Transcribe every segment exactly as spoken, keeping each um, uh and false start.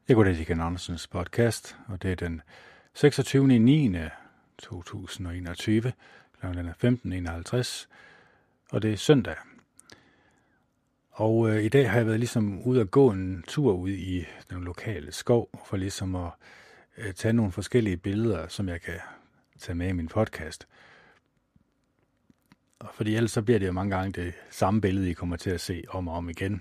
Jeg går til Ken Andersens podcast, og det er den seksogtyvende september to tusind og enogtyve, klokken er femten enoghalvtreds, og det er søndag. Og øh, i dag har jeg været ligesom ude at gå en tur ud i den lokale skov, for ligesom at øh, tage nogle forskellige billeder, som jeg kan tage med i min podcast. Og fordi ellers så bliver det jo mange gange det samme billede, I kommer til at se om og om igen.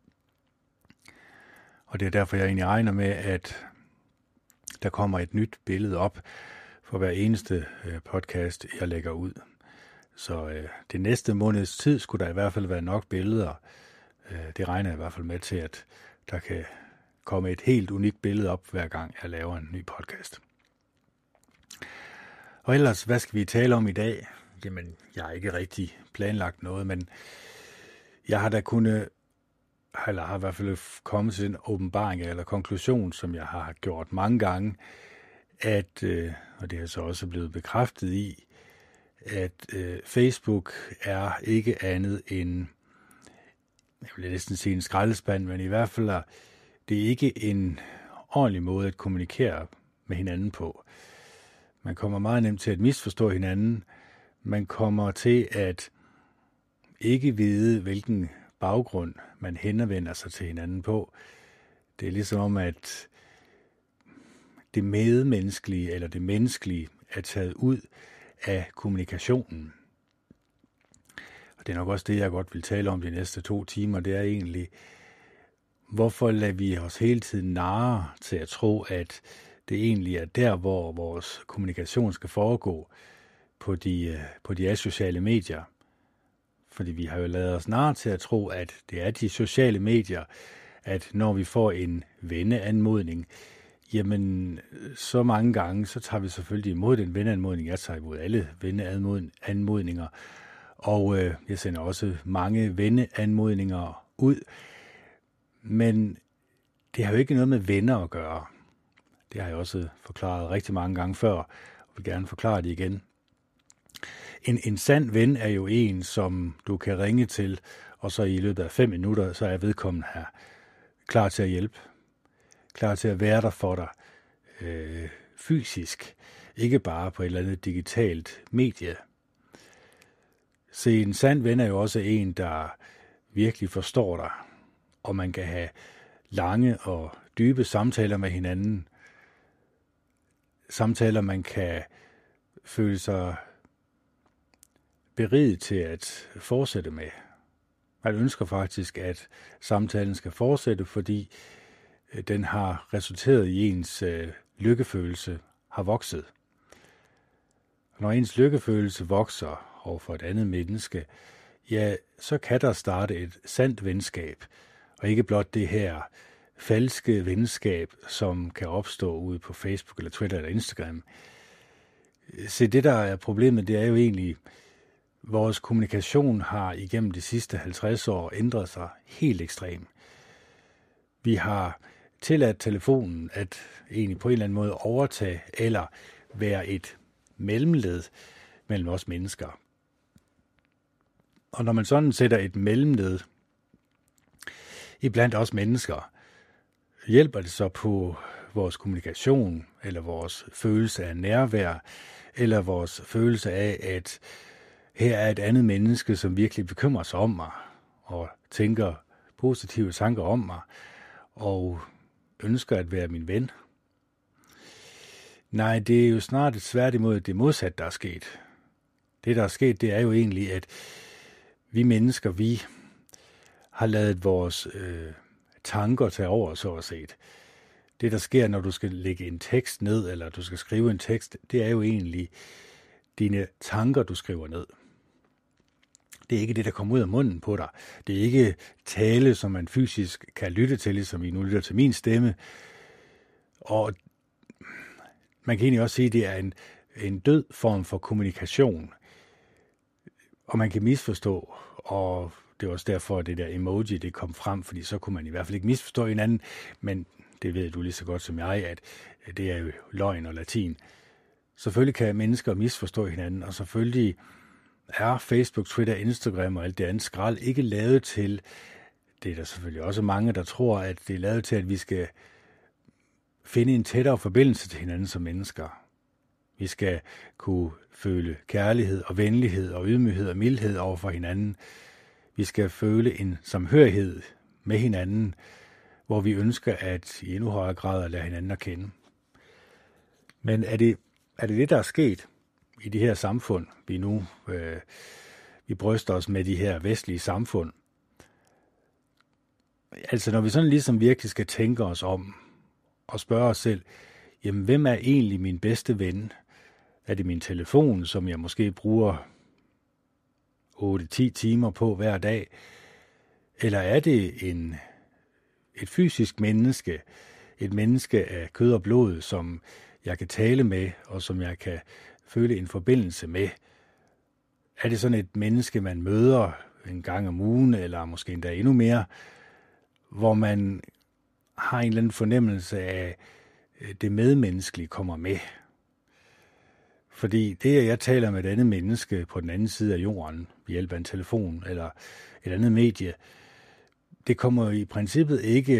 Og det er derfor, jeg egentlig regner med, at der kommer et nyt billede op for hver eneste podcast, jeg lægger ud. Så øh, det næste måneds tid skulle der i hvert fald være nok billeder. Øh, det regner jeg i hvert fald med til, at der kan komme et helt unikt billede op, hver gang jeg laver en ny podcast. Og ellers, hvad skal vi tale om i dag? Jamen, jeg har ikke rigtig planlagt noget, men jeg har da kunnet... eller har i hvert fald kommet til en åbenbaring eller konklusion, som jeg har gjort mange gange, at, øh, og det er så også blevet bekræftet i, at øh, Facebook er ikke andet end, jeg vil næsten sige en skraldespand, men i hvert fald er det ikke en ordentlig måde at kommunikere med hinanden på. Man kommer meget nemt til at misforstå hinanden. Man kommer til at ikke vide, hvilken baggrund man henvender sig til hinanden på. Det er ligesom om, at det medmenneskelige eller det menneskelige er taget ud af kommunikationen. Og det er nok også det, jeg godt vil tale om de næste to timer. Det er egentlig, hvorfor lader vi os hele tiden narre til at tro, at det egentlig er der, hvor vores kommunikation skal foregå på de, på de asociale medier. Fordi vi har jo lavet os narre til at tro, at det er de sociale medier, at når vi får en venneanmodning, jamen så mange gange, så tager vi selvfølgelig imod den venneanmodning. Jeg tager imod alle venneanmodninger, og øh, jeg sender også mange venneanmodninger ud. Men det har jo ikke noget med venner at gøre. Det har jeg også forklaret rigtig mange gange før, og vil gerne forklare det igen. En, en sand ven er jo en, som du kan ringe til, og så i løbet af fem minutter, så er vedkommende her klar til at hjælpe. Klar til at være der for dig øh, fysisk. Ikke bare på et eller andet digitalt medie. Så en sand ven er jo også en, der virkelig forstår dig. Og man kan have lange og dybe samtaler med hinanden. Samtaler, man kan føle sig beriget til at fortsætte med. Man ønsker faktisk, at samtalen skal fortsætte, fordi den har resulteret i ens øh, lykkefølelse har vokset. Når ens lykkefølelse vokser over for et andet menneske, ja, så kan der starte et sandt venskab, og ikke blot det her falske venskab, som kan opstå ude på Facebook eller Twitter eller Instagram. Så det, der er problemet, det er jo egentlig, vores kommunikation har igennem de sidste halvtreds år ændret sig helt ekstremt. Vi har tilladt telefonen at egentlig på en eller anden måde overtage eller være et mellemled mellem os mennesker. Og når man sådan sætter et mellemled iblandt os mennesker, hjælper det så på vores kommunikation, eller vores følelse af nærvær, eller vores følelse af, at her er et andet menneske, som virkelig bekymrer sig om mig, og tænker positive tanker om mig, og ønsker at være min ven. Nej, det er jo snart et svært imod det modsatte, der er sket. Det, der er sket, det er jo egentlig, at vi mennesker, vi har ladet vores øh, tanker tage over, så at set. Det, der sker, når du skal lægge en tekst ned, eller du skal skrive en tekst, det er jo egentlig dine tanker, du skriver ned. Det er ikke det, der kommer ud af munden på dig. Det er ikke tale, som man fysisk kan lytte til, ligesom I nu lytter til min stemme. Og man kan egentlig også sige, at det er en, en død form for kommunikation. Og man kan misforstå, og det er også derfor, at det der emoji, det kom frem, fordi så kunne man i hvert fald ikke misforstå hinanden, men det ved du lige så godt som jeg, at det er jo løgn og latin. Selvfølgelig kan mennesker misforstå hinanden, og selvfølgelig er Facebook, Twitter, Instagram og alt det andet skrald ikke lavet til, det er der selvfølgelig også mange, der tror, at det er lavet til, at vi skal finde en tættere forbindelse til hinanden som mennesker. Vi skal kunne føle kærlighed og venlighed og ydmyghed og mildhed over for hinanden. Vi skal føle en samhørighed med hinanden, hvor vi ønsker at i endnu højere grad at lære hinanden at kende. Men er det er det, det der er sket i de her samfund, vi nu øh, vi bryster os med de her vestlige samfund? Altså når vi sådan ligesom virkelig skal tænke os om og spørge os selv, jamen hvem er egentlig min bedste ven? Er det min telefon, som jeg måske bruger otte til ti timer på hver dag? Eller er det en, et fysisk menneske, et menneske af kød og blod, som jeg kan tale med, og som jeg kan føle en forbindelse med? Er det sådan et menneske, man møder en gang om ugen, eller måske endda endnu mere, hvor man har en eller anden fornemmelse af, at det medmenneskelige kommer med? Fordi det, at jeg taler med et andet menneske på den anden side af jorden, ved hjælp af en telefon eller et andet medie, det kommer i princippet ikke,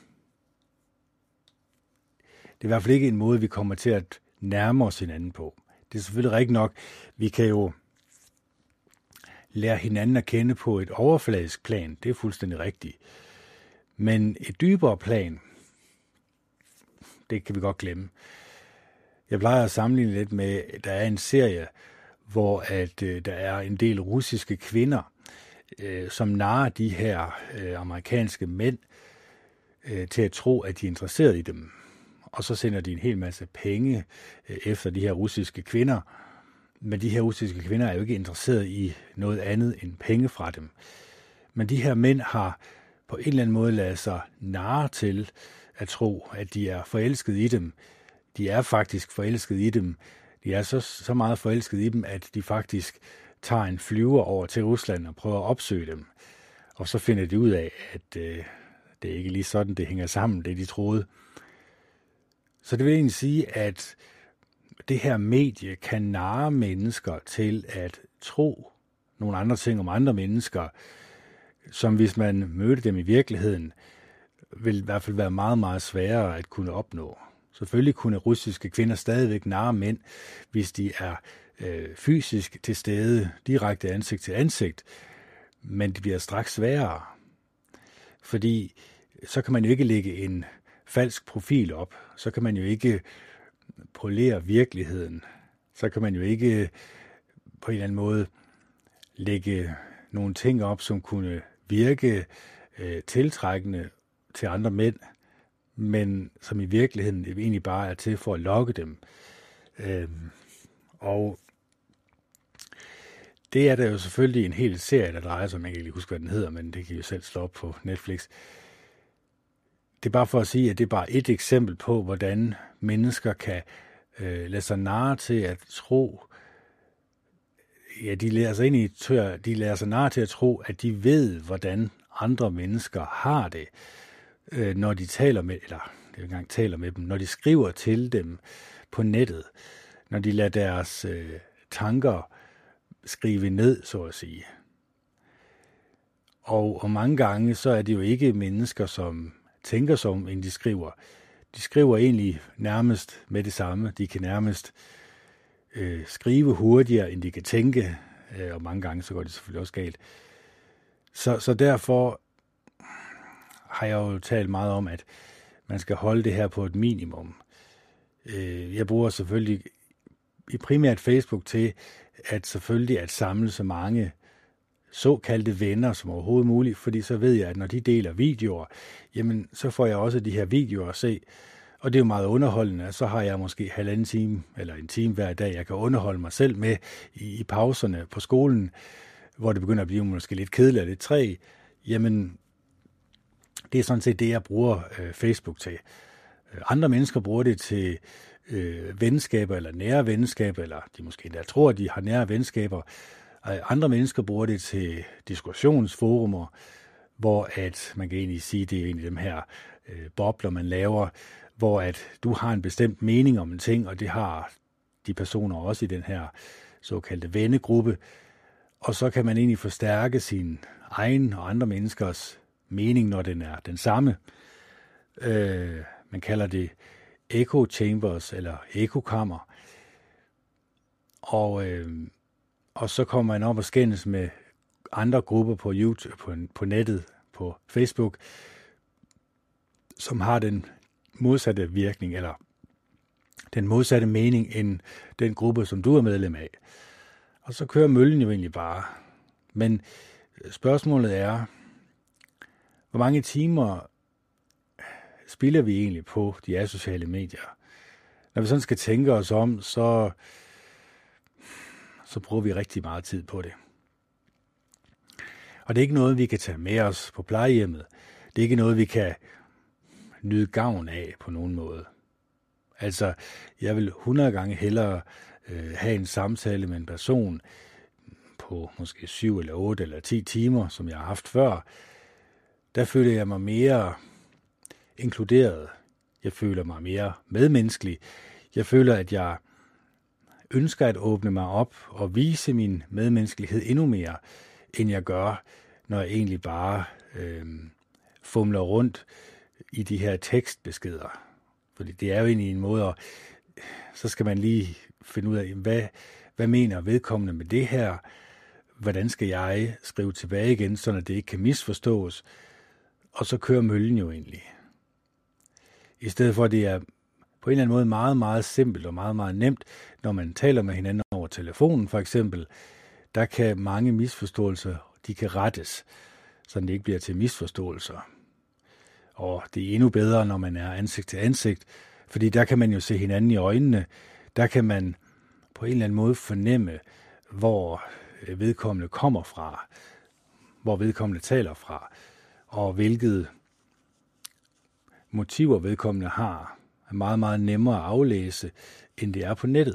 det er i hvert fald ikke en måde, vi kommer til at nærme os hinanden på. Det er selvfølgelig rigtigt nok, vi kan jo lære hinanden at kende på et overfladisk plan, det er fuldstændig rigtigt. Men et dybere plan, det kan vi godt glemme. Jeg plejer at sammenligne lidt med, at der er en serie, hvor at, øh, der er en del russiske kvinder, øh, som narrer de her øh, amerikanske mænd øh, til at tro, at de er interesseret i dem. Og så sender de en hel masse penge øh, efter de her russiske kvinder. Men de her russiske kvinder er jo ikke interesseret i noget andet end penge fra dem. Men de her mænd har på en eller anden måde ladet sig narre til at tro, at de er forelsket i dem. De er faktisk forelsket i dem. De er så, så meget forelsket i dem, at de faktisk tager en flyver over til Rusland og prøver at opsøge dem. Og så finder de ud af, at øh, det er ikke lige sådan, det hænger sammen, det de troede. Så det vil egentlig sige, at det her medie kan narre mennesker til at tro nogle andre ting om andre mennesker, som hvis man mødte dem i virkeligheden, vil i hvert fald være meget, meget sværere at kunne opnå. Selvfølgelig kunne russiske kvinder stadigvæk narre mænd, hvis de er øh, fysisk til stede, direkte ansigt til ansigt, men det bliver straks sværere. Fordi så kan man jo ikke lægge en falsk profil op, så kan man jo ikke polere virkeligheden, så kan man jo ikke på en eller anden måde lægge nogle ting op, som kunne virke øh, tiltrækkende til andre mænd, men som i virkeligheden egentlig bare er til for at lokke dem. Øhm, og det er der jo selvfølgelig en hel serie, der drejer sig om, jeg kan ikke lige huske, hvad den hedder, men det kan I jo selv slå op på Netflix. Det er bare for at sige, at det er bare et eksempel på, hvordan mennesker kan øh, lade sig narre til at tro, ja, de lader sig ind i tør, de lader sig narre til at tro, at de ved, hvordan andre mennesker har det, øh, når de taler med, eller det er engang taler med dem, når de skriver til dem på nettet, når de lader deres øh, tanker skrive ned, så at sige. Og, og mange gange, så er det jo ikke mennesker, som tænker som, end de skriver. De skriver egentlig nærmest med det samme. De kan nærmest øh, skrive hurtigere, end de kan tænke, øh, og mange gange så går det selvfølgelig også galt. Så, så derfor har jeg jo talt meget om, at man skal holde det her på et minimum. Øh, jeg bruger selvfølgelig i primært Facebook til, at selvfølgelig at samle så mange såkaldte venner som overhovedet muligt, fordi så ved jeg, at når de deler videoer, jamen så får jeg også de her videoer at se, og det er jo meget underholdende, så har jeg måske halvanden time eller en time hver dag, jeg kan underholde mig selv med i, i pauserne på skolen, hvor det begynder at blive måske lidt kedeligt og lidt træ, jamen det er sådan set det, jeg bruger øh, Facebook til. Andre mennesker bruger det til øh, venskaber eller nære venskaber, eller de måske endda tror, at de har nære venskaber. Andre mennesker bruger det til diskussionsforumer, hvor at man kan egentlig sige, det er egentlig dem her øh, bobler, man laver, hvor at du har en bestemt mening om en ting, og det har de personer også i den her såkaldte vennegruppe. Og så kan man egentlig forstærke sin egen og andre menneskers mening, når den er den samme. Øh, man kalder det echo chambers eller ekokammer. Og, øh, og så kommer man op og skændes med andre grupper på YouTube, på, på nettet, på Facebook, som har den modsatte virkning, eller den modsatte mening, end den gruppe, som du er medlem af. Og så kører møllen jo egentlig bare. Men spørgsmålet er, hvor mange timer spilder vi egentlig på de asociale medier? Når vi sådan skal tænke os om, så, så bruger vi rigtig meget tid på det. Og det er ikke noget, vi kan tage med os på plejehjemmet. Det er ikke noget, vi kan nyde gavn af på nogen måde. Altså, jeg vil hundrede gange hellere øh, have en samtale med en person på måske syv eller otte eller ti timer, som jeg har haft før. Der føler jeg mig mere inkluderet. Jeg føler mig mere medmenneskelig. Jeg føler, at jeg ønsker at åbne mig op og vise min medmenneskelighed endnu mere, end jeg gør, når jeg egentlig bare øh, fumler rundt i de her tekstbeskeder. Fordi det er jo egentlig en måde, at så skal man lige finde ud af, hvad, hvad mener vedkommende med det her? Hvordan skal jeg skrive tilbage igen, så det ikke kan misforstås? Og så kører møllen jo egentlig. I stedet for, at det er på en eller anden måde meget, meget simpelt og meget, meget nemt, når man taler med hinanden over telefonen for eksempel, der kan mange misforståelser, de kan rettes, så det ikke bliver til misforståelser. Og det er endnu bedre, når man er ansigt til ansigt, fordi der kan man jo se hinanden i øjnene. Der kan man på en eller anden måde fornemme, hvor vedkommende kommer fra, hvor vedkommende taler fra, og hvilket motiver vedkommende har, er meget, meget nemmere at aflæse, end det er på nettet.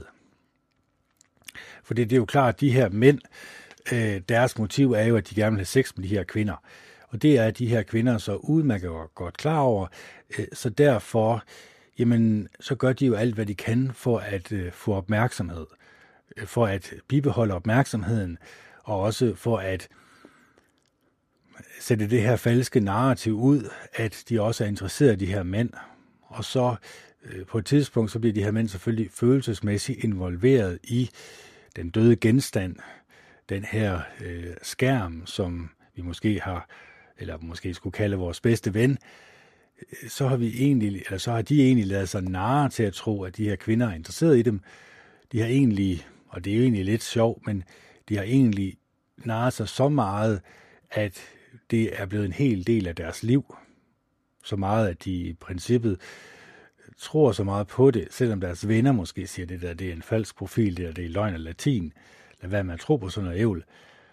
For det er jo klart, at de her mænd, deres motiv er jo, at de gerne vil have sex med de her kvinder. Og det er de her kvinder så udmærket godt klar over. Så derfor, jamen, så gør de jo alt, hvad de kan for at få opmærksomhed. For at bibeholde opmærksomheden, og også for at sætte det her falske narrativ ud, at de også er interesserede i de her mænd. Og så på et tidspunkt, så bliver de her mænd selvfølgelig følelsesmæssigt involveret i den døde genstand, den her øh, skærm, som vi måske har, eller måske skulle kalde vores bedste ven, så har vi egentlig, eller så har de egentlig lavet sig narre til at tro, at de her kvinder er interesseret i dem. De har egentlig, og det er jo egentlig lidt sjovt, men de har egentlig narret sig så meget, at det er blevet en hel del af deres liv. Så meget, at de i princippet tror så meget på det, selvom deres venner måske siger, det der det er en falsk profil, det der det er løgn og latin, lad være med at tro på sådan noget ævl.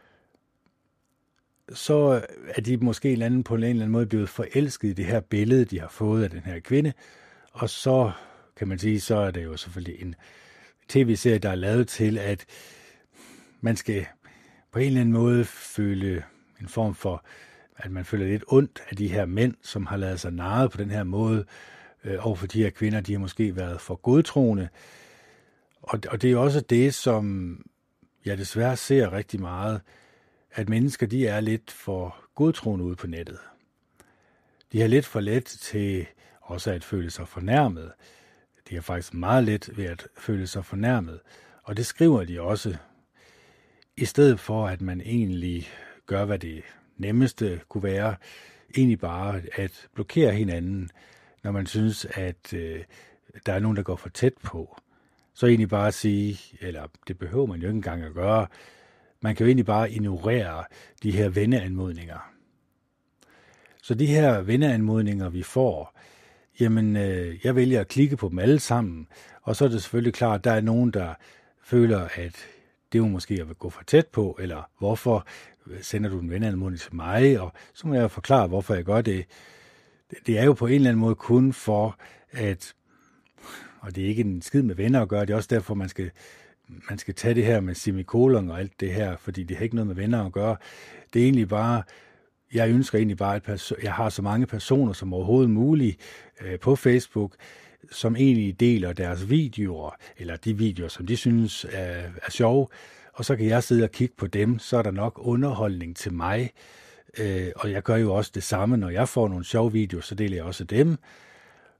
Så er de måske en eller anden, på en eller anden måde blevet forelsket i det her billede, de har fået af den her kvinde, og så kan man sige, så er det jo selvfølgelig en tv-serie, der er lavet til, at man skal på en eller anden måde føle en form for, at man føler lidt ondt af de her mænd, som har lavet sig narret på den her måde, øh, overfor de her kvinder, de har måske været for godtroende. Og, og det er jo også det, som jeg desværre ser rigtig meget, at mennesker, de er lidt for godtroende ude på nettet. De har lidt for let til også at føle sig fornærmet. De har faktisk meget let ved at føle sig fornærmet, og det skriver de også, i stedet for at man egentlig gør, hvad det nemmeste kunne være, egentlig bare at blokere hinanden, når man synes, at øh, der er nogen, der går for tæt på. Så egentlig bare at sige, eller det behøver man jo ikke engang at gøre, man kan jo egentlig bare ignorere de her venneanmodninger. Så de her venneanmodninger, vi får, jamen, øh, jeg vælger at klikke på dem alle sammen, og så er det selvfølgelig klart, at der er nogen, der føler, at det er jo måske at gå for tæt på, eller hvorfor sender du en venneanmodning til mig, og så må jeg forklare, hvorfor jeg gør det. Det er jo på en eller anden måde kun for, at, og det er ikke en skid med venner at gøre, det er også derfor, man skal, man skal tage det her med semikolon og alt det her, fordi det har ikke noget med venner at gøre. Det er egentlig bare, jeg ønsker egentlig bare, at perso- jeg har så mange personer som overhovedet muligt øh, på Facebook, som egentlig deler deres videoer, eller de videoer, som de synes er, er sjove, og så kan jeg sidde og kigge på dem, så er der nok underholdning til mig, øh, og jeg gør jo også det samme, når jeg får nogle sjove videoer, så deler jeg også dem,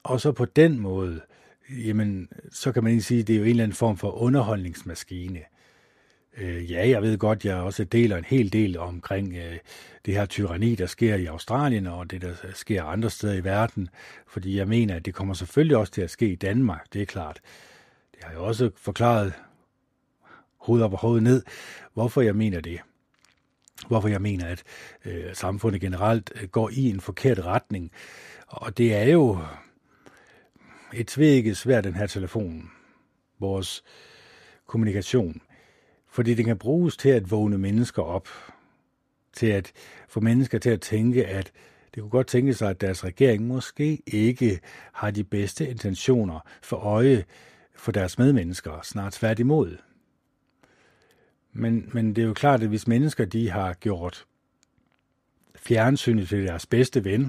Og så på den måde, jamen, så kan man ikke sige, at det er jo en eller anden form for underholdningsmaskine. Øh, ja, jeg ved godt, jeg også deler en hel del omkring øh, det her tyranni, der sker i Australien, og det, der sker andre steder i verden, fordi jeg mener, at det kommer selvfølgelig også til at ske i Danmark, det er klart. Det har jeg også forklaret hoved op og hoved ned, hvorfor jeg mener det. Hvorfor jeg mener, at øh, samfundet generelt øh, går i en forkert retning. Og det er jo et tvækket svært, den her telefon, vores kommunikation. Fordi det kan bruges til at vågne mennesker op. Til at få mennesker til at tænke, at det kunne godt tænke sig, at deres regering måske ikke har de bedste intentioner for øje for deres medmennesker, snart tværtimod. Men, men det er jo klart, at hvis mennesker de har gjort fjernsynet til deres bedste ven,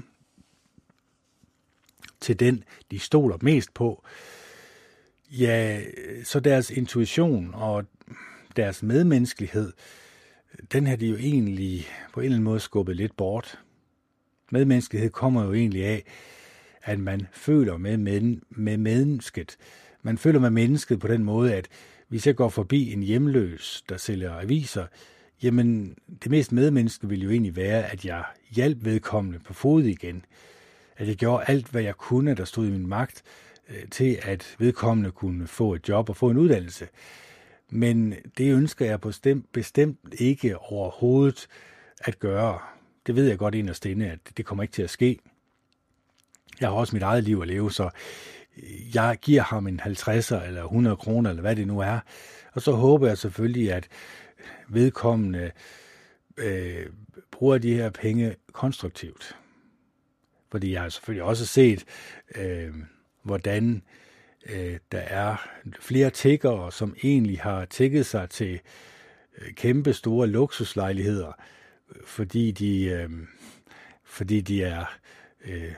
til den, de stoler mest på, ja, så deres intuition og deres medmenneskelighed, den har de jo egentlig på en eller anden måde skubbet lidt bort. Medmenneskelighed kommer jo egentlig af, at man føler med, med, med mennesket. Man føler med mennesket på den måde, at hvis jeg går forbi en hjemløs, der sælger aviser, jamen det mest medmenneskelige ville jo egentlig være, at jeg hjalp vedkommende på fod igen. At jeg gjorde alt, hvad jeg kunne, der stod i min magt, til at vedkommende kunne få et job og få en uddannelse. Men det ønsker jeg bestemt, bestemt ikke overhovedet at gøre. Det ved jeg godt inderst inde, at det kommer ikke til at ske. Jeg har også mit eget liv at leve, så jeg giver ham en halvtredser eller hundrede kroner, eller hvad det nu er. Og så håber jeg selvfølgelig, at vedkommende øh, bruger de her penge konstruktivt. Fordi jeg har selvfølgelig også set, øh, hvordan øh, der er flere tiggere, som egentlig har tigget sig til øh, kæmpe store luksuslejligheder, fordi de, øh, fordi de er øh,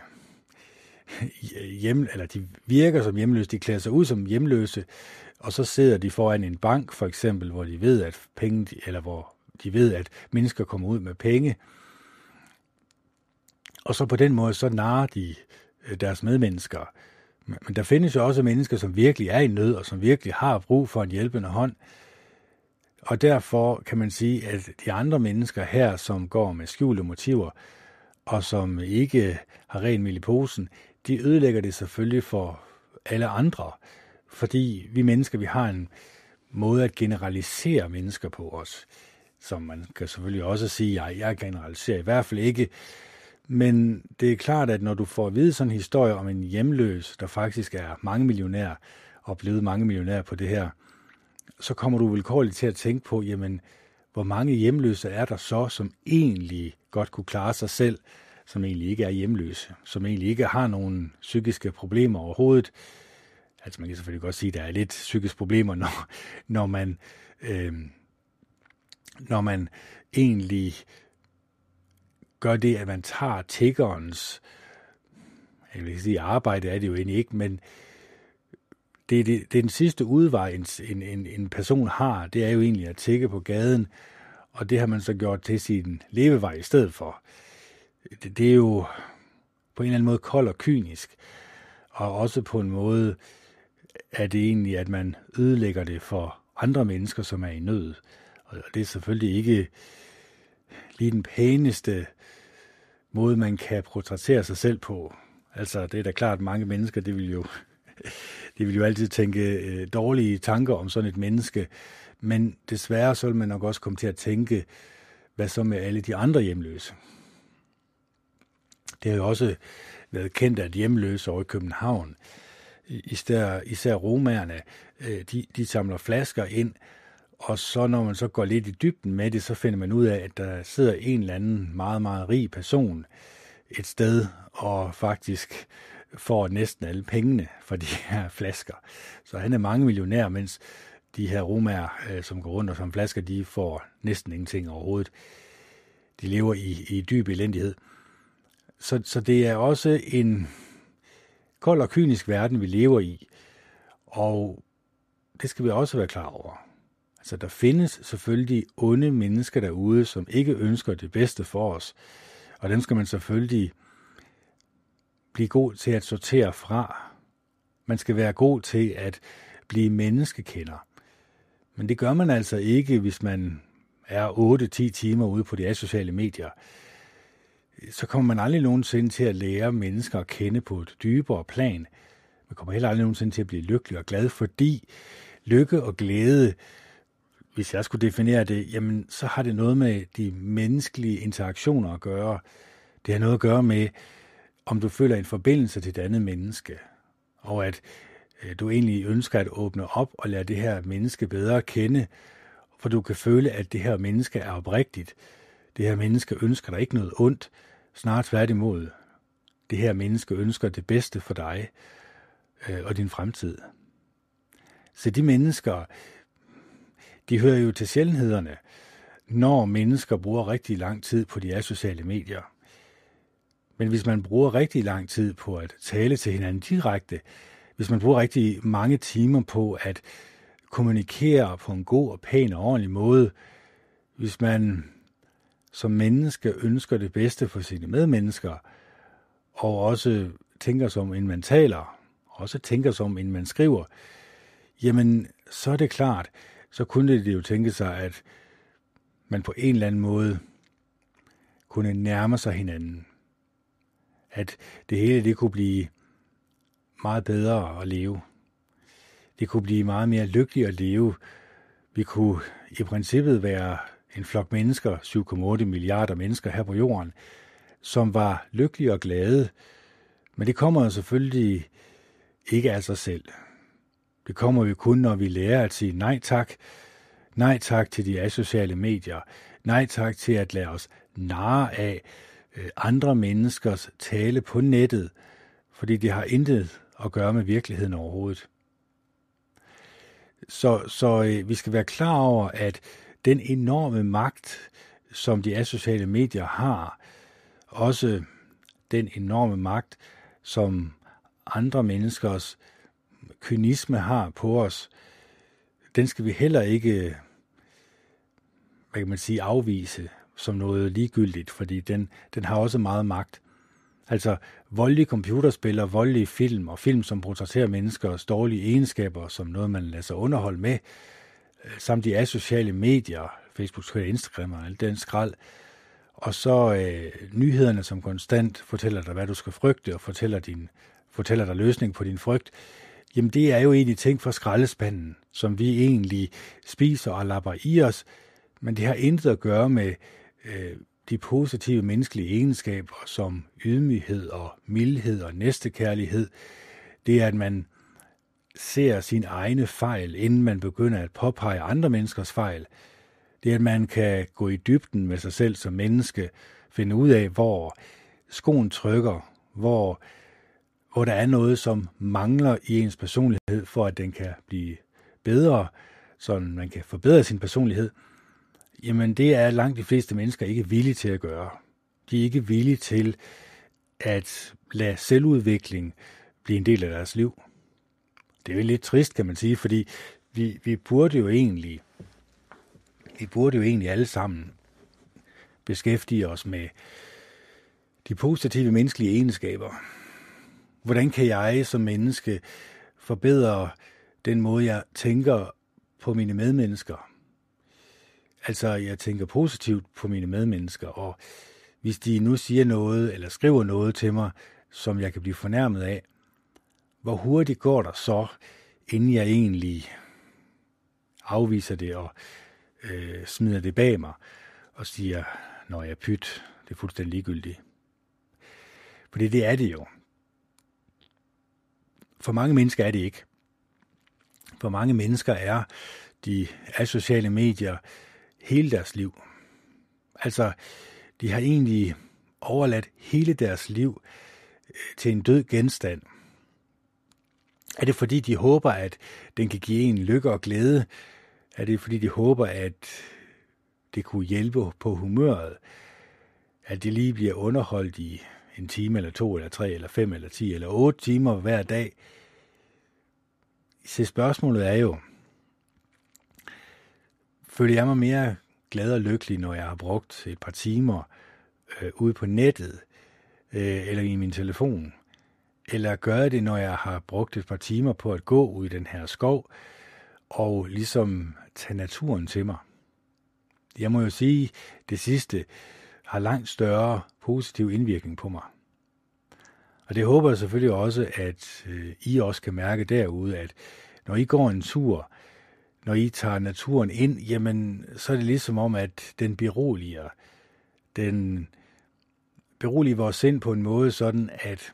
hjem, eller de virker som hjemløse, de klæder sig ud som hjemløse, og så sidder de foran en bank, for eksempel, hvor de ved, at penge, eller hvor de ved, at mennesker kommer ud med penge, og så på den måde, så narrer de deres medmennesker. Men der findes jo også mennesker, som virkelig er i nød, og som virkelig har brug for en hjælpende hånd. Og derfor kan man sige, at de andre mennesker her, som går med skjulte motiver, og som ikke har ren mel i posen, de ødelægger det selvfølgelig for alle andre. Fordi vi mennesker, vi har en måde at generalisere mennesker på os. Som man kan selvfølgelig også sige, at jeg generaliserer i hvert fald ikke. Men det er klart, at når du får at vide sådan en historie om en hjemløs, der faktisk er mange millionær, og blevet mange millionær på det her, så kommer du vilkårligt til at tænke på, jamen, hvor mange hjemløse er der så, som egentlig godt kunne klare sig selv, som egentlig ikke er hjemløse, som egentlig ikke har nogen psykiske problemer overhovedet. Altså man kan selvfølgelig godt sige, at der er lidt psykiske problemer, når, når man øh, når man egentlig gør det, at man tager tiggerens, jeg vil sige arbejde er det jo egentlig ikke, men det er, det, det er den sidste udvej, en, en, en person har, det er jo egentlig at tigge på gaden, og det har man så gjort til sin levevej i stedet for. Det, det er jo på en eller anden måde kold og kynisk, og også på en måde er det egentlig, at man ødelægger det for andre mennesker, som er i nød. Og det er selvfølgelig ikke lige den pæneste måde, man kan portrættere sig selv på. Altså, det er da klart, at mange mennesker, det vil jo, det vil jo altid tænke øh, dårlige tanker om sådan et menneske. Men desværre så vil man nok også komme til at tænke, hvad så med alle de andre hjemløse. Det har jo også været kendt, at hjemløse over i København, især, især romerne, de, de samler flasker ind, og så når man så går lidt i dybden med det, så finder man ud af, at der sidder en eller anden meget, meget rig person et sted, og faktisk får næsten alle pengene for de her flasker. Så han er mange millionær, mens de her romager, som går rundt og som flasker, de får næsten ingenting overhovedet. De lever i, i dyb elendighed. Så, så det er også en kold og kynisk verden, vi lever i. Og det skal vi også være klar over. Altså, der findes selvfølgelig onde mennesker derude, som ikke ønsker det bedste for os. Og dem skal man selvfølgelig blive god til at sortere fra. Man skal være god til at blive menneskekender. Men det gør man altså ikke, hvis man er otte til ti timer ude på de asociale medier. Så kommer man aldrig nogensinde til at lære mennesker at kende på et dybere plan. Man kommer heller aldrig nogensinde til at blive lykkelig og glad, fordi lykke og glæde, hvis jeg skulle definere det, jamen så har det noget med de menneskelige interaktioner at gøre. Det har noget at gøre med, om du føler en forbindelse til et andet menneske, og at øh, du egentlig ønsker at åbne op og lære det her menneske bedre at kende, for du kan føle, at det her menneske er oprigtigt. Det her menneske ønsker dig ikke noget ondt, snarere tværtimod. Det her menneske ønsker det bedste for dig øh, og din fremtid. Så de mennesker, de hører jo til sjældenhederne, når mennesker bruger rigtig lang tid på de asociale medier. Men hvis man bruger rigtig lang tid på at tale til hinanden direkte, hvis man bruger rigtig mange timer på at kommunikere på en god og pæn og ordentlig måde, hvis man som menneske ønsker det bedste for sine medmennesker, og også tænker som en man taler, også tænker som en man skriver, jamen så er det klart, så kunne det jo tænke sig, at man på en eller anden måde kunne nærme sig hinanden. At det hele det kunne blive meget bedre at leve. Det kunne blive meget mere lykkeligt at leve. Vi kunne i princippet være en flok mennesker, syv komma otte milliarder mennesker her på jorden, som var lykkelige og glade. Men det kommer jo selvfølgelig ikke af sig selv. Det kommer jo kun, når vi lærer at sige nej tak. Nej tak til de asociale medier. Nej tak til at lade os narre af andre menneskers tale på nettet, fordi det har intet at gøre med virkeligheden overhovedet. Så, så øh, vi skal være klar over, at den enorme magt, som de asociale medier har, også den enorme magt, som andre menneskers kynisme har på os, den skal vi heller ikke, hvad kan man sige, afvise som noget ligegyldigt, fordi den, den har også meget magt. Altså voldelige computerspil og voldelige film, og film, som portrætterer menneskers dårlige egenskaber, som noget, man lader sig underholde med, samt de asociale medier, Facebook, Twitter, Instagram og alt den skrald, og så øh, nyhederne, som konstant fortæller dig, hvad du skal frygte, og fortæller, din, fortæller dig løsning på din frygt, jamen det er jo egentlig ting fra skraldespanden, som vi egentlig spiser og lapper i os, men det har intet at gøre med øh, de positive menneskelige egenskaber, som ydmyghed og mildhed og næstekærlighed. Det er, at man ser sine egne fejl, inden man begynder at påpege andre menneskers fejl. Det er, at man kan gå i dybden med sig selv som menneske, finde ud af, hvor skoen trykker, hvor, hvor der er noget, som mangler i ens personlighed, for at den kan blive bedre, så man kan forbedre sin personlighed. Jamen det er langt de fleste mennesker ikke villige til at gøre. De er ikke villige til at lade selvudvikling blive en del af deres liv. Det er jo lidt trist, kan man sige, fordi vi, vi burde jo egentlig, vi burde jo egentlig alle sammen beskæftige os med de positive menneskelige egenskaber. Hvordan kan jeg som menneske forbedre den måde, jeg tænker på mine medmennesker? Altså, jeg tænker positivt på mine medmennesker, og hvis de nu siger noget, eller skriver noget til mig, som jeg kan blive fornærmet af, hvor hurtigt går der så, inden jeg egentlig afviser det og øh, smider det bag mig, og siger, når jeg er pyt, det er fuldstændig ligegyldigt. Fordi det er det jo. For mange mennesker er det ikke. For mange mennesker er de asociale medier hele deres liv. Altså, de har egentlig overladt hele deres liv til en død genstand. Er det fordi, de håber, at den kan give en lykke og glæde? Er det fordi, de håber, at det kunne hjælpe på humøret? At det lige bliver underholdt i en time, eller to, eller tre, eller fem, eller ti, eller otte timer hver dag? Så spørgsmålet er jo, føler jeg mig mere glad og lykkelig, når jeg har brugt et par timer øh, ude på nettet øh, eller i min telefon, eller gøre det, når jeg har brugt et par timer på at gå ud i den her skov, og ligesom tage naturen til mig. Jeg må jo sige, at det sidste har langt større positiv indvirkning på mig. Og det håber jeg selvfølgelig også, at I også kan mærke derude, at når I går en tur, når I tager naturen ind, jamen så er det ligesom om, at den beroliger. Den beroliger vores sind på en måde sådan, at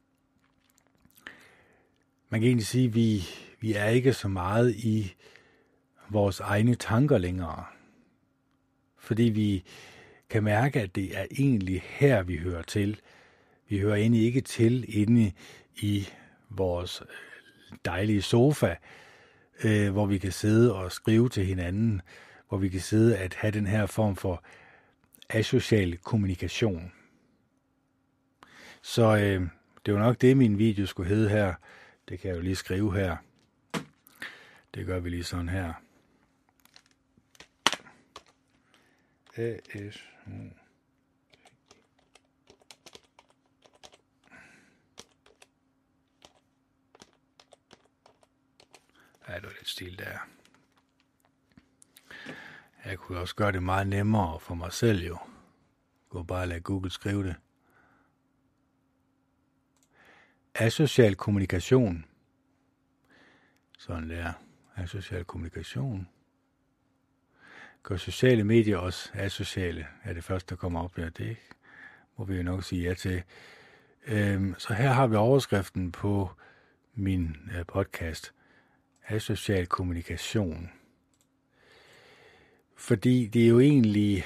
man kan egentlig sige, at vi, vi er ikke så meget i vores egne tanker længere. Fordi vi kan mærke, at det er egentlig her, vi hører til. Vi hører egentlig ikke til inde i vores dejlige sofa, øh, hvor vi kan sidde og skrive til hinanden, hvor vi kan sidde at have den her form for asocial kommunikation. Så øh, det var nok det, min video skulle hedde her. Det kan jeg jo lige skrive her. Det gør vi lige sådan her. A S Ja, det var lidt stil der. Jeg kunne også gøre det meget nemmere for mig selv jo. Gå bare og lade Google skrive det. Asocial kommunikation. Sådan der. Asocial kommunikation. Gør sociale medier også asociale? Er det første, der kommer op der? Det må vi jo nok sige ja til. Øhm, så her har vi overskriften på min øh, podcast. Asocial kommunikation. Fordi det er jo egentlig,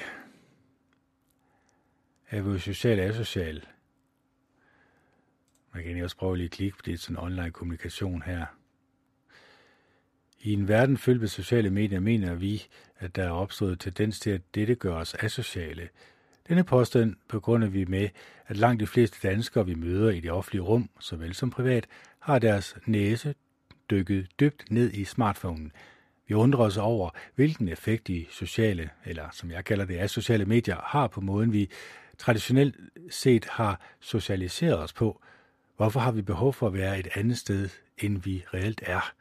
er vi jo socialt asocial. Man kan egentlig også prøve lige at klikke på det sådan online kommunikation her. I en verden fyldt med sociale medier mener vi, at der er opstået tendens til, at dette gør os asociale. Denne påstand begrunder vi med, at langt de fleste danskere, vi møder i det offentlige rum, såvel som privat, har deres næse dykket dybt ned i smartphonen. Vi undrer os over, hvilken effekt de sociale, eller som jeg kalder det, asociale medier, har på måden, vi traditionelt set har socialiseret os på. Hvorfor har vi behov for at være et andet sted, end vi reelt er?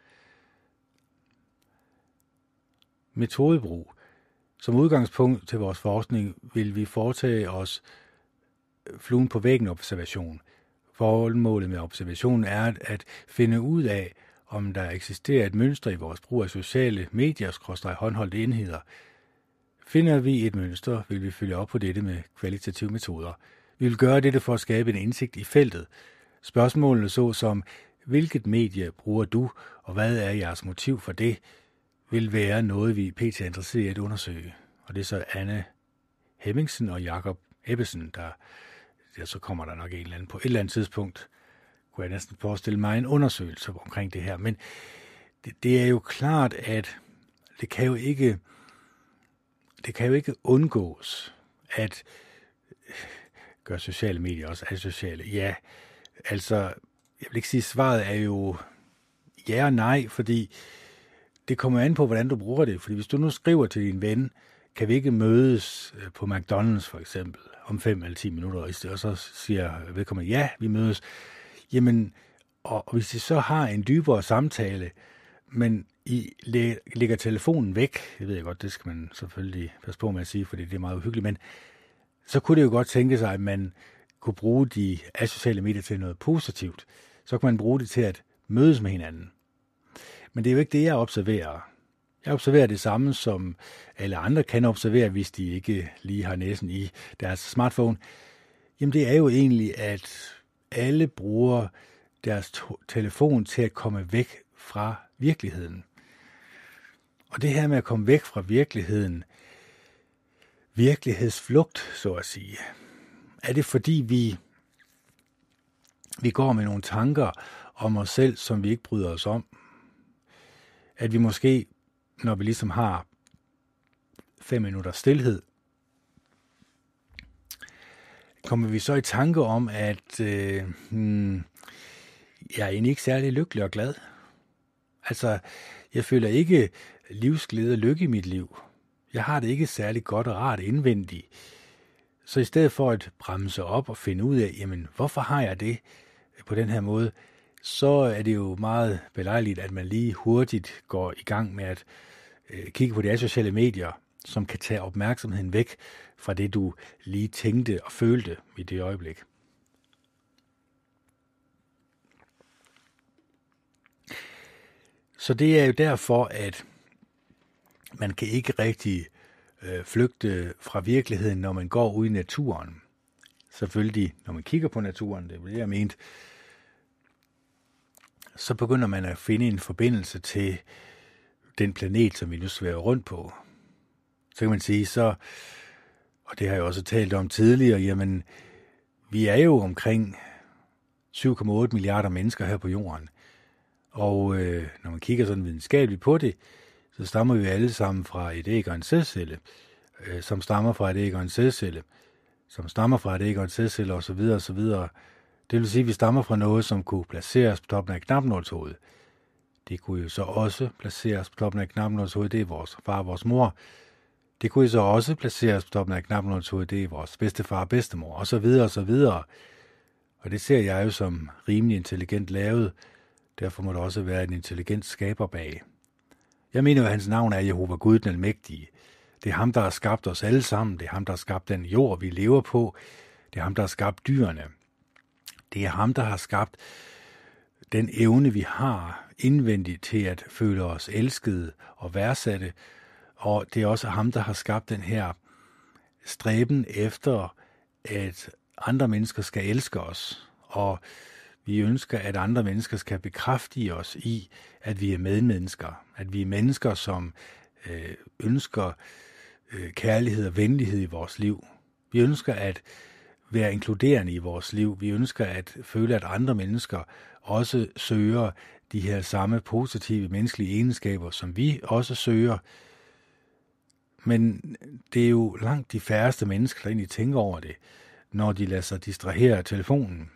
Metodebrug. Som udgangspunkt til vores forskning vil vi foretage os fluen på væggen observation. Formålet med observationen er at finde ud af, om der eksisterer et mønster i vores brug af sociale medier skråstreg håndholdte enheder. Finder vi et mønster, vil vi følge op på dette med kvalitative metoder. Vi vil gøre dette for at skabe en indsigt i feltet. Spørgsmålene så som, hvilket medie bruger du, og hvad er jeres motiv for det, vil være noget, vi pt. Er interesseret i at undersøge. Og det er så Anne Hemmingsen og Jakob Ebbesen, der ja, så kommer der nok en eller anden på et eller andet tidspunkt, kunne jeg næsten forestille mig en undersøgelse omkring det her. Men det, det er jo klart, at det kan jo ikke, det kan jo ikke undgås, at gøre sociale medier også asociale. Ja, altså, jeg vil ikke sige, at svaret er jo ja og nej, fordi det kommer an på, hvordan du bruger det. Fordi hvis du nu skriver til din ven, kan vi ikke mødes på McDonald's for eksempel om fem eller ti minutter, og så siger vedkommende, ja, vi mødes. Jamen, og hvis I så har en dybere samtale, men I lægger telefonen væk, det ved jeg godt, det skal man selvfølgelig passe på med at sige, fordi det er meget uhyggeligt, men så kunne det jo godt tænke sig, at man kunne bruge de asociale medier til noget positivt. Så kan man bruge det til at mødes med hinanden. Men det er jo ikke det, jeg observerer. Jeg observerer det samme, som alle andre kan observere, hvis de ikke lige har næsen i deres smartphone. Jamen det er jo egentlig, at alle bruger deres telefon til at komme væk fra virkeligheden. Og det her med at komme væk fra virkeligheden, virkelighedsflugt, så at sige, er det fordi vi, vi går med nogle tanker om os selv, som vi ikke bryder os om. At vi måske, når vi ligesom har fem minutter stilhed, kommer vi så i tanke om, at øh, hmm, jeg er egentlig ikke særlig lykkelig og glad. Altså, jeg føler ikke livsglæde og lykke i mit liv. Jeg har det ikke særlig godt og rart indvendigt. Så i stedet for at bremse op og finde ud af, jamen, hvorfor har jeg det? på den her måde, så er det jo meget belejligt, at man lige hurtigt går i gang med at øh, kigge på de sociale medier, som kan tage opmærksomheden væk fra det, du lige tænkte og følte i det øjeblik. Så det er jo derfor, at man kan ikke rigtig øh, flygte fra virkeligheden, når man går ud i naturen. Selvfølgelig, når man kigger på naturen, det er det, jeg mente, så begynder man at finde en forbindelse til den planet, som vi nu svæver rundt på. Så kan man sige, så, og det har jeg også talt om tidligere, jamen, vi er jo omkring syv komma otte milliarder mennesker her på jorden. Og øh, når man kigger sådan videnskabeligt på det, så stammer vi alle sammen fra et æg og en sædcelle, øh, som stammer fra et æg og en sædcelle, som stammer fra et æg og en sædcelle osv. osv. Det vil sige, at vi stammer fra noget, som kunne placeres på toppen af knapnålshovedet. Det kunne jo så også placeres på toppen af knapnålshovedet, det er vores far og vores mor. Det kunne jo så også placeres på toppen af knapnålshovedet, det er vores bedstefar og bedstemor, og så videre og så videre. Og det ser jeg jo som rimelig intelligent lavet. Derfor må der også være en intelligent skaber bag. Jeg mener jo, at hans navn er Jehova Gud den Almægtige. Det er ham, der har skabt os alle sammen. Det er ham, der har skabt den jord, vi lever på. Det er ham, der har skabt dyrene. Det er ham, der har skabt den evne, vi har indvendigt til at føle os elskede og værdsatte. Og det er også ham, der har skabt den her stræben efter, at andre mennesker skal elske os. Og vi ønsker, at andre mennesker skal bekræfte os i, at vi er medmennesker. At vi er mennesker, som øh, ønsker øh, kærlighed og venlighed i vores liv. Vi ønsker at være inkluderende i vores liv. Vi ønsker at føle, at andre mennesker også søger de her samme positive menneskelige egenskaber, som vi også søger. Men det er jo langt de færreste mennesker, der egentlig tænker over det, når de lader sig distrahere af telefonen.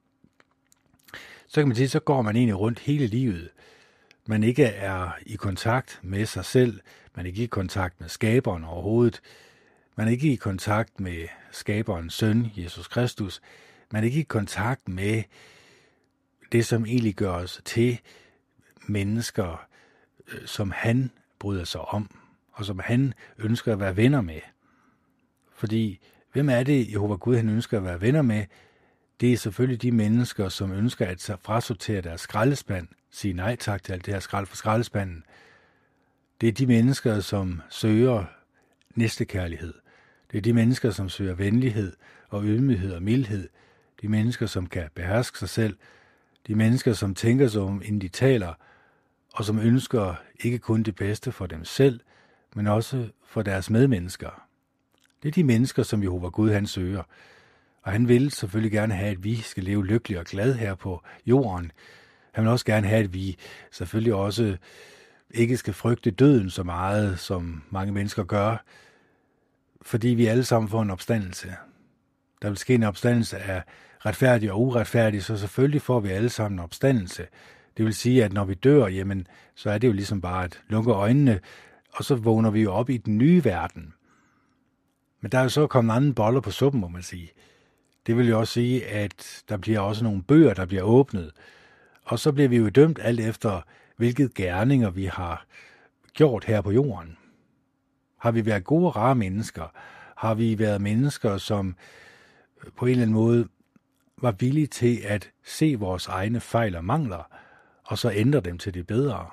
Så kan man sige, så går man egentlig rundt hele livet. Man ikke er i kontakt med sig selv. Man er ikke i kontakt med skaberen overhovedet. Man er ikke i kontakt med skaberens søn, Jesus Kristus. Man er ikke i kontakt med det, som egentlig gør os til mennesker, som han bryder sig om, og som han ønsker at være venner med. Fordi, hvem er det, Jehova Gud, han ønsker at være venner med? Det er selvfølgelig de mennesker, som ønsker at frasortere deres skraldespand, sige nej tak til alt det her skrald fra skraldespanden. Det er de mennesker, som søger næstekærlighed. Det er de mennesker, som søger venlighed og ydmyghed og mildhed. De mennesker, som kan beherske sig selv. De mennesker, som tænker sig om, inden de taler, og som ønsker ikke kun det bedste for dem selv, men også for deres medmennesker. Det er de mennesker, som Jehova Gud han søger. Og han vil selvfølgelig gerne have, at vi skal leve lykkeligt og glad her på jorden. Han vil også gerne have, at vi selvfølgelig også ikke skal frygte døden så meget, som mange mennesker gør, fordi vi alle sammen får en opstandelse. Der vil ske en opstandelse af retfærdig og uretfærdig, så selvfølgelig får vi alle sammen en opstandelse. Det vil sige, at når vi dør, jamen, så er det jo ligesom bare at lukke øjnene, og så vågner vi jo op i den nye verden. Men der er jo så kommet andre boller på suppen, må man sige. Det vil jo også sige, at der bliver også nogle bøger, der bliver åbnet. Og så bliver vi jo dømt alt efter, hvilke gerninger vi har gjort her på jorden. Har vi været gode og rare mennesker? Har vi været mennesker, som på en eller anden måde var villige til at se vores egne fejl og mangler, og så ændre dem til det bedre?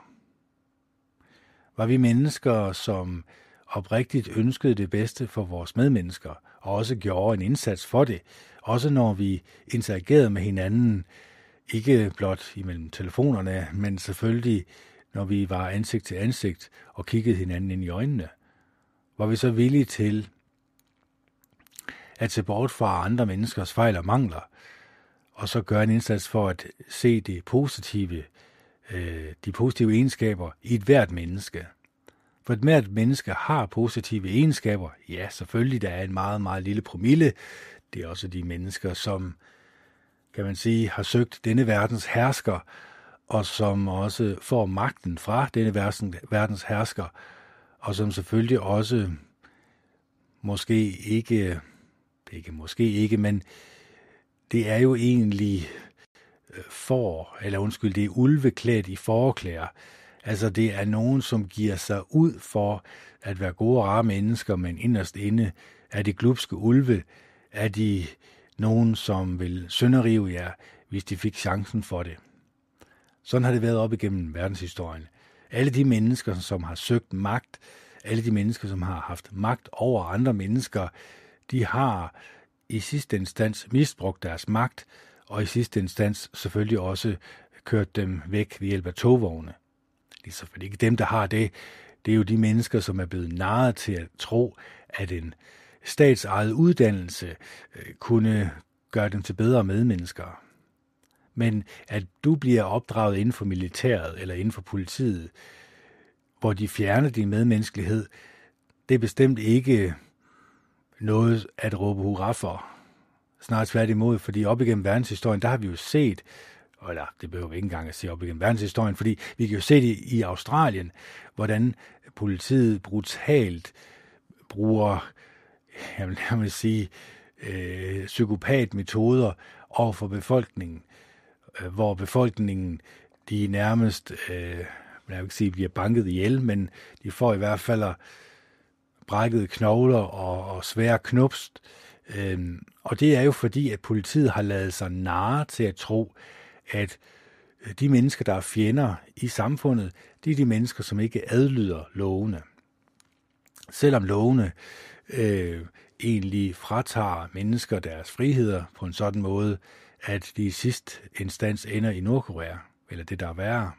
Var vi mennesker, som oprigtigt ønskede det bedste for vores medmennesker, og også gjorde en indsats for det, også når vi interagerede med hinanden, ikke blot imellem telefonerne, men selvfølgelig, når vi var ansigt til ansigt og kiggede hinanden ind i øjnene? Var vi så villige til at se bort fra andre menneskers fejl og mangler, og så gøre en indsats for at se det positive, øh, de positive egenskaber i et hvert menneske? For et hvert menneske har positive egenskaber. Ja, selvfølgelig, der er en meget, meget lille promille. Det er også de mennesker, som, kan man sige, har søgt denne verdens hersker, og som også får magten fra denne verdens hersker, og som selvfølgelig også måske ikke, det er ikke måske ikke, men det er jo egentlig får, eller undskyld, det er ulve klædt i fåreklæder. Altså det er nogen, som giver sig ud for at være gode og rare mennesker, men inderst inde er de glupske ulve, er de nogen, som vil sønderrive jer, hvis de fik chancen for det. Sådan har det været op igennem verdenshistorien. Alle de mennesker, som har søgt magt, alle de mennesker, som har haft magt over andre mennesker, de har i sidste instans misbrugt deres magt, og i sidste instans selvfølgelig også kørt dem væk ved hjælp af togvogne. Det er selvfølgelig ikke dem, der har det. Det er jo de mennesker, som er blevet narret til at tro, at en statsejet uddannelse kunne gøre dem til bedre medmennesker. Men at du bliver opdraget inden for militæret eller inden for politiet, hvor de fjerner din medmenneskelighed, det er bestemt ikke noget at råbe hurra for. Snart tværtimod, fordi op igennem verdenshistorien, der har vi jo set, eller det behøver vi ikke engang at sige op igennem verdenshistorien, fordi vi kan jo se det i Australien, hvordan politiet brutalt bruger, jeg vil, jeg vil sige, øh, psykopatmetoder over for befolkningen, øh, hvor befolkningen, de nærmest, øh, jeg vil ikke sige, bliver banket ihjel, men de får i hvert fald brækkede knogler og, og svære knupst. Øhm, og det er jo fordi, at politiet har ladet sig narre til at tro, at de mennesker, der er fjender i samfundet, det er de mennesker, som ikke adlyder lovene. Selvom lovene øh, egentlig fratager mennesker deres friheder på en sådan måde, at de i sidste instans ender i Nordkorea, eller det, der er værre.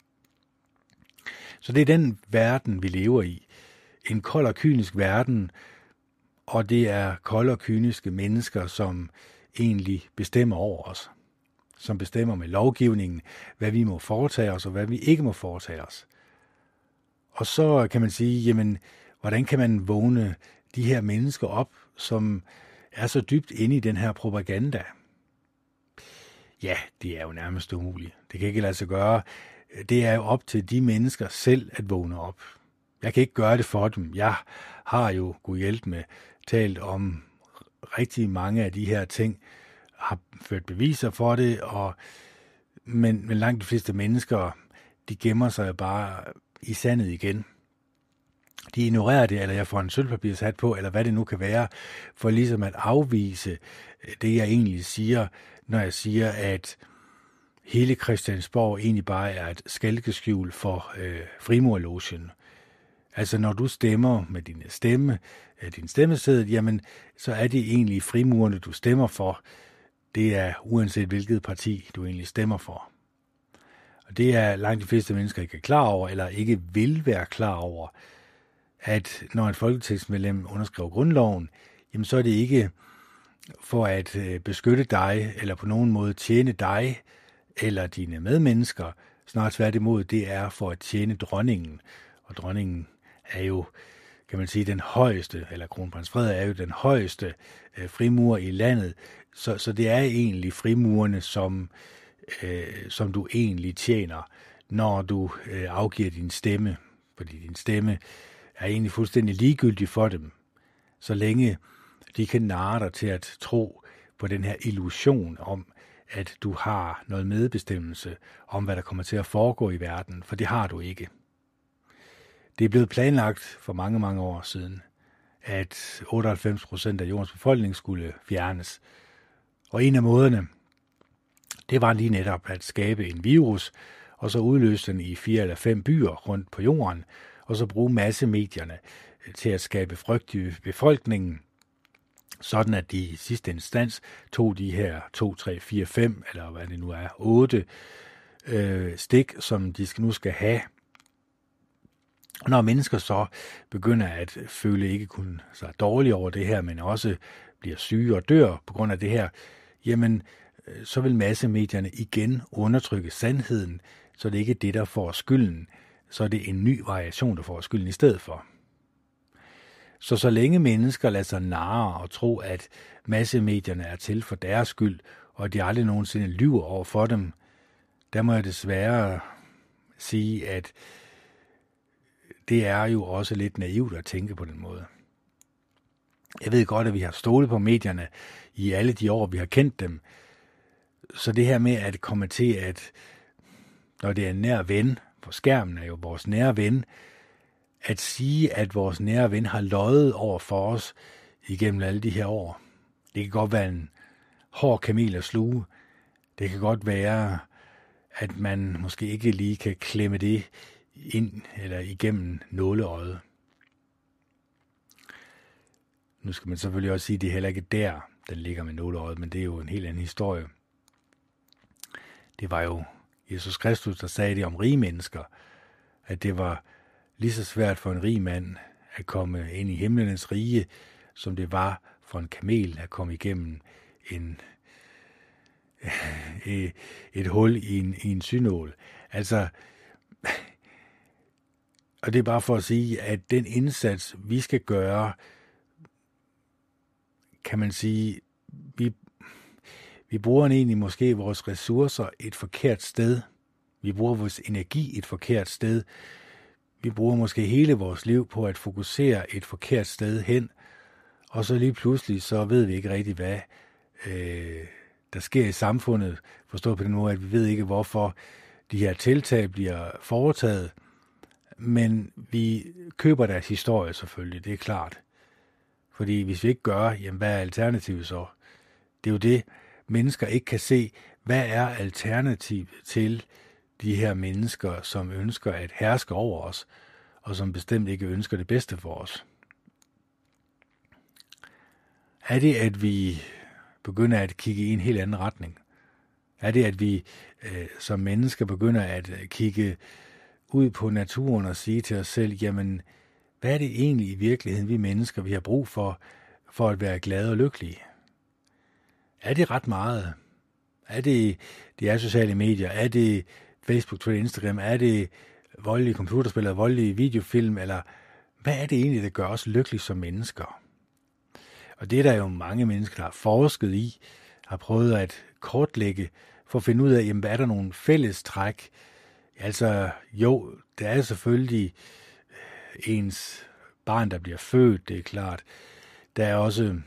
Så det er den verden, vi lever i. En kold og kynisk verden, og det er kolde og kyniske mennesker, som egentlig bestemmer over os. Som bestemmer med lovgivningen, hvad vi må foretage os, og hvad vi ikke må foretage os. Og så kan man sige, jamen, hvordan kan man vågne de her mennesker op, som er så dybt inde i den her propaganda? Ja, det er jo nærmest umuligt. Det kan ikke lade sig gøre. Det er jo op til de mennesker selv at vågne op. Jeg kan ikke gøre det for dem. Jeg har jo, Gud hjælpe med, talt om rigtig mange af de her ting, har ført beviser for det, og, men, men langt de fleste mennesker, de gemmer sig bare i sandet igen. De ignorerer det, eller jeg får en sølvpapirshat på, eller hvad det nu kan være, for ligesom at afvise det, jeg egentlig siger, når jeg siger, at hele Christiansborg egentlig bare er et skalkeskjul for øh, frimurlogen. Altså når du stemmer med din stemme, din stemmeseddel, jamen så er det egentlig frimurerne, du stemmer for. Det er uanset hvilket parti, du egentlig stemmer for. Og det er langt de fleste mennesker ikke er klar over, eller ikke vil være klar over, at når et folketingsmedlem underskriver grundloven, jamen så er det ikke for at beskytte dig, eller på nogen måde tjene dig, eller dine medmennesker. Snart tværtimod, det er for at tjene dronningen. Og dronningen er jo, kan man sige, den højeste, eller kronprins Frederik er jo den højeste øh, frimurer i landet. Så, så det er egentlig frimurerne, som, øh, som du egentlig tjener, når du øh, afgiver din stemme. Fordi din stemme er egentlig fuldstændig ligegyldig for dem, så længe de kan narre dig til at tro på den her illusion om, at du har noget medbestemmelse om, hvad der kommer til at foregå i verden, for det har du ikke. Det er blevet planlagt for mange, mange år siden, at otteoghalvfems procent af jordens befolkning skulle fjernes. Og en af måderne, det var lige netop at skabe en virus, og så udløse den i fire eller fem byer rundt på jorden, og så bruge massemedierne til at skabe frygt i befolkningen, sådan at de i sidste instans tog de her to, tre, fire, fem, eller hvad det nu er, otte øh, stik, som de nu skal have. Og når mennesker så begynder at føle ikke kun sig dårligt over det her, men også bliver syge og dør på grund af det her, jamen så vil massemedierne igen undertrykke sandheden, så det ikke er det, der får skylden, så er det en ny variation, der får skylden i stedet for. Så så længe mennesker lader sig narre og tro, at massemedierne er til for deres skyld, og at de aldrig nogensinde lyver over for dem, der må jeg desværre sige, at det er jo også lidt naivt at tænke på den måde. Jeg ved godt, at vi har stolet på medierne i alle de år, vi har kendt dem, Så det her med at komme til, at når det er en nær ven, for skærmen er jo vores nære ven, at sige, at vores nære ven har løjet over for os igennem alle de her år. Det kan godt være en hård kamel at sluge. Det kan godt være, at man måske ikke lige kan klemme det ind eller igennem nåleøjet. Nu skal man selvfølgelig også sige, at det er heller ikke der, den ligger med nåleøjet, men det er jo en helt anden historie. Det var jo Jesus Kristus, der sagde det om rige mennesker, at det var lige så svært for en rig mand at komme ind i himlenes rige, som det var for en kamel at komme igennem en, et hul i en, i en synål. Altså, og det er bare for at sige, at den indsats, vi skal gøre, kan man sige, vi, vi bruger egentlig måske vores ressourcer et forkert sted. Vi bruger vores energi et forkert sted. Vi bruger måske hele vores liv på at fokusere et forkert sted hen, og så lige pludselig, så ved vi ikke rigtig, hvad øh, der sker i samfundet. Forstået på den måde, at vi ved ikke, hvorfor de her tiltag bliver foretaget, men vi køber deres historie selvfølgelig, det er klart. Fordi hvis vi ikke gør, jamen hvad er alternativet så? Det er jo det, mennesker ikke kan se. Hvad er alternativet til de her mennesker, som ønsker at herske over os, og som bestemt ikke ønsker det bedste for os? Er det, at vi begynder at kigge i en helt anden retning? Er det, at vi øh, som mennesker begynder at kigge ud på naturen og sige til os selv, jamen, hvad er det egentlig i virkeligheden, vi mennesker, vi har brug for, for at være glade og lykkelige? Er det ret meget? Er det de er sociale medier? Er det Facebook, Twitter, Instagram? Er det voldelige computerspil eller voldelige videofilm? Eller hvad er det egentlig, der gør os lykkelige som mennesker? Og det er der jo mange mennesker, der har forsket i, har prøvet at kortlægge, for at finde ud af, jamen, hvad er der nogle fælles træk? Altså, jo, der er selvfølgelig ens barn, der bliver født, det er klart. Der er også,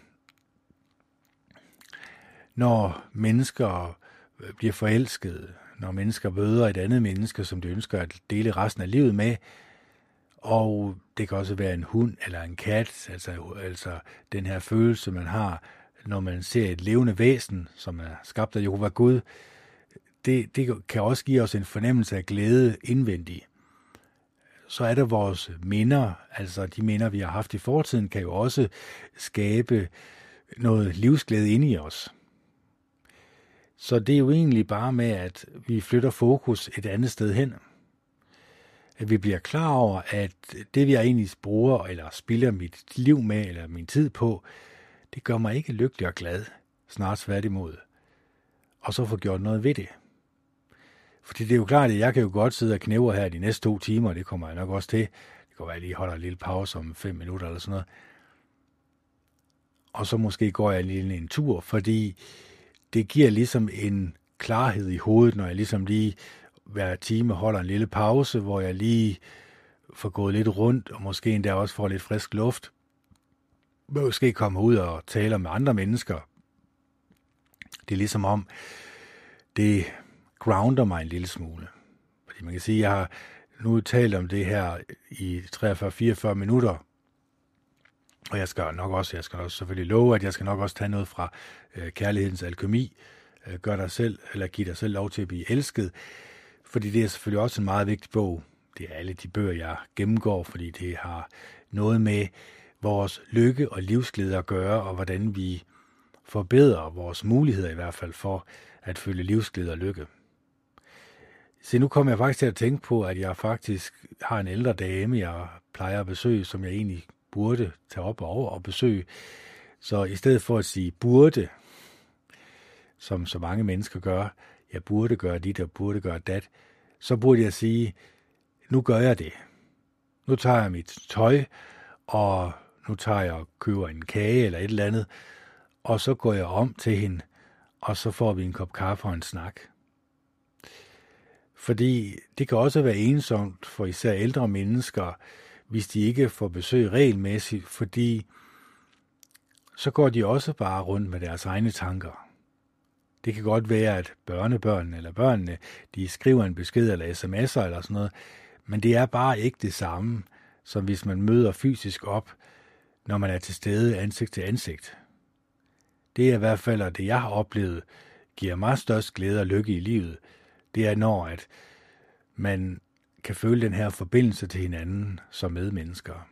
når mennesker bliver forelskede, når mennesker møder et andet menneske, som de ønsker at dele resten af livet med, og det kan også være en hund eller en kat, altså, altså den her følelse, man har, når man ser et levende væsen, som er skabt af Jehova Gud, det, det kan også give os en fornemmelse af glæde indvendigt. Så er der vores minder, altså de minder, vi har haft i fortiden, kan jo også skabe noget livsglæde inde i os. Så det er jo egentlig bare med, at vi flytter fokus et andet sted hen. At vi bliver klar over, at det vi egentlig bruger, eller spilder mit liv med, eller min tid på, det gør mig ikke lykkelig og glad, snart tværtimod. Og så få gjort noget ved det. Fordi det er jo klart, at jeg kan jo godt sidde og knæve her de næste to timer, det kommer jeg nok også til. Det kan være, at jeg lige holder en lille pause om fem minutter eller sådan noget. Og så måske går jeg lige en tur, fordi det giver ligesom en klarhed i hovedet, når jeg ligesom lige hver time holder en lille pause, hvor jeg lige får gået lidt rundt, og måske endda også får lidt frisk luft. Måske komme ud og tale med andre mennesker. Det er ligesom om, det grounder mig en lille smule. Fordi man kan sige, at jeg har nu talt om det her i treogfyrre til fireogfyrre minutter, og jeg skal nok også, jeg skal også selvfølgelig love, at jeg skal nok også tage noget fra øh, Kærlighedens Alkemi, øh, gør dig selv, eller giv dig selv lov til at blive elsket, fordi det er selvfølgelig også en meget vigtig bog. Det er alle de bøger, jeg gennemgår, fordi det har noget med vores lykke og livsglæde at gøre, og hvordan vi forbedrer vores muligheder i hvert fald for at føle livsglæde og lykke. Så nu kommer jeg faktisk til at tænke på, at jeg faktisk har en ældre dame, jeg plejer at besøge, som jeg egentlig burde tage op og over og besøge. Så i stedet for at sige burde, som så mange mennesker gør, jeg burde gøre dit og burde gøre dat, så burde jeg sige, nu gør jeg det. Nu tager jeg mit tøj, og nu tager jeg og køber en kage eller et eller andet, og så går jeg om til hende, og så får vi en kop kaffe og en snak. Fordi det kan også være ensomt for især ældre mennesker, hvis de ikke får besøg regelmæssigt, fordi så går de også bare rundt med deres egne tanker. Det kan godt være, at børnebørnene eller børnene, de skriver en besked eller sms'er eller sådan noget, men det er bare ikke det samme, som hvis man møder fysisk op, når man er til stede ansigt til ansigt. Det er i hvert fald det, jeg har oplevet, giver mig størst glæde og lykke i livet. Det er, når at man kan føle den her forbindelse til hinanden som medmennesker.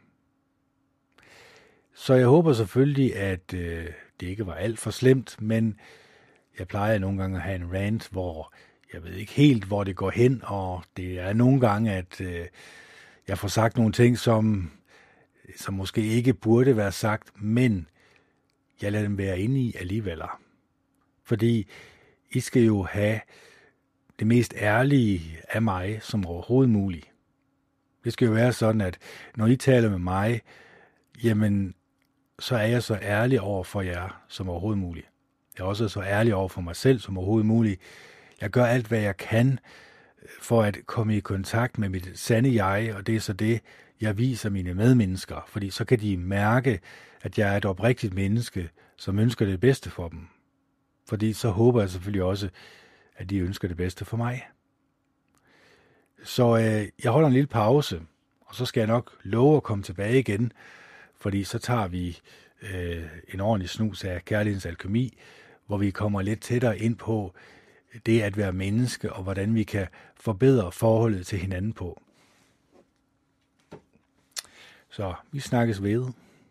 Så jeg håber selvfølgelig, at øh, det ikke var alt for slemt, men jeg plejer nogle gange at have en rant, hvor jeg ved ikke helt, hvor det går hen, og det er nogle gange, at øh, jeg får sagt nogle ting, som, som måske ikke burde være sagt, men jeg lader dem være inde i alligevel. Fordi I skal jo have det mest ærlige af mig som overhovedet muligt. Det skal jo være sådan, at når I taler med mig, jamen, så er jeg så ærlig over for jer som overhovedet muligt. Jeg er også så ærlig over for mig selv som overhovedet muligt. Jeg gør alt, hvad jeg kan for at komme i kontakt med mit sande jeg, og det er så det, jeg viser mine medmennesker, fordi så kan de mærke, at jeg er et oprigtigt menneske, som ønsker det bedste for dem. Fordi så håber jeg selvfølgelig også, at de ønsker det bedste for mig. Så øh, jeg holder en lille pause, og så skal jeg nok love at komme tilbage igen, fordi så tager vi øh, en ordentlig snus af kærlighedens alkemi, hvor vi kommer lidt tættere ind på det at være menneske, og hvordan vi kan forbedre forholdet til hinanden på. Så vi snakkes ved.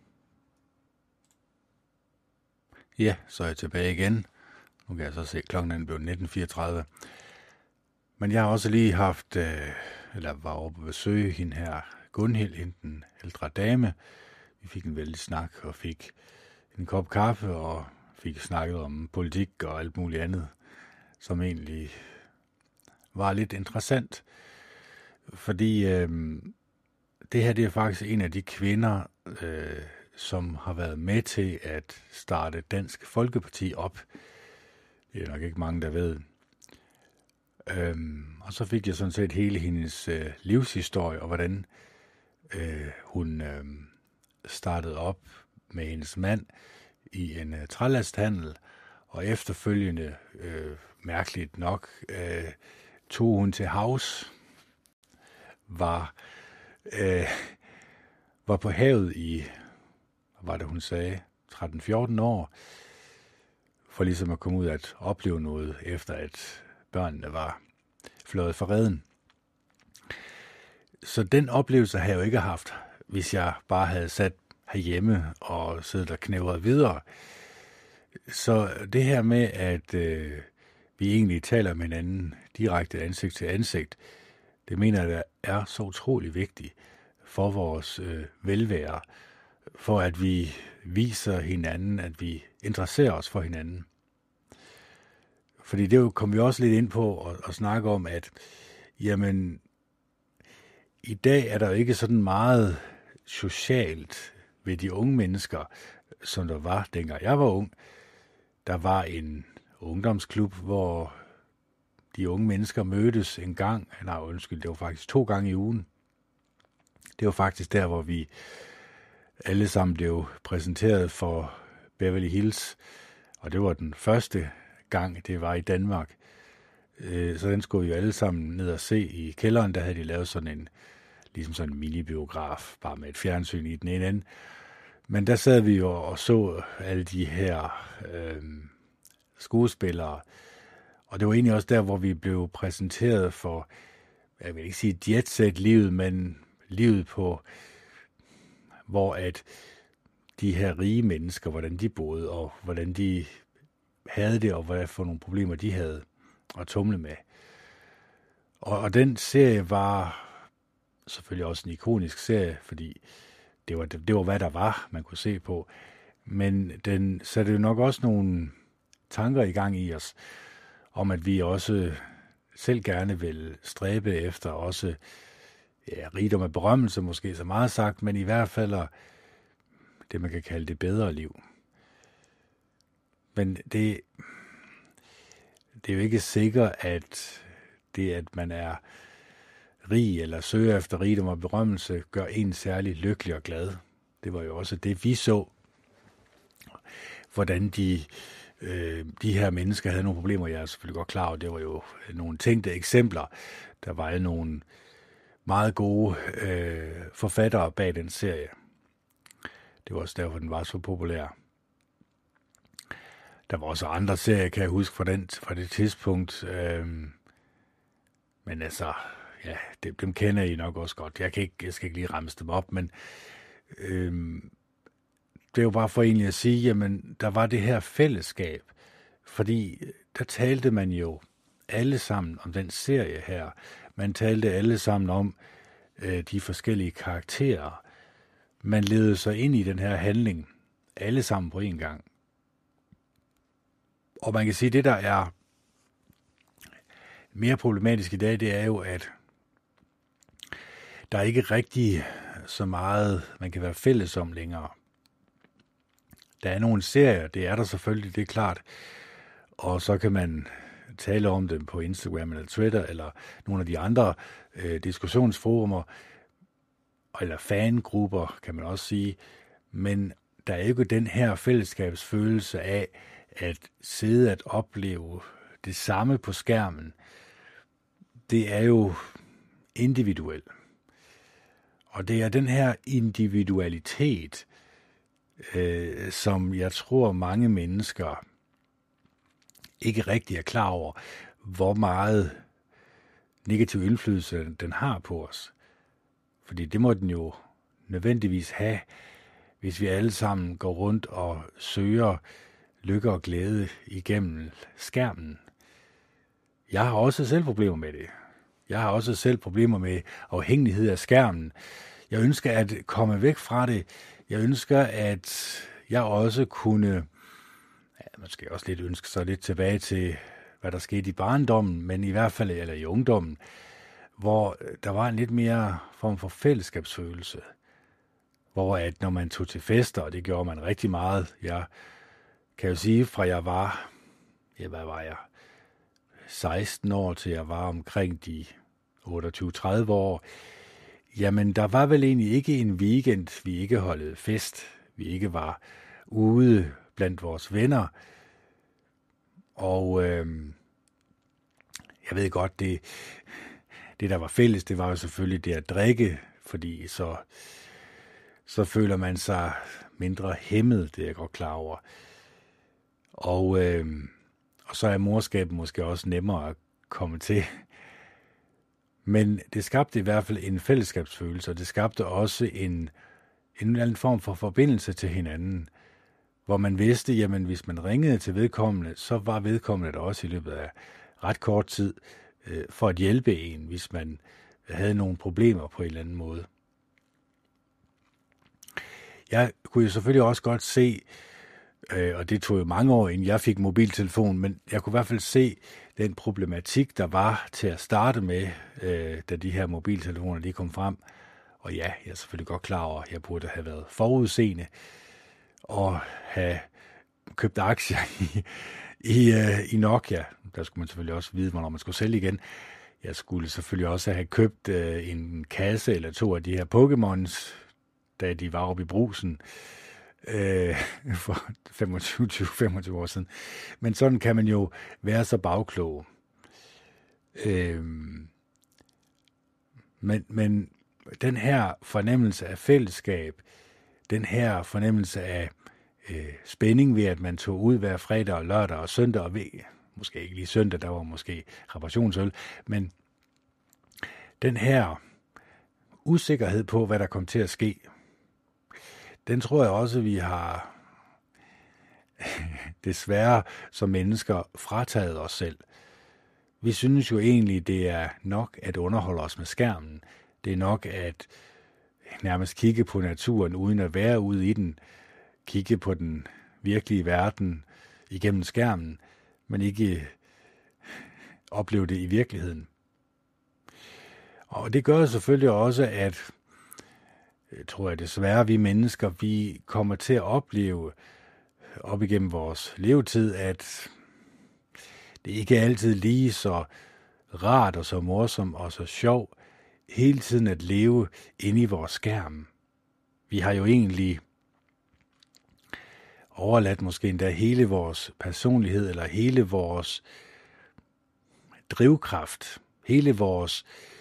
Ja, så er jeg tilbage igen. Nu kan jeg så se, at klokken er blevet nitten fireogtredive. Men jeg har også lige haft, øh, eller var oppe på besøg hende her, Gunhild, hende den ældre dame. Vi fik en vældig snak og fik en kop kaffe og fik snakket om politik og alt muligt andet, som egentlig var lidt interessant. Fordi øh, det her det er faktisk en af de kvinder, øh, som har været med til at starte Dansk Folkeparti op. Det er nok ikke mange, der ved. Øhm, og så fik jeg sådan set hele hendes øh, livshistorie, og hvordan øh, hun øh, startede op med hendes mand i en øh, trælasthandel, og efterfølgende, øh, mærkeligt nok, øh, tog hun til havs, var, øh, var på havet i, hvad var det hun sagde, tretten fjorten år, for ligesom at komme ud at opleve noget, efter at børnene var fløjet fra reden. Så den oplevelse har jeg jo ikke haft, hvis jeg bare havde sat herhjemme og siddet og knævret videre. Så det her med, at øh, vi egentlig taler med hinanden direkte ansigt til ansigt, det mener jeg, er så utrolig vigtigt for vores øh, velvære, for at vi viser hinanden, at vi interesserer os for hinanden. Fordi det kom vi også lidt ind på at, at snakke om, at jamen, i dag er der jo ikke sådan meget socialt ved de unge mennesker, som der var, dengang jeg var ung. Der var en ungdomsklub, hvor de unge mennesker mødtes en gang, nej undskyld, det var faktisk to gange i ugen. Det var faktisk der, hvor vi alle sammen blev præsenteret for Beverly Hills, og det var den første gang, det var i Danmark. Så den skulle vi jo alle sammen ned og se i kælderen. Der havde de lavet sådan en, ligesom sådan en mini-biograf, bare med et fjernsyn i den ene ende. Men der sad vi jo og så alle de her øh, skuespillere, og det var egentlig også der, hvor vi blev præsenteret for, jeg vil ikke sige jetset-livet, men livet på, hvor at de her rige mennesker, hvordan de boede, og hvordan de havde det, og hvad for nogle problemer de havde at tumle med. Og, og den serie var selvfølgelig også en ikonisk serie, fordi det var, det, det var, hvad der var, man kunne se på. Men den satte jo nok også nogle tanker i gang i os, om at vi også selv gerne vil stræbe efter også ja, rigdom af berømmelse, måske så meget sagt, men i hvert fald det, man kan kalde det bedre liv. Men det, det er jo ikke sikkert, at det, at man er rig eller søger efter rigdom og berømmelse, gør en særlig lykkelig og glad. Det var jo også det, vi så. Hvordan de øh, de her mennesker havde nogle problemer. Jeg er selvfølgelig godt klar over, det var jo nogle tænkte eksempler. Der var jo nogle meget gode øh, forfattere bag den serie. Det var også derfor, den var så populær. Der var også andre serier, kan jeg huske, fra, den, fra det tidspunkt. Øhm, men altså, ja, dem, dem kender I nok også godt. Jeg, kan ikke, jeg skal ikke lige ramse dem op, men øhm, det er jo bare for egentlig at sige, jamen, der var det her fællesskab. Fordi der talte man jo alle sammen om den serie her. Man talte alle sammen om øh, de forskellige karakterer. Man levede sig ind i den her handling, alle sammen på én gang. Og man kan sige, at det, der er mere problematisk i dag, det er jo, at der er ikke rigtig så meget, man kan være fælles om længere. Der er nogle serier, det er der selvfølgelig, det er klart. Og så kan man tale om dem på Instagram eller Twitter, eller nogle af de andre øh, diskussionsforumer, eller fangrupper, kan man også sige. Men der er ikke den her fællesskabsfølelse af, at sidde at opleve det samme på skærmen. Det er jo individuelt. Og det er den her individualitet, øh, som jeg tror mange mennesker ikke rigtig er klar over, hvor meget negativ indflydelse den har på os. Fordi det må den jo nødvendigvis have, hvis vi alle sammen går rundt og søger lykke og glæde igennem skærmen. Jeg har også selv problemer med det. Jeg har også selv problemer med afhængighed af skærmen. Jeg ønsker at komme væk fra det. Jeg ønsker, at jeg også kunne, ja, måske også lidt ønske sig lidt tilbage til, hvad der skete i barndommen, men i hvert fald, eller i ungdommen, hvor der var en lidt mere form for fællesskabsfølelse. Hvor at når man tog til fester, og det gjorde man rigtig meget, jeg kan jo sige, fra jeg var, ja, hvad var jeg, seksten år til jeg var omkring de otteogtyve til tredive år, jamen der var vel egentlig ikke en weekend, vi ikke holdt fest, vi ikke var ude blandt vores venner, og øh, jeg ved godt, det, det der var fælles, det var jo selvfølgelig det at drikke, fordi så, så føler man sig mindre hæmmet, det er jeg godt klar over. Og, øh, og så er morskabet måske også nemmere at komme til. Men det skabte i hvert fald en fællesskabsfølelse, og det skabte også en, en eller anden form for forbindelse til hinanden, hvor man vidste, jamen hvis man ringede til vedkommende, så var vedkommende der også i løbet af ret kort tid øh, for at hjælpe en, hvis man havde nogle problemer på en eller anden måde. Jeg kunne jo selvfølgelig også godt se, og det tog jo mange år, inden jeg fik mobiltelefon, men jeg kunne i hvert fald se den problematik, der var til at starte med, øh, da de her mobiltelefoner de kom frem. Og ja, jeg er selvfølgelig godt klar over, at jeg burde have været forudseende og have købt aktier i, i, øh, i Nokia. Der skulle man selvfølgelig også vide, hvornår man skulle sælge igen. Jeg skulle selvfølgelig også have købt øh, en kasse eller to af de her Pokémons, da de var oppe i Brugsen. Øh, for femogtyve til femogtyve år siden. Men sådan kan man jo være så bagklog. Øh, men, men den her fornemmelse af fællesskab, den her fornemmelse af øh, spænding ved, at man tog ud hver fredag og lørdag og søndag, og ved, måske ikke lige søndag, der var måske reparationsøl, men den her usikkerhed på, hvad der kom til at ske, den tror jeg også, vi har desværre som mennesker frataget os selv. Vi synes jo egentlig, det er nok at underholde os med skærmen. Det er nok at nærmest kigge på naturen uden at være ude i den. Kigge på den virkelige verden igennem skærmen, men ikke opleve det i virkeligheden. Og det gør selvfølgelig også, at jeg tror jeg desværre, vi mennesker, vi kommer til at opleve op igennem vores levetid, at det ikke er altid lige så rart og så morsomt og så sjov hele tiden at leve inde i vores skærm. Vi har jo egentlig overladt måske endda hele vores personlighed, eller hele vores drivkraft, hele vores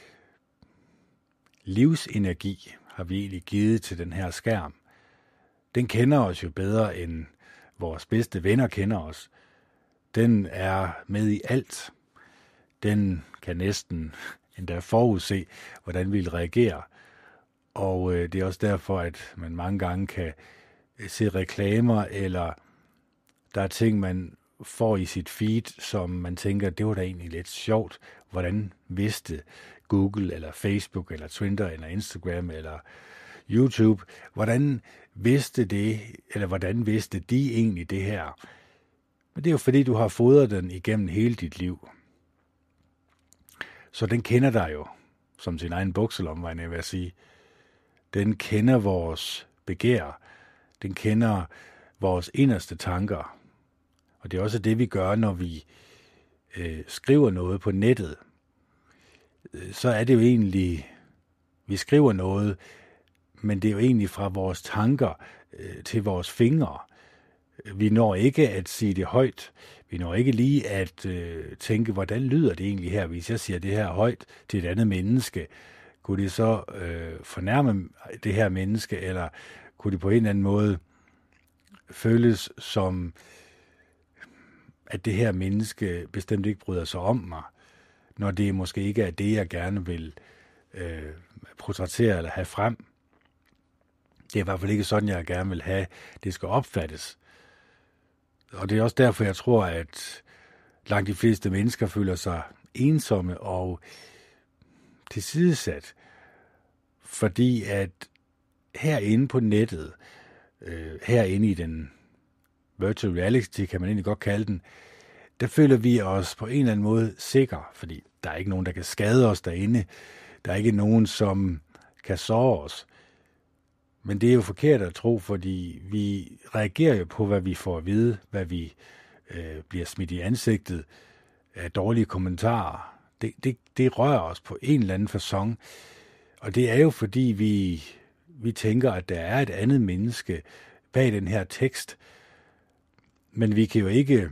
livsenergi har vi egentlig givet til den her skærm. Den kender os jo bedre, end vores bedste venner kender os. Den er med i alt. Den kan næsten endda forudse, hvordan vi vil reagere. Og øh, det er også derfor, at man mange gange kan se reklamer, eller der er ting, man får i sit feed, som man tænker, det var da egentlig lidt sjovt. Hvordan vidste Google, eller Facebook, eller Twitter, eller Instagram, eller YouTube, hvordan vidste det, eller hvordan vidste de egentlig det her? Men det er jo fordi, du har fodret den igennem hele dit liv. Så den kender dig jo, som sin egen bukselomvej, jeg vil sige. Den kender vores begær. Den kender vores inderste tanker. Og det er også det, vi gør, når vi øh, skriver noget på nettet. Så er det jo egentlig, vi skriver noget, men det er jo egentlig fra vores tanker øh, til vores fingre. Vi når ikke at sige det højt. Vi når ikke lige at øh, tænke, hvordan lyder det egentlig her, hvis jeg siger det her højt til et andet menneske. Kunne det så øh, fornærme det her menneske, eller kunne det på en eller anden måde føles som, at det her menneske bestemt ikke bryder sig om mig, når det måske ikke er det, jeg gerne vil øh, portrættere eller have frem. Det er i hvert fald ikke sådan, jeg gerne vil have, det skal opfattes. Og det er også derfor, jeg tror, at langt de fleste mennesker føler sig ensomme og tilsidesat. Fordi at herinde på nettet, øh, herinde i den virtual reality, kan man egentlig godt kalde den, der føler vi os på en eller anden måde sikre, fordi der er ikke nogen, der kan skade os derinde. Der er ikke nogen, som kan såre os. Men det er jo forkert at tro, fordi vi reagerer jo på, hvad vi får at vide, hvad vi øh, bliver smidt i ansigtet af dårlige kommentarer. Det, det, det rører os på en eller anden facon. Og det er jo fordi, vi, vi tænker, at der er et andet menneske bag den her tekst. Men vi kan jo ikke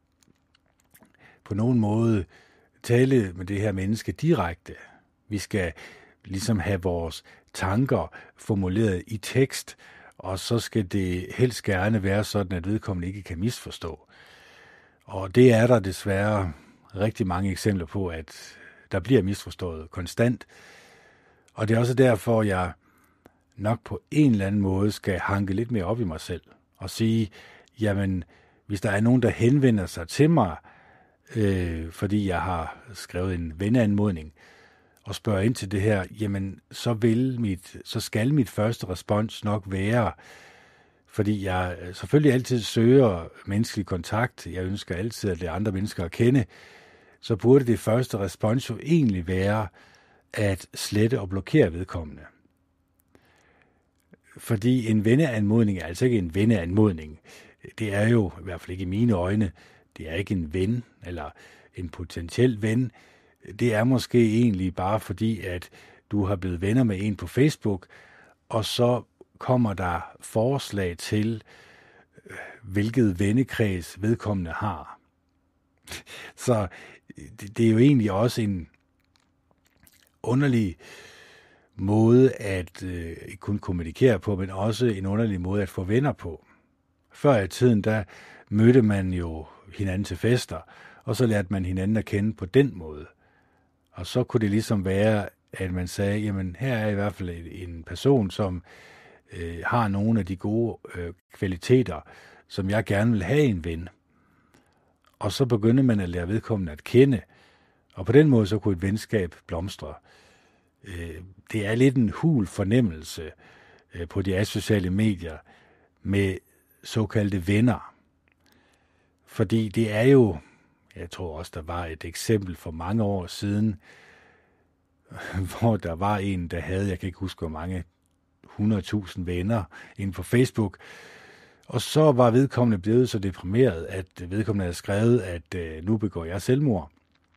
på nogen måde tale med det her menneske direkte. Vi skal ligesom have vores tanker formuleret i tekst, og så skal det helst gerne være sådan, at vedkommende ikke kan misforstå. Og det er der desværre rigtig mange eksempler på, at der bliver misforstået konstant. Og det er også derfor, jeg nok på en eller anden måde skal hanke lidt mere op i mig selv og sige, jamen, hvis der er nogen, der henvender sig til mig, øh, fordi jeg har skrevet en venneanmodning, og spørger ind til det her, jamen så vil mit, så skal mit første respons nok være, fordi jeg selvfølgelig altid søger menneskelig kontakt, jeg ønsker altid at lære andre mennesker at kende, så burde det første respons jo egentlig være at slette og blokere vedkommende. Fordi en venneanmodning er altså ikke en venneanmodning. Det er jo, i hvert fald ikke i mine øjne, det er ikke en ven eller en potentiel ven. Det er måske egentlig bare fordi, at du har blevet venner med en på Facebook, og så kommer der forslag til, hvilket vennekreds vedkommende har. Så det er jo egentlig også en underlig måde at øh, ikke kun kommunikere på, men også en underlig måde at få venner på. Før i tiden, der mødte man jo hinanden til fester, og så lærte man hinanden at kende på den måde. Og så kunne det ligesom være, at man sagde, jamen her er i hvert fald en person, som øh, har nogle af de gode øh, kvaliteter, som jeg gerne vil have i en ven. Og så begyndte man at lære vedkommende at kende, og på den måde så kunne et venskab blomstre. Øh, det er lidt en hul fornemmelse øh, på de asociale medier med såkaldte venner. Fordi det er jo, jeg tror også, der var et eksempel for mange år siden, hvor der var en, der havde, jeg kan ikke huske, hvor mange hundrede tusind venner inde på Facebook. Og så var vedkommende blevet så deprimeret, at vedkommende havde skrevet, at øh, nu begår jeg selvmord.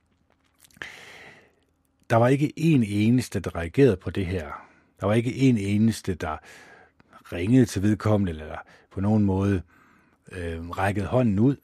Der var ikke en eneste, der reagerede på det her. Der var ikke en eneste, der ringede til vedkommende, eller på nogen måde øh, rækkede hånden ud.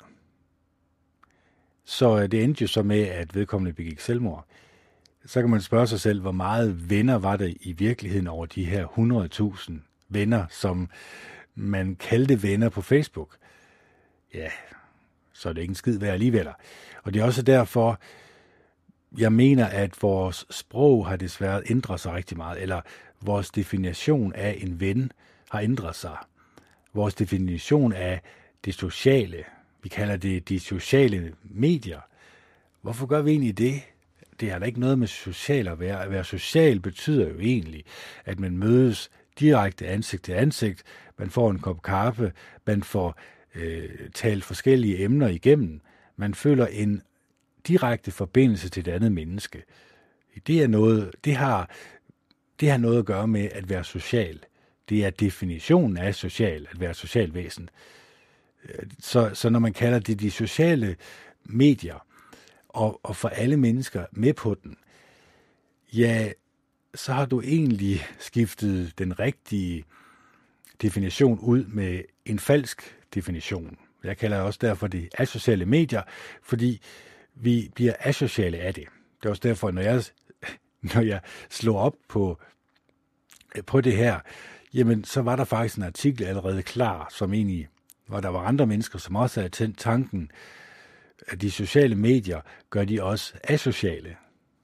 Så det endte jo så med, at vedkommende begik selvmord. Så kan man spørge sig selv, hvor meget venner var der i virkeligheden over de her hundrede tusind venner, som man kaldte venner på Facebook. Ja, så er det ikke en skid værd alligevel. Og det er også derfor, jeg mener, at vores sprog har desværre ændret sig rigtig meget, eller vores definition af en ven har ændret sig. Vores definition af det sociale, vi kalder det de sociale medier. Hvorfor gør vi egentlig det? Det har da ikke noget med social at være. At være social betyder jo egentlig, at man mødes direkte ansigt til ansigt, man får en kop kaffe, man får øh, talt forskellige emner igennem, man føler en direkte forbindelse til et andet menneske. Det er noget, det har, det har noget at gøre med at være social. Det er definitionen af social, at være social væsen. Så, så når man kalder det de sociale medier, og, og for alle mennesker med på den, ja, så har du egentlig skiftet den rigtige definition ud med en falsk definition. Jeg kalder også derfor det asociale medier, fordi vi bliver asociale af det. Det er også derfor, når jeg, når jeg slår op på, på det her, jamen så var der faktisk en artikel allerede klar, som egentlig, hvor der var andre mennesker, som også havde tændt tanken, at de sociale medier gør de også asociale.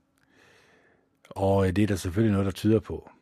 Og det er der selvfølgelig noget, der tyder på.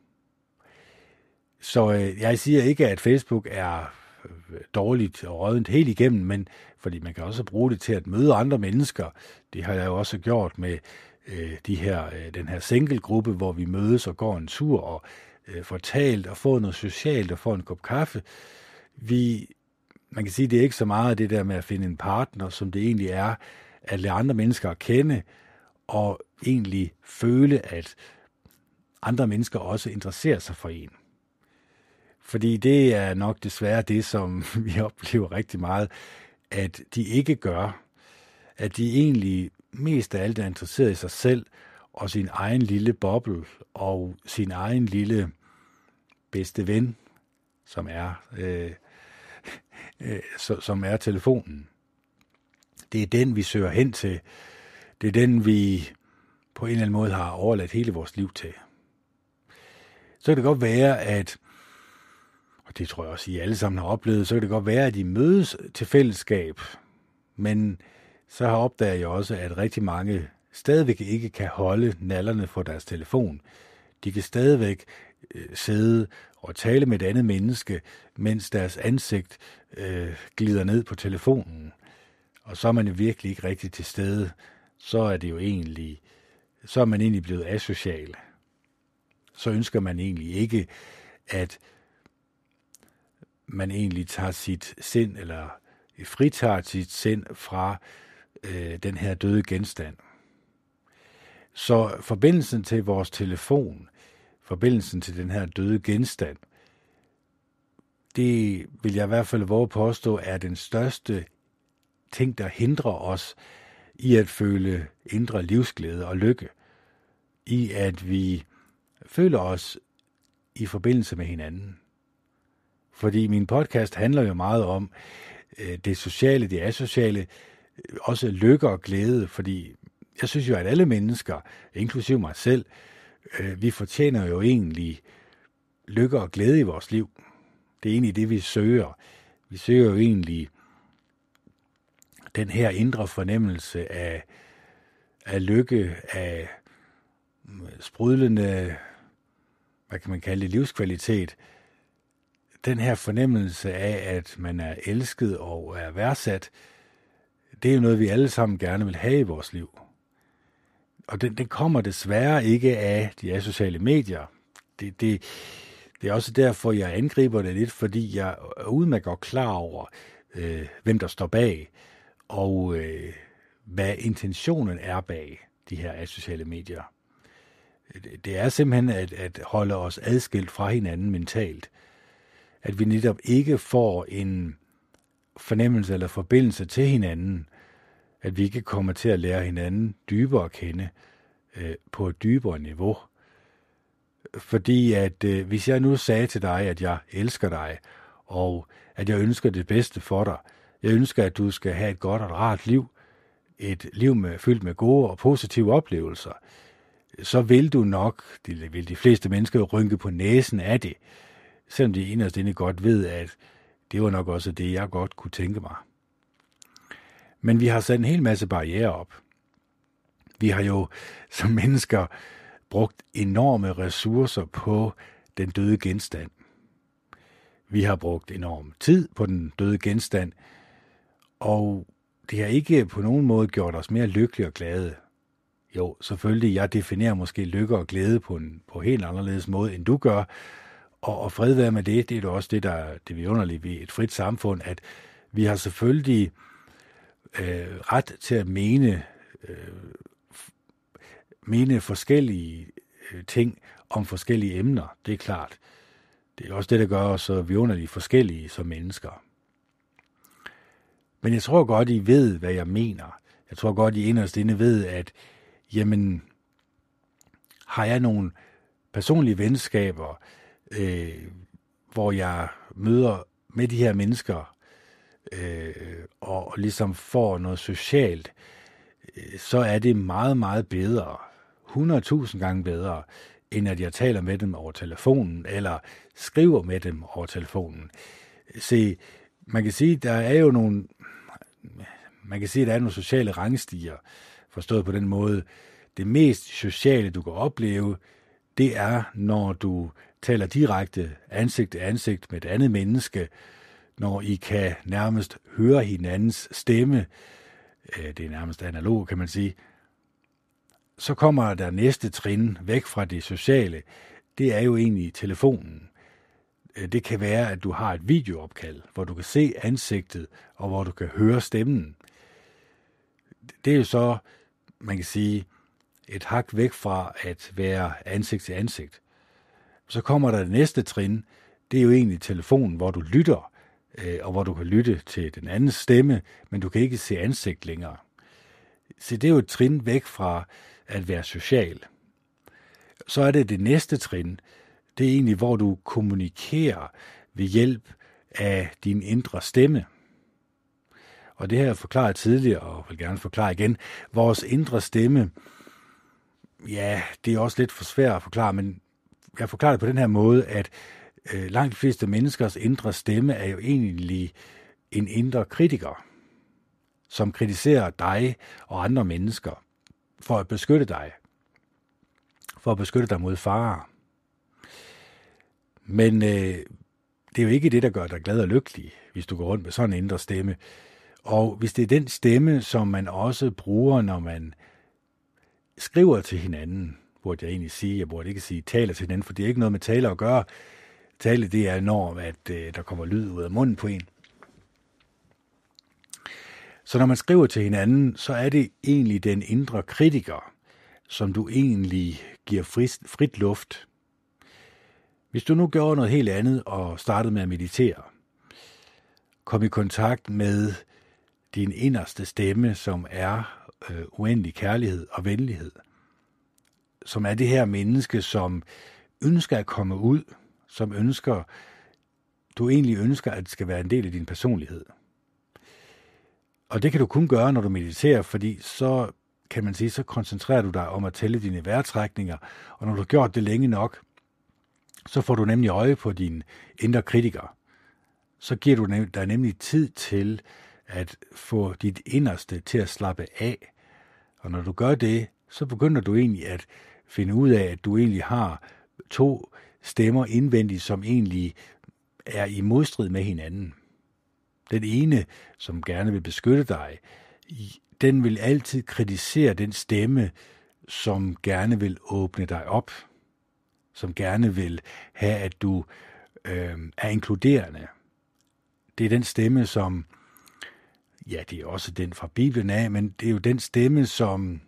Så jeg siger ikke, at Facebook er dårligt og rådent helt igennem, men fordi man kan også bruge det til at møde andre mennesker. Det har jeg jo også gjort med øh, de her, øh, den her single-gruppe, hvor vi mødes og går en tur og øh, får talt og får noget socialt og får en kop kaffe. Vi, man kan sige, det er ikke så meget det der med at finde en partner, som det egentlig er at lære andre mennesker at kende og egentlig føle, at andre mennesker også interesserer sig for en. Fordi det er nok desværre det, som vi oplever rigtig meget, at de ikke gør. At de egentlig mest af alt er interesseret i sig selv og sin egen lille boble og sin egen lille bedste ven, som er, øh, øh, som er telefonen. Det er den, vi søger hen til. Det er den, vi på en eller anden måde har overladt hele vores liv til. Så kan det godt være, at og det tror jeg også, I alle sammen har oplevet, så kan det godt være, at I mødes til fællesskab. Men så har opdaget jeg også, at rigtig mange stadigvæk ikke kan holde nallerne for deres telefon. De kan stadigvæk øh, sidde og tale med et andet menneske, mens deres ansigt øh, glider ned på telefonen. Og så er man jo virkelig ikke rigtig til stede. Så er det jo egentlig, så er man egentlig blevet asocial. Så ønsker man egentlig ikke, at man egentlig tager sit sind, eller fritager sit sind fra øh, den her døde genstand. Så forbindelsen til vores telefon, forbindelsen til den her døde genstand, det vil jeg i hvert fald våge påstå, er den største ting, der hindrer os i at føle indre livsglæde og lykke. I at vi føler os i forbindelse med hinanden. Fordi min podcast handler jo meget om øh, det sociale, det asociale, også lykke og glæde, fordi jeg synes jo, at alle mennesker, inklusive mig selv, øh, vi fortjener jo egentlig lykke og glæde i vores liv. Det er egentlig det, vi søger. Vi søger jo egentlig den her indre fornemmelse af, af lykke, af sprudlende, hvad kan man kalde det, livskvalitet. Den her fornemmelse af, at man er elsket og er værdsat, det er jo noget, vi alle sammen gerne vil have i vores liv. Og den, den kommer desværre ikke af de asociale medier. Det, det, det er også derfor, jeg angriber det lidt, fordi jeg er udmærket godt klar over, øh, hvem der står bag, og øh, hvad intentionen er bag de her asociale medier. Det er simpelthen at, at holde os adskilt fra hinanden mentalt. At vi netop ikke får en fornemmelse eller forbindelse til hinanden, at vi ikke kommer til at lære hinanden dybere at kende øh, på et dybere niveau. Fordi at øh, hvis jeg nu sagde til dig, at jeg elsker dig, og at jeg ønsker det bedste for dig, Jeg ønsker, at du skal have et godt og rart liv, et liv med, fyldt med gode og positive oplevelser, så vil du nok, det vil de fleste mennesker, rynke på næsen af det, selvom de inderst inde godt ved, at det var nok også det, jeg godt kunne tænke mig. Men vi har sat en hel masse barrierer op. Vi har jo som mennesker brugt enorme ressourcer på den døde genstand. Vi har brugt enorm tid på den døde genstand, og det har ikke på nogen måde gjort os mere lykkelige og glade. Jo, selvfølgelig, jeg definerer måske lykke og glæde på en på helt anderledes måde, end du gør, og, og fred være med det, det er jo også det, der er det vidunderlige ved et frit samfund, at vi har selvfølgelig øh, ret til at mene, øh, mene forskellige øh, ting om forskellige emner, det er klart. Det er også det, der gør os så vidunderligt forskellige som mennesker. Men jeg tror godt, I ved, hvad jeg mener. Jeg tror godt, I inderst inde ved, at jamen, har jeg nogle personlige venskaber, øh, hvor jeg møder med de her mennesker, øh, og, og ligesom får noget socialt, øh, så er det meget, meget bedre, hundredtusind gange bedre, end at jeg taler med dem over telefonen, eller skriver med dem over telefonen. Se, man kan sige, der er jo nogle, man kan sige, der er nogle sociale rangstiger, forstået på den måde. Det mest sociale, du kan opleve, det er, når du taler direkte ansigt til ansigt med et andet menneske, når I kan nærmest høre hinandens stemme, det er nærmest analog, kan man sige. Så kommer der næste trin væk fra det sociale, det er jo egentlig telefonen. Det kan være, at du har et videoopkald, hvor du kan se ansigtet, og hvor du kan høre stemmen. Det er jo så, man kan sige, et hak væk fra at være ansigt til ansigt. Så kommer der det næste trin, det er jo egentlig telefonen, hvor du lytter, og hvor du kan lytte til den andens stemme, men du kan ikke se ansigt længere. Så det er jo et trin væk fra at være social. Så er det det næste trin, det er egentlig, hvor du kommunikerer ved hjælp af din indre stemme. Og det har jeg forklaret tidligere, og vil gerne forklare igen. Vores indre stemme, ja, det er også lidt for svært at forklare, men jeg forklarer det på den her måde, at øh, langt de fleste menneskers indre stemme er jo egentlig en indre kritiker, som kritiserer dig og andre mennesker for at beskytte dig, for at beskytte dig mod farer. Men øh, det er jo ikke det, der gør dig glad og lykkelig, hvis du går rundt med sådan en indre stemme. Og hvis det er den stemme, som man også bruger, når man skriver til hinanden, burde jeg egentlig sige, jeg burde ikke sige taler til hinanden, for det er ikke noget med tale at gøre. Tale, det er når, at øh, der kommer lyd ud af munden på en. Så når man skriver til hinanden, så er det egentlig den indre kritiker, som du egentlig giver frit, frit luft. Hvis du nu gjorde noget helt andet og startede med at meditere, kom i kontakt med din inderste stemme, som er øh, uendelig kærlighed og venlighed, som er det her menneske, som ønsker at komme ud, som ønsker, du egentlig ønsker, at det skal være en del af din personlighed. Og det kan du kun gøre, når du mediterer, fordi så kan man sige, så koncentrerer du dig om at tælle dine vejrtrækninger, og når du har gjort det længe nok, så får du nemlig øje på din indre kritiker. Så giver du dig nemlig tid til at få dit inderste til at slappe af. Og når du gør det, så begynder du egentlig at finde ud af, at du egentlig har to stemmer indvendigt, som egentlig er i modstrid med hinanden. Den ene, som gerne vil beskytte dig, den vil altid kritisere den stemme, som gerne vil åbne dig op, som gerne vil have, at du øh, er inkluderende. Det er den stemme, som, ja, det er også den fra Bibelen af, men det er jo den stemme, som,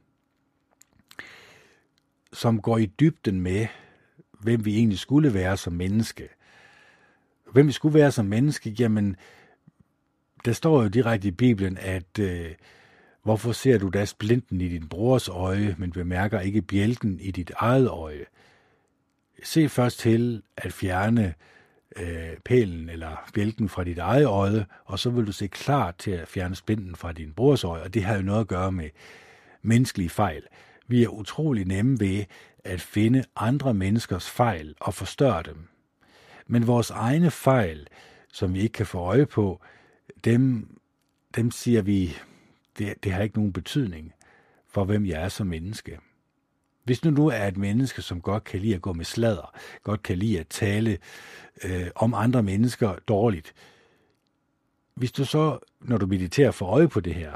som går i dybden med, hvem vi egentlig skulle være som menneske. Hvem vi skulle være som menneske, jamen, der står jo direkte i Bibelen, at øh, hvorfor ser du da splinten i din brors øje, men bemærker ikke bjælken i dit eget øje? Se først til at fjerne øh, pælen eller bjælken fra dit eget øje, og så vil du se klar til at fjerne splinten fra din brors øje, og det har jo noget at gøre med menneskelige fejl. Vi er utrolig nemme ved at finde andre menneskers fejl og forstørre dem. Men vores egne fejl, som vi ikke kan få øje på, dem, dem siger vi, det, det har ikke nogen betydning for, hvem jeg er som menneske. Hvis nu du er et menneske, som godt kan lide at gå med sladder, godt kan lide at tale øh, om andre mennesker dårligt, hvis du så, når du mediterer, får øje på det her,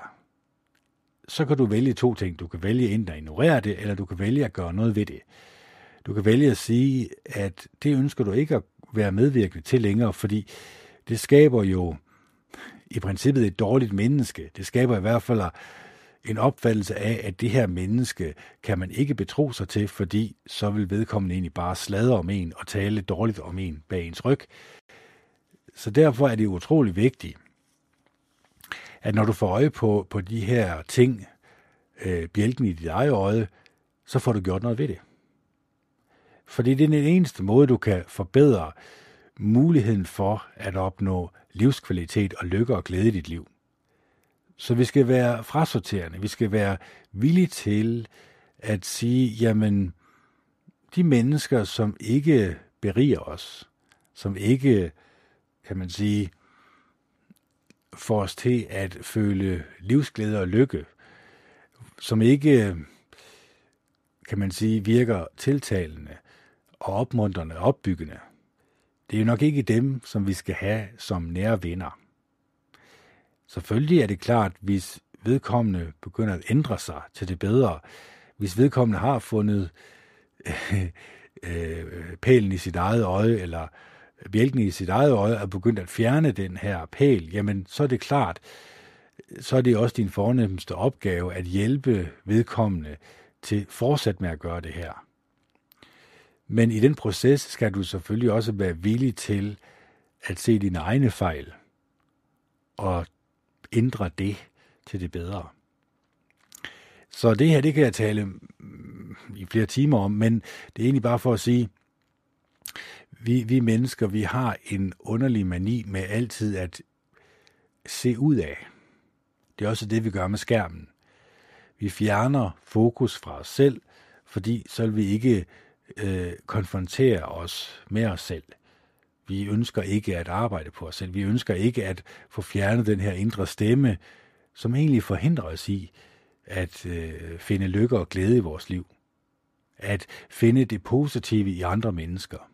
så kan du vælge to ting. Du kan vælge enten at ignorere det, eller du kan vælge at gøre noget ved det. Du kan vælge at sige, at det ønsker du ikke at være medvirkende til længere, fordi det skaber jo i princippet et dårligt menneske. Det skaber i hvert fald en opfattelse af, at det her menneske kan man ikke betro sig til, fordi så vil vedkommende egentlig bare sladre om en og tale dårligt om en bag ens ryg. Så derfor er det utrolig vigtigt, at når du får øje på, på de her ting, øh, bjælken i dit eget øje, så får du gjort noget ved det. Fordi det er den eneste måde, du kan forbedre muligheden for at opnå livskvalitet og lykke og glæde i dit liv. Så vi skal være frasorterende, vi skal være villige til at sige, jamen, de mennesker, som ikke beriger os, som ikke, kan man sige, får os til at føle livsglæde og lykke, som ikke, kan man sige, virker tiltalende og opmuntrende og opbyggende. Det er jo nok ikke dem, som vi skal have som nære venner. Selvfølgelig er det klart, hvis vedkommende begynder at ændre sig til det bedre, hvis vedkommende har fundet øh, øh, pælen i sit eget øje, eller bjælken i sit eget øje, og begyndt at fjerne den her pæl, jamen så er det klart, så er det også din fornemmeste opgave at hjælpe vedkommende til fortsat med at gøre det her. Men i den proces skal du selvfølgelig også være villig til at se dine egne fejl og ændre det til det bedre. Så det her, det kan jeg tale i flere timer om, men det er egentlig bare for at sige, vi, vi mennesker, vi har en underlig mani med altid at se ud af. Det er også det, vi gør med skærmen. Vi fjerner fokus fra os selv, fordi så vil vi ikke øh, konfrontere os med os selv. Vi ønsker ikke at arbejde på os selv. Vi ønsker ikke at få fjernet den her indre stemme, som egentlig forhindrer os i at øh, finde lykke og glæde i vores liv. At finde det positive i andre mennesker.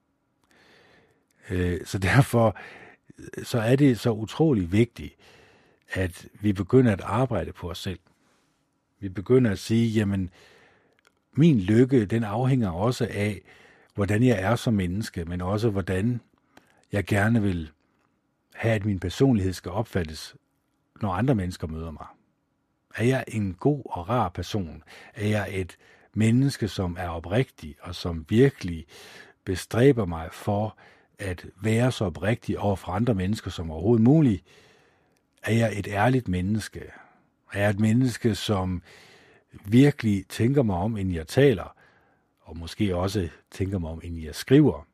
Øh, så derfor så er det så utrolig vigtigt, at vi begynder at arbejde på os selv. Vi begynder at sige, jamen, min lykke, den afhænger også af, hvordan jeg er som menneske, men også hvordan jeg gerne vil have, at min personlighed skal opfattes, når andre mennesker møder mig. Er jeg en god og rar person? Er jeg et menneske, som er oprigtig og som virkelig bestræber mig for at være så oprigtig over for andre mennesker som overhovedet muligt? Er jeg et ærligt menneske? Er jeg et menneske, som virkelig tænker mig om, inden jeg taler, og måske også tænker mig om, inden jeg skriver?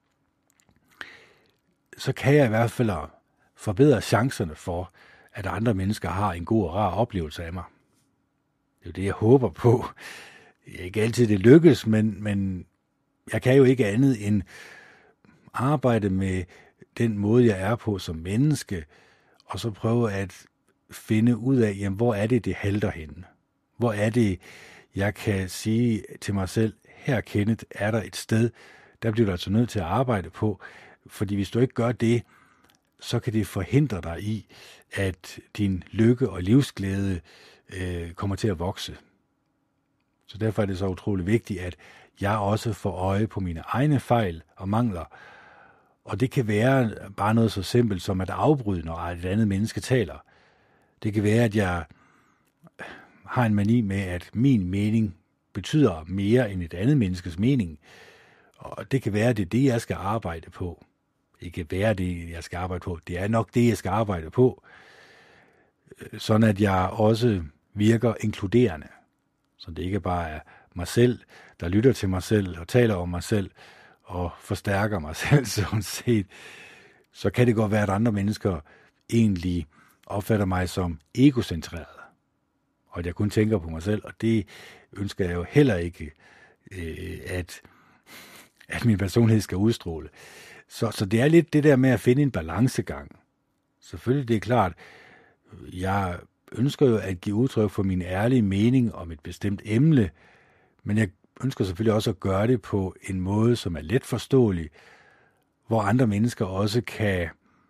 Så kan jeg i hvert fald forbedre chancerne for, at andre mennesker har en god og rar oplevelse af mig. Det er jo det, jeg håber på. Ikke altid det lykkes, men, men jeg kan jo ikke andet end arbejde med den måde, jeg er på som menneske, og så prøve at finde ud af, jamen, hvor er det, det halter henne? Hvor er det, jeg kan sige til mig selv, her, Kenneth, er der et sted, der bliver du altså nødt til at arbejde på, fordi hvis du ikke gør det, så kan det forhindre dig i, at din lykke og livsglæde øh, kommer til at vokse. Så derfor er det så utrolig vigtigt, at jeg også får øje på mine egne fejl og mangler. Og det kan være bare noget så simpelt som at afbryde, når et andet menneske taler. Det kan være, at jeg har en mani med, at min mening betyder mere end et andet menneskes mening. Og det kan være, at det er det, jeg skal arbejde på. Det kan være det, jeg skal arbejde på. Det er nok det, jeg skal arbejde på. Sådan at jeg også virker inkluderende. Så det ikke bare er mig selv, der lytter til mig selv og taler om mig selv, og forstærker mig selv, sådan set, så kan det godt være, at andre mennesker egentlig opfatter mig som egocentreret, og at jeg kun tænker på mig selv, og det ønsker jeg jo heller ikke, øh, at, at min personlighed skal udstråle. Så, så det er lidt det der med at finde en balancegang. Selvfølgelig, det er klart, jeg ønsker jo at give udtryk for min ærlige mening om et bestemt emne, men jeg ønsker selvfølgelig også at gøre det på en måde, som er let forståelig, hvor andre mennesker også kan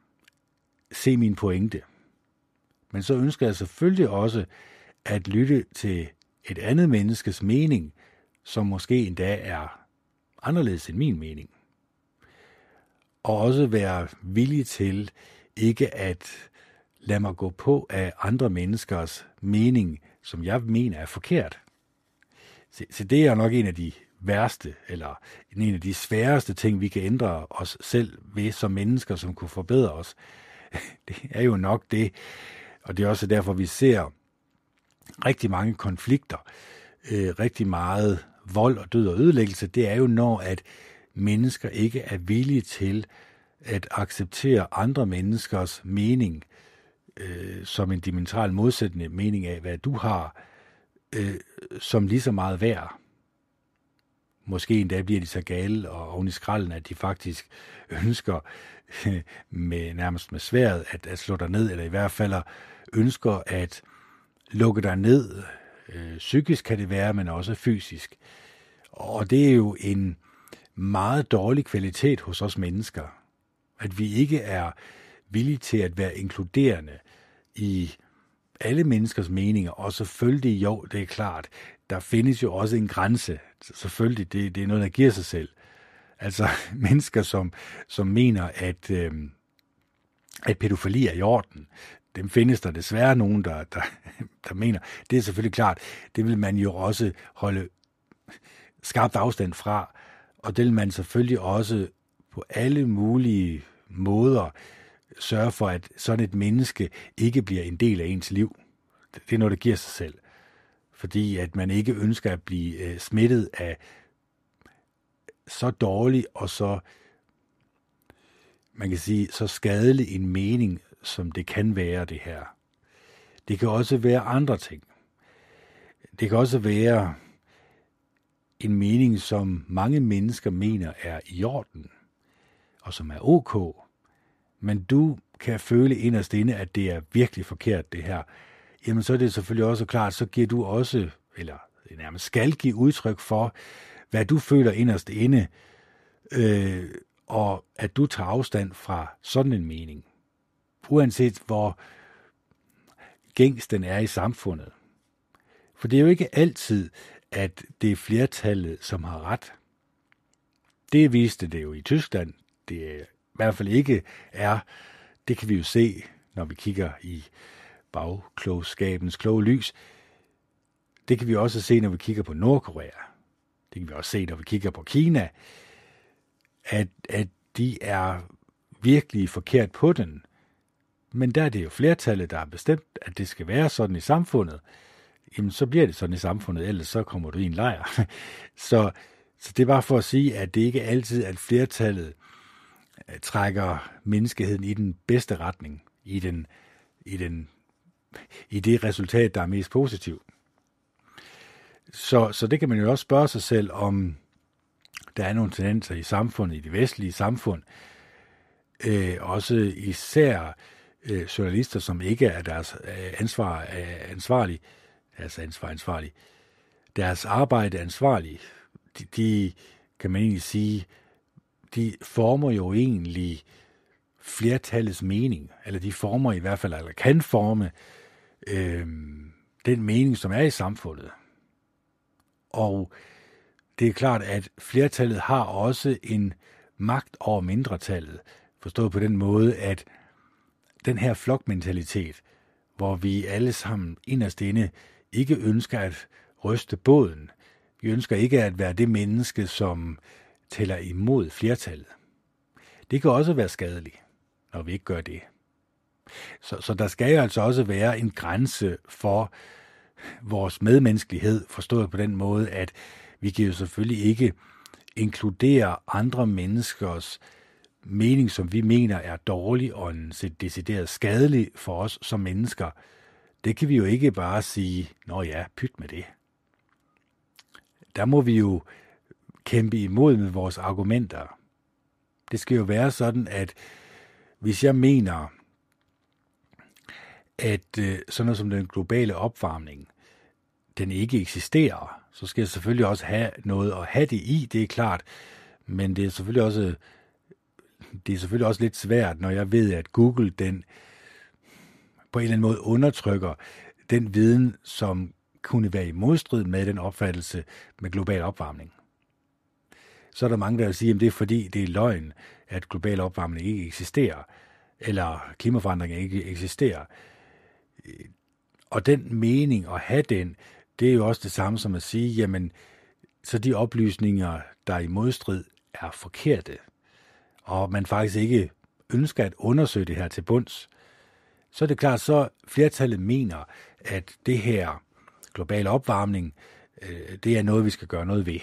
se min pointe. Men så ønsker jeg selvfølgelig også at lytte til et andet menneskes mening, som måske endda er anderledes end min mening. Og også være villig til ikke at lade mig gå på af andre menneskers mening, som jeg mener er forkert. Så, så det er nok en af de værste, eller en af de sværeste ting, vi kan ændre os selv ved som mennesker, som kunne forbedre os. Det er jo nok det, og det er også derfor, vi ser rigtig mange konflikter, øh, rigtig meget vold og død og ødelæggelse. Det er jo når, at mennesker ikke er villige til at acceptere andre menneskers mening, øh, som en diametral modsættende mening af, hvad du har, øh, som lige så meget værd. Måske endda bliver de så gale og oven i skralden, at de faktisk ønsker øh, med, nærmest med sværdet at, at slå dig ned, eller i hvert fald ønsker at lukke dig ned. Øh, psykisk kan det være, men også fysisk. Og det er jo en meget dårlig kvalitet hos os mennesker, at vi ikke er villige til at være inkluderende i alle menneskers meninger, og selvfølgelig, jo, det er klart, der findes jo også en grænse. Selvfølgelig, det, det er noget, der giver sig selv. Altså mennesker, som, som mener, at, øh, at pædofili er i orden, dem findes der desværre nogen, der, der, der mener. Det er selvfølgelig klart, det vil man jo også holde skarpt afstand fra, og det vil man selvfølgelig også på alle mulige måder sørge for, at sådan et menneske ikke bliver en del af ens liv. Det er noget, der giver sig selv. Fordi at man ikke ønsker at blive øh, smittet af så dårlig og så, man kan sige, så skadelig en mening, som det kan være det her. Det kan også være andre ting. Det kan også være en mening, som mange mennesker mener er i orden, og som er ok, men du kan føle inderst inde, at det er virkelig forkert det her, jamen så er det selvfølgelig også klart, så giver du også, eller nærmest skal give udtryk for, hvad du føler inderst inde, øh, og at du tager afstand fra sådan en mening, uanset hvor gængs den er i samfundet. For det er jo ikke altid, at det er flertallet, som har ret. Det viste det jo i Tyskland. Det er, i hvert fald ikke er, det kan vi jo se, når vi kigger i bagklogskabens kloge lys. Det kan vi også se, når vi kigger på Nordkorea. Det kan vi også se, når vi kigger på Kina, at, at de er virkelig forkert på den. Men der er det jo flertallet, der har bestemt, at det skal være sådan i samfundet. Jamen, så bliver det sådan i samfundet, ellers så kommer du i en lejr. så, så det er bare for at sige, at det ikke altid er, at flertallet trækker menneskeheden i den bedste retning, i, den, i, den, i det resultat, der er mest positivt. Så, så det kan man jo også spørge sig selv, om der er nogle tendenser i samfundet, i det vestlige samfund, øh, også især øh, journalister, som ikke er deres øh, ansvar øh, ansvarlige, altså ansvar ansvarlige, deres arbejde ansvarlige, de, de kan man egentlig sige, de former jo egentlig flertallets mening, eller de former i hvert fald, eller kan forme øh, den mening, som er i samfundet. Og det er klart, at flertallet har også en magt over mindretallet, forstået på den måde, at den her flokmentalitet, hvor vi alle sammen inderst inde ikke ønsker at ryste båden, vi ønsker ikke at være det menneske, som tæller imod flertallet. Det kan også være skadeligt, når vi ikke gør det. Så, så der skal jo altså også være en grænse for vores medmenneskelighed, forstået på den måde, at vi kan jo selvfølgelig ikke inkludere andre menneskers mening, som vi mener er dårlig og en decideret skadelig for os som mennesker, det kan vi jo ikke bare sige, nå ja, pyt med det. Der må vi jo kæmpe imod med vores argumenter. Det skal jo være sådan, at hvis jeg mener, at øh, sådan noget som den globale opvarmning, den ikke eksisterer, så skal jeg selvfølgelig også have noget at have det i, det er klart, men det er selvfølgelig også, det er selvfølgelig også lidt svært, når jeg ved, at Google den på en eller anden måde undertrykker den viden, som kunne være i modstrid med den opfattelse med global opvarmning. Så er der mange, der vil sige, at det er fordi, det er løgn, at global opvarmning ikke eksisterer, eller klimaforandring ikke eksisterer. Og den mening at have den, det er jo også det samme som at sige, jamen, så de oplysninger, der er i modstrid, er forkerte, og man faktisk ikke ønsker at undersøge det her til bunds, så er det klart, så flertallet mener, at det her global opvarmning, det er noget, vi skal gøre noget ved.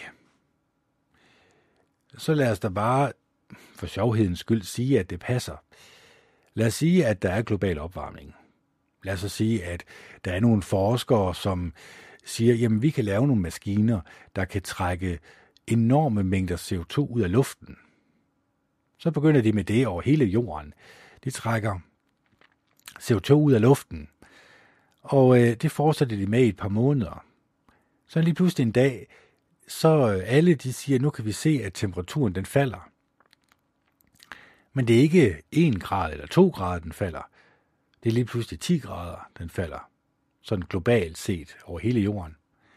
Så lad os da bare for sjovhedens skyld sige, at det passer. Lad os sige, at der er global opvarmning. Lad os så sige, at der er nogle forskere, som siger, jamen vi kan lave nogle maskiner, der kan trække enorme mængder C O to ud af luften. Så begynder de med det over hele jorden. De trækker C O to ud af luften, og øh, det fortsætter de med i et par måneder. Så lige pludselig en dag, så øh, alle de siger, nu kan vi se, at temperaturen den falder. Men det er ikke en grad eller to grader, den falder. Det er lige pludselig ti grader, den falder. Sådan globalt set over hele jorden.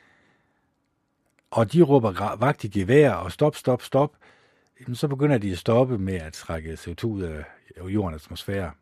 Og de råber vagt i gevær og stop, stop, stop. Så begynder de at stoppe med at trække C O to ud af jordens atmosfære.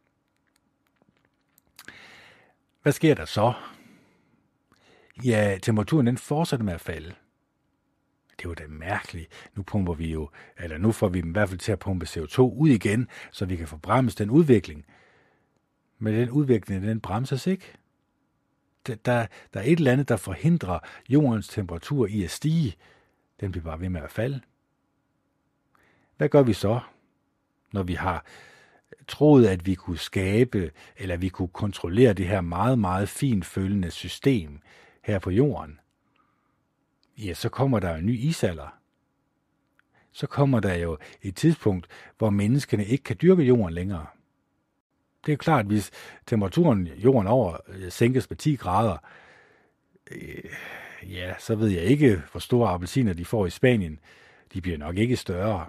Hvad sker der så? Ja, temperaturen den fortsætter med at falde. Det er jo da mærkeligt. Nu pumper vi jo, eller nu får vi dem i hvert fald til at pumpe C O to ud igen, så vi kan få bremset den udvikling. Men den udvikling, den bremses ikke. Der, der er et eller andet, der forhindrer jordens temperatur i at stige. Den bliver bare ved med at falde. Hvad gør vi så, når vi har troet, at vi kunne skabe, eller vi kunne kontrollere det her meget, meget finfølende system her på jorden? Ja, så kommer der en ny isalder. Så kommer der jo et tidspunkt, hvor menneskene ikke kan dyrke jorden længere. Det er klart, at hvis temperaturen jorden over sænkes med ti grader, øh, ja, så ved jeg ikke, hvor store appelsiner de får i Spanien. De bliver nok ikke større.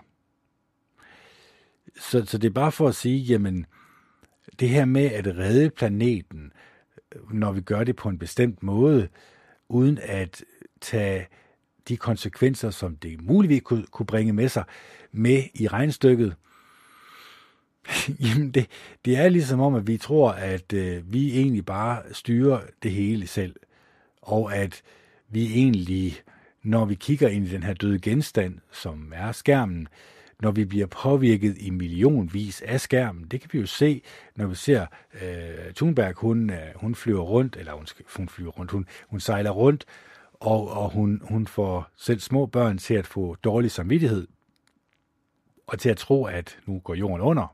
Så, så det er bare for at sige, jamen, det her med at redde planeten, når vi gør det på en bestemt måde, uden at tage de konsekvenser, som det muligvis kunne, kunne bringe med sig, med i regnestykket, jamen det, det er ligesom om, at vi tror, at øh, vi egentlig bare styrer det hele selv, og at vi egentlig, når vi kigger ind i den her døde genstand, som er skærmen, når vi bliver påvirket i millionvis af skærmen. Det kan vi jo se, når vi ser øh, Thunberg, hun, hun flyver rundt, eller hun, hun flyver rundt, hun, hun sejler rundt, og, og hun, hun får selv små børn til at få dårlig samvittighed, og til at tro, at nu går jorden under.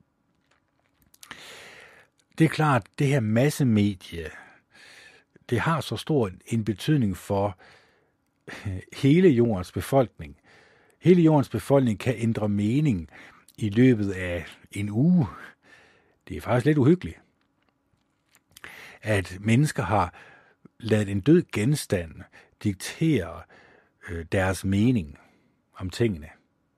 Det er klart, det her massemedie, det har så stor en betydning for hele jordens befolkning. Hele jordens befolkning kan ændre mening i løbet af en uge. Det er faktisk lidt uhyggeligt, at mennesker har ladet en død genstand diktere øh, deres mening om tingene.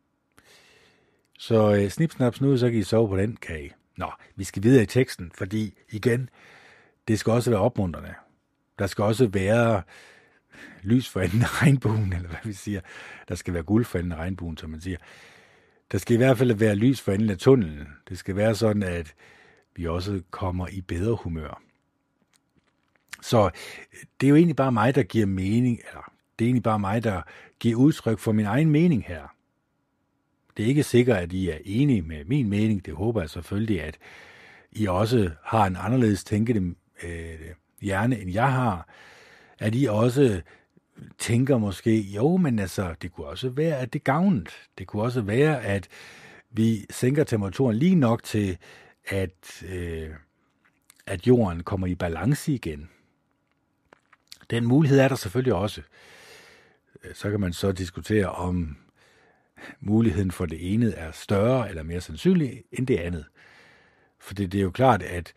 Så øh, snip, snap, snud, så kan I sove på den kage. Nå, vi skal videre i teksten, fordi igen, det skal også være opmuntrende. Der skal også være lys for enden af regnbuen, eller hvad vi siger. Der skal være guld for enden af regnbuen, som man siger. Der skal i hvert fald være lys for enden af tunnelen. Det skal være sådan, at vi også kommer i bedre humør. Så det er jo egentlig bare mig, der giver mening, eller det er egentlig bare mig, der giver udtryk for min egen mening her. Det er ikke sikkert, at I er enige med min mening. Det håber jeg selvfølgelig, at I også har en anderledes tænkende øh, hjerne, end jeg har. At I også tænker måske, jo, men altså, det kunne også være, at det gavnet. Det kunne også være, at vi sænker temperaturen lige nok til, at, øh, at jorden kommer i balance igen. Den mulighed er der selvfølgelig også. Så kan man så diskutere, om muligheden for det ene er større eller mere sandsynlig end det andet. For det, det er jo klart, at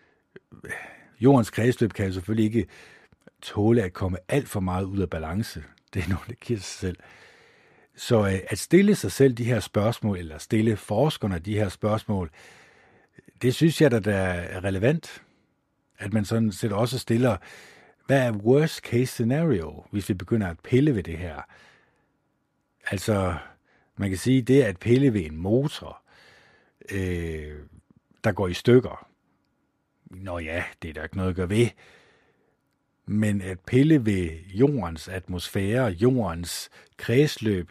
jordens kredsløb kan jo selvfølgelig ikke tåle at komme alt for meget ud af balance. Det er noget, der giver sig selv. Så at stille sig selv de her spørgsmål, eller stille forskerne de her spørgsmål, det synes jeg, der er relevant. At man sådan set også stiller, hvad er worst case scenario, hvis vi begynder at pille ved det her? Altså, man kan sige, det at pille ved en motor, øh, der går i stykker. Nå ja, det er der ikke noget at gøre ved. Men at pille ved jordens atmosfære, jordens kredsløb,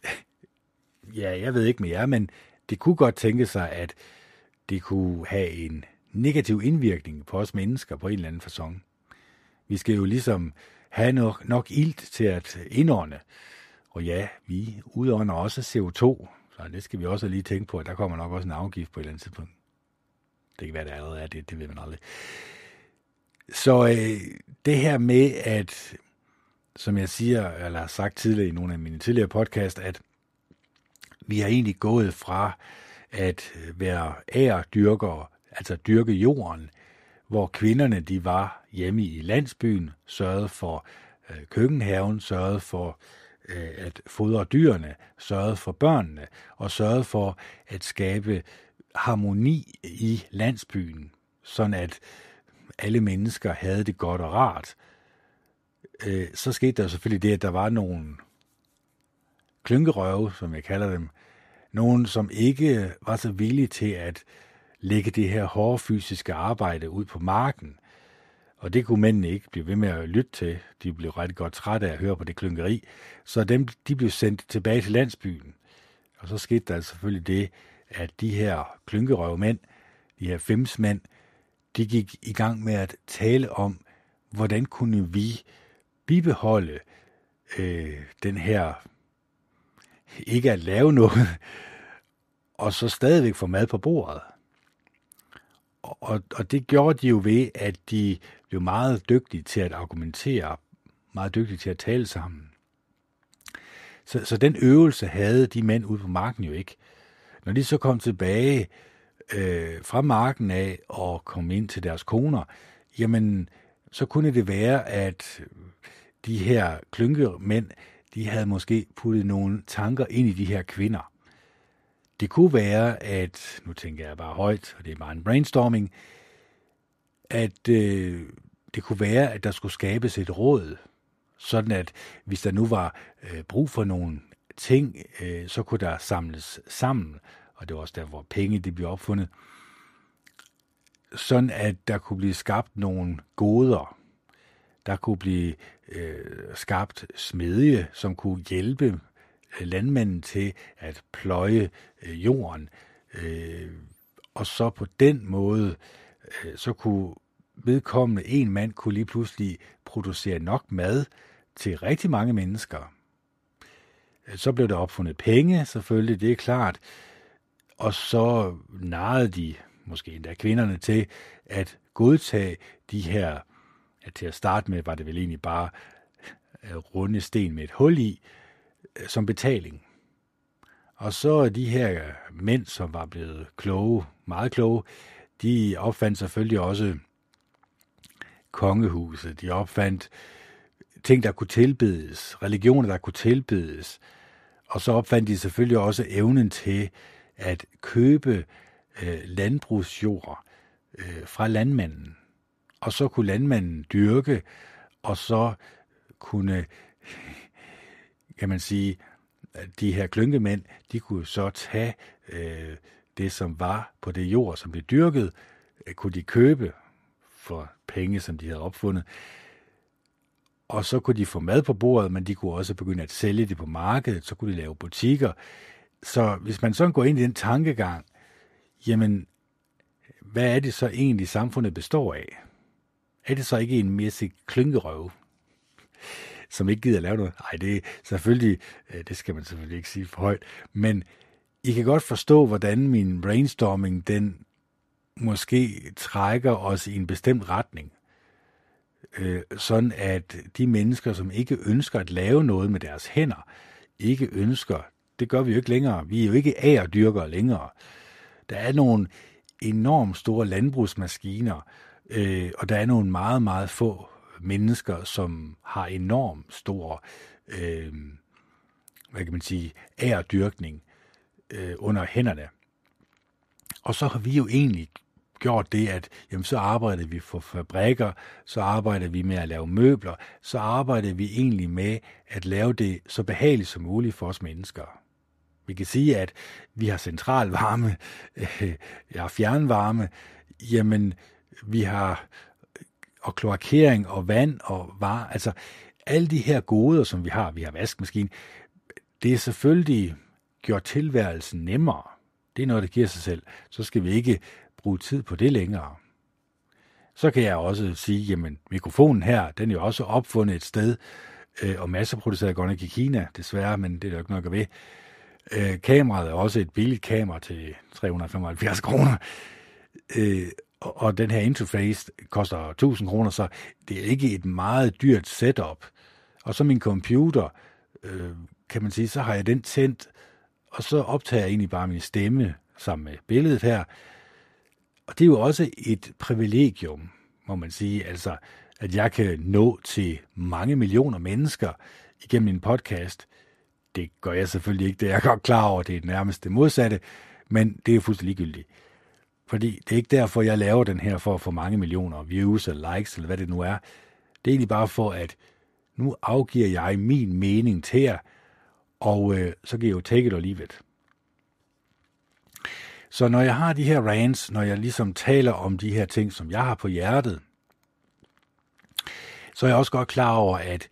ja, jeg ved ikke med jer, men det kunne godt tænke sig, at det kunne have en negativ indvirkning på os mennesker på en eller anden facon. Vi skal jo ligesom have nok, nok ilt til at indånde. Og ja, vi udånder også C O to, så det skal vi også lige tænke på, at der kommer nok også en afgift på et eller andet tidspunkt. Det kan være, det allerede er det, det ved man aldrig. Så øh, det her med, at, som jeg siger, eller har sagt tidligere i nogle af mine tidligere podcast, at vi har egentlig gået fra at være æredyrkere, altså dyrke jorden, hvor kvinderne de var hjemme i landsbyen, sørgede for øh, køkkenhaven, sørgede for øh, at fodre dyrene, sørgede for børnene og sørgede for at skabe harmoni i landsbyen, sådan at alle mennesker havde det godt og rart. Øh, så skete der selvfølgelig det, at der var nogle klynkerøve, som jeg kalder dem, nogen, som ikke var så villige til at lægge det her hårde fysiske arbejde ud på marken. Og det kunne mændene ikke blive ved med at lytte til. De blev ret godt trætte af at høre på det klynkeri. Så dem, de blev sendt tilbage til landsbyen. Og så skete der selvfølgelig det, at de her klynkerøvmænd, de her femsmænd, de gik i gang med at tale om, hvordan kunne vi bibeholde øh, den her, ikke at lave noget, og så stadigvæk få mad på bordet. Og, og det gjorde de jo ved, at de blev meget dygtige til at argumentere, meget dygtige til at tale sammen. Så, så den øvelse havde de mænd ude på marken jo ikke. Når de så kom tilbage øh, fra marken af og kom ind til deres koner, jamen så kunne det være, at de her klynkemænd, de havde måske puttet nogle tanker ind i de her kvinder. Det kunne være, at, nu tænker jeg bare højt, og det er bare en brainstorming, at øh, det kunne være, at der skulle skabes et råd, sådan at hvis der nu var øh, brug for nogle ting, øh, så kunne der samles sammen, og det var også der, hvor penge det blev opfundet, sådan at der kunne blive skabt nogle goder. Der kunne blive øh, skabt smedje, som kunne hjælpe landmanden til at pløje øh, jorden. Øh, og så på den måde, øh, så kunne vedkommende en mand kunne lige pludselig producere nok mad til rigtig mange mennesker. Så blev der opfundet penge, selvfølgelig, det er klart. Og så narrede de, måske endda kvinderne, til at godtage de her, at til at starte med var det vel egentlig bare runde sten med et hul i, som betaling. Og så de her mænd, som var blevet kloge, meget kloge, de opfandt selvfølgelig også kongehuset. De opfandt ting, der kunne tilbedes, religioner, der kunne tilbedes. Og så opfandt de selvfølgelig også evnen til at købe øh, landbrugsjord øh, fra landmanden. Og så kunne landmanden dyrke, og så kunne, kan man sige, de her klynkemænd, de kunne så tage øh, det, som var på det jord, som blev dyrket, øh, kunne de købe for penge, som de havde opfundet. Og så kunne de få mad på bordet, men de kunne også begynde at sælge det på markedet, så kunne de lave butikker. Så hvis man sådan går ind i den tankegang, jamen, hvad er det så egentlig, samfundet består af? Er det så ikke en mæssig klynkerøv? som ikke gider lave noget. Nej, det er selvfølgelig, det skal man selvfølgelig ikke sige for højt, men I kan godt forstå, hvordan min brainstorming, den måske trækker os i en bestemt retning. Øh, sådan at de mennesker, som ikke ønsker at lave noget med deres hænder, ikke ønsker, det gør vi jo ikke længere. Vi er jo ikke agerdyrkere længere. Der er nogle enormt store landbrugsmaskiner, øh, og der er nogle meget, meget få mennesker, som har enormt stor, øh, hvad kan man sige, agerdyrkning øh, under hænderne. Og så har vi jo egentlig gjort det, at jamen, så arbejder vi for fabrikker, så arbejder vi med at lave møbler, så arbejder vi egentlig med at lave det så behageligt som muligt for os mennesker. Vi kan sige, at vi har centralvarme, øh, ja, fjernvarme, jamen vi har og kloakering og vand og var, altså alle de her goder, som vi har, vi har vaskemaskine, det er selvfølgelig gjort tilværelsen nemmere. Det er noget, der giver sig selv. Så skal vi ikke bruge tid på det længere. Så kan jeg også sige, jamen mikrofonen her, den er jo også opfundet et sted, øh, og masseproduceret godt nok i Kina, desværre, men det er der jo ikke noget at gøre ved. Øh, kameraet er også et billigt kamera til tre hundrede og femoghalvfjerds kroner, øh, og, og den her interface koster tusind kroner, så det er ikke et meget dyrt setup. Og så min computer, øh, kan man sige, så har jeg den tændt, og så optager jeg egentlig bare min stemme sammen med billedet her. Og det er jo også et privilegium, må man sige, altså at jeg kan nå til mange millioner mennesker igennem en podcast. Det gør jeg selvfølgelig ikke, det er jeg godt klar over, det er det nærmeste modsatte, men det er fuldstændig ligegyldigt. Fordi det er ikke derfor, jeg laver den her for at få mange millioner views eller likes, eller hvad det nu er. Det er egentlig bare for, at nu afgiver jeg min mening til jer, og øh, så kan jeg jo take it or leave it. Så når jeg har de her rants, når jeg ligesom taler om de her ting, som jeg har på hjertet, så er jeg også godt klar over, at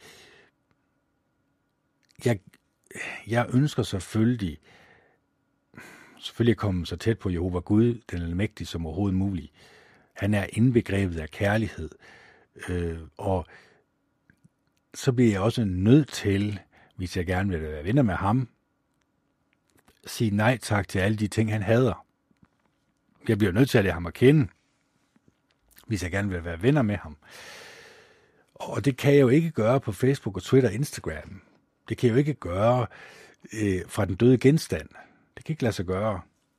jeg, jeg ønsker selvfølgelig, selvfølgelig at komme så tæt på Jehova Gud, den almægtige, som overhovedet muligt. Han er indbegrebet af kærlighed, øh, og så bliver jeg også nødt til, hvis jeg gerne vil være venner med ham, sige nej tak til alle de ting, han hader. Jeg bliver nødt til at lade ham at kende, hvis jeg gerne vil være venner med ham. Og det kan jeg jo ikke gøre på Facebook og Twitter og Instagram. Det kan jeg jo ikke gøre øh, fra den døde genstand. Det kan ikke lade sig gøre.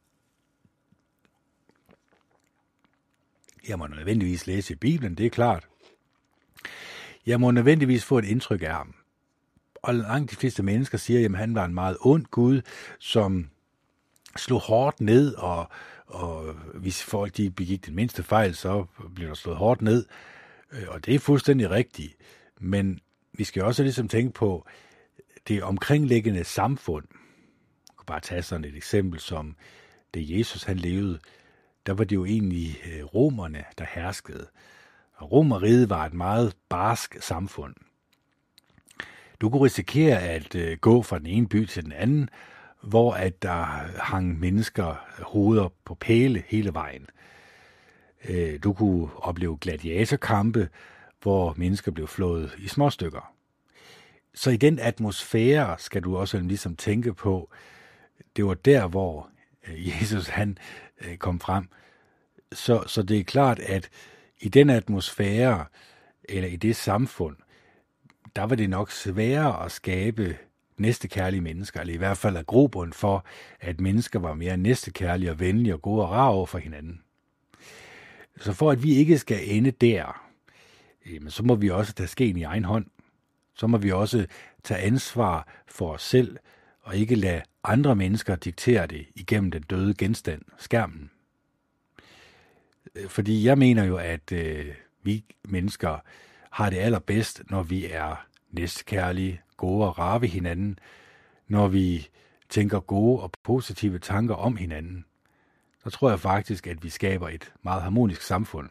Jeg må nødvendigvis læse i Bibelen, det er klart. Jeg må nødvendigvis få et indtryk af ham. Og langt de fleste mennesker siger, at han var en meget ond Gud, som slog hårdt ned, og, og hvis folk de begik den mindste fejl, så bliver der slået hårdt ned. Og det er fuldstændig rigtigt. Men vi skal også ligesom tænke på det omkringliggende samfund. Jeg kan bare tage sådan et eksempel som det Jesus han levede. Der var det jo egentlig romerne, der herskede. Og Romerriget var et meget barsk samfund. Du kunne risikere at øh, gå fra den ene by til den anden, hvor at der hang mennesker hoveder på pæle hele vejen. Øh, du kunne opleve gladiatorkampe, hvor mennesker blev flået i små stykker. Så i den atmosfære skal du også ligesom tænke på, det var der, hvor øh, Jesus han øh, kom frem. Så, så det er klart, at i den atmosfære, eller i det samfund, der var det nok sværere at skabe næstekærlige mennesker, eller i hvert fald at grobund for, at mennesker var mere næstekærlige og venlige og gode og rare over for hinanden. Så for at vi ikke skal ende der, så må vi også tage skeen i egen hånd. Så må vi også tage ansvar for os selv, og ikke lade andre mennesker diktere det igennem den døde genstand, skærmen. Fordi jeg mener jo, at øh, vi mennesker har det allerbedst, når vi er næstekærlige, gode og rare ved hinanden, når vi tænker gode og positive tanker om hinanden. Så tror jeg faktisk, at vi skaber et meget harmonisk samfund.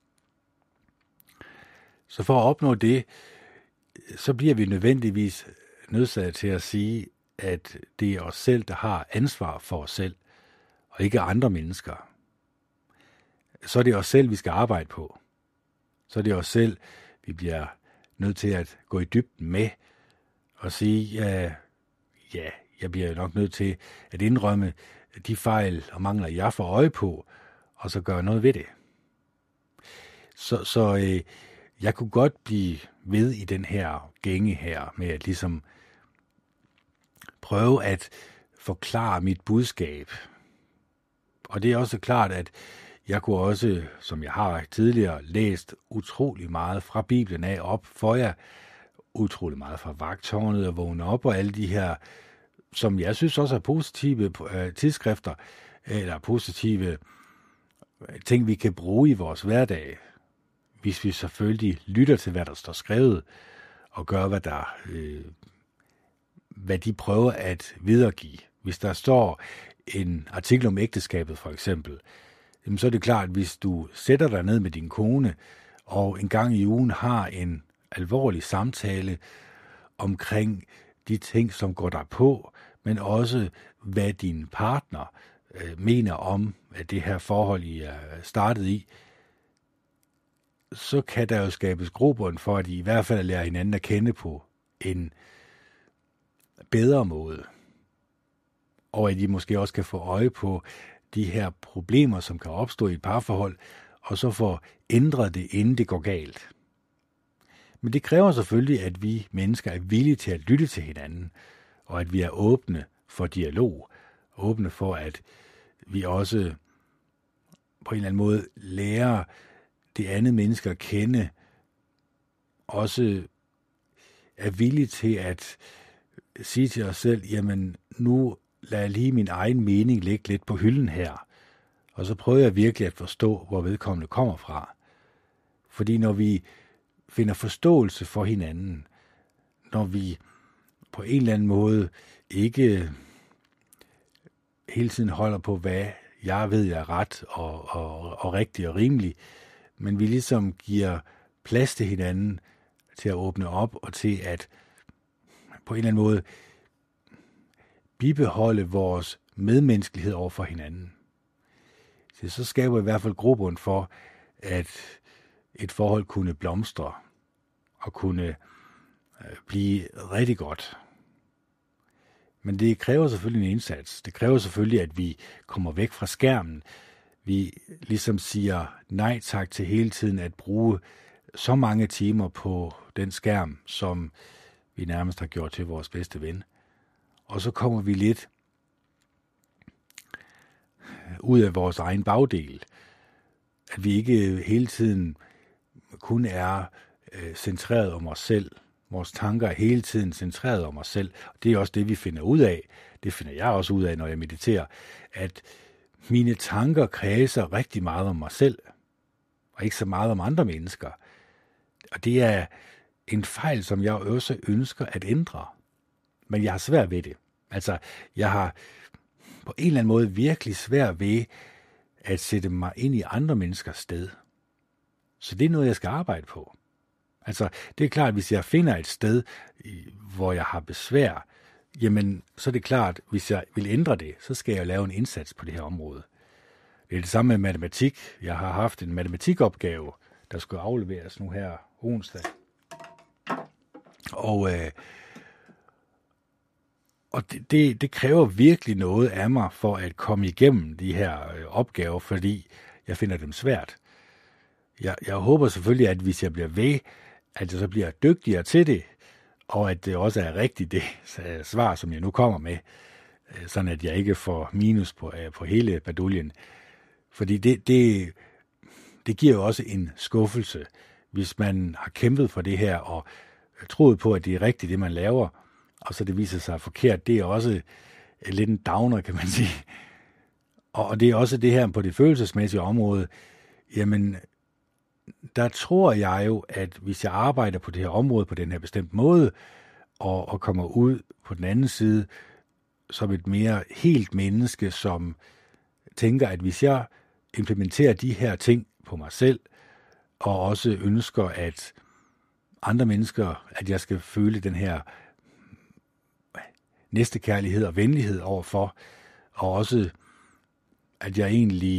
Så for at opnå det, så bliver vi nødvendigvis nødsaget til at sige, at det er os selv, der har ansvar for os selv, og ikke andre mennesker. Så er det os selv, vi skal arbejde på. Så er det os selv, vi bliver nødt til at gå i dybden med og sige, ja, ja, jeg bliver nok nødt til at indrømme de fejl og mangler, jeg får øje på, og så gøre noget ved det. Så, så øh, jeg kunne godt blive ved i den her gænge her, med at ligesom prøve at forklare mit budskab. Og det er også klart, at jeg kunne også, som jeg har tidligere, læst utrolig meget fra Bibelen af op for jer, utrolig meget fra Vagttårnet og Vågne op og alle de her, som jeg synes også er positive øh, tidsskrifter, eller positive ting, vi kan bruge i vores hverdag, hvis vi selvfølgelig lytter til, hvad der står skrevet, og gør, hvad der, øh, hvad de prøver at videregive. Hvis der står en artikel om ægteskabet, for eksempel, jamen, så er det klart, at hvis du sætter dig ned med din kone, og en gang i ugen har en alvorlig samtale omkring de ting, som går der på, men også hvad din partner øh, mener om, at det her forhold, I er startet i, så kan der jo skabes grobund for, at I i hvert fald lærer hinanden at kende på en bedre måde. Og at I måske også kan få øje på de her problemer, som kan opstå i et parforhold, og så få ændret det, inden det går galt. Men det kræver selvfølgelig, at vi mennesker er villige til at lytte til hinanden, og at vi er åbne for dialog, åbne for, at vi også på en eller anden måde lærer det andet menneske at kende, også er villige til at sige til os selv, jamen nu lader jeg lige min egen mening ligge lidt på hylden her, og så prøver jeg virkelig at forstå, hvor vedkommende kommer fra. Fordi når vi finder forståelse for hinanden, når vi på en eller anden måde ikke hele tiden holder på, hvad jeg ved er ret og, og, og rigtigt og rimeligt, men vi ligesom giver plads til hinanden til at åbne op og til at på en eller anden måde bibeholde vores medmenneskelighed over for hinanden. Så, så skaber i hvert fald grobund for, at et forhold kunne blomstre og kunne blive rigtig godt. Men det kræver selvfølgelig en indsats. Det kræver selvfølgelig, at vi kommer væk fra skærmen. Vi ligesom siger nej tak til hele tiden at bruge så mange timer på den skærm, som vi nærmest har gjort til vores bedste ven. Og så kommer vi lidt ud af vores egen bagdel. At vi ikke hele tiden kun er øh, centreret om os selv. Vores tanker er hele tiden centreret om os selv. Og det er også det, vi finder ud af. Det finder jeg også ud af, når jeg mediterer. At mine tanker kredser rigtig meget om mig selv. Og ikke så meget om andre mennesker. Og det er en fejl, som jeg også ønsker at ændre. Men jeg har svært ved det. Altså, jeg har på en eller anden måde virkelig svært ved at sætte mig ind i andre menneskers sted. Så det er noget, jeg skal arbejde på. Altså, det er klart, at hvis jeg finder et sted, hvor jeg har besvær, jamen, så er det klart, at hvis jeg vil ændre det, så skal jeg lave en indsats på det her område. Det er det samme med matematik. Jeg har haft en matematikopgave, der skulle afleveres nu her onsdag. Og, øh, og det, det, det kræver virkelig noget af mig for at komme igennem de her øh, opgaver, fordi jeg finder dem svært. Jeg, jeg håber selvfølgelig, at hvis jeg bliver ved, at jeg så bliver dygtigere til det, og at det også er rigtigt det svar, som jeg nu kommer med, sådan at jeg ikke får minus på, på hele baduljen. Fordi det, det, det giver jo også en skuffelse, hvis man har kæmpet for det her, og troet på, at det er rigtigt, det man laver, og så det viser sig forkert. Det er også lidt en downer, kan man sige. Og det er også det her på det følelsesmæssige område. Jamen, der tror jeg jo, at hvis jeg arbejder på det her område på den her bestemte måde, og, og kommer ud på den anden side som et mere helt menneske, som tænker, at hvis jeg implementerer de her ting på mig selv, og også ønsker, at andre mennesker, at jeg skal føle den her næstekærlighed og venlighed overfor, og også, at jeg egentlig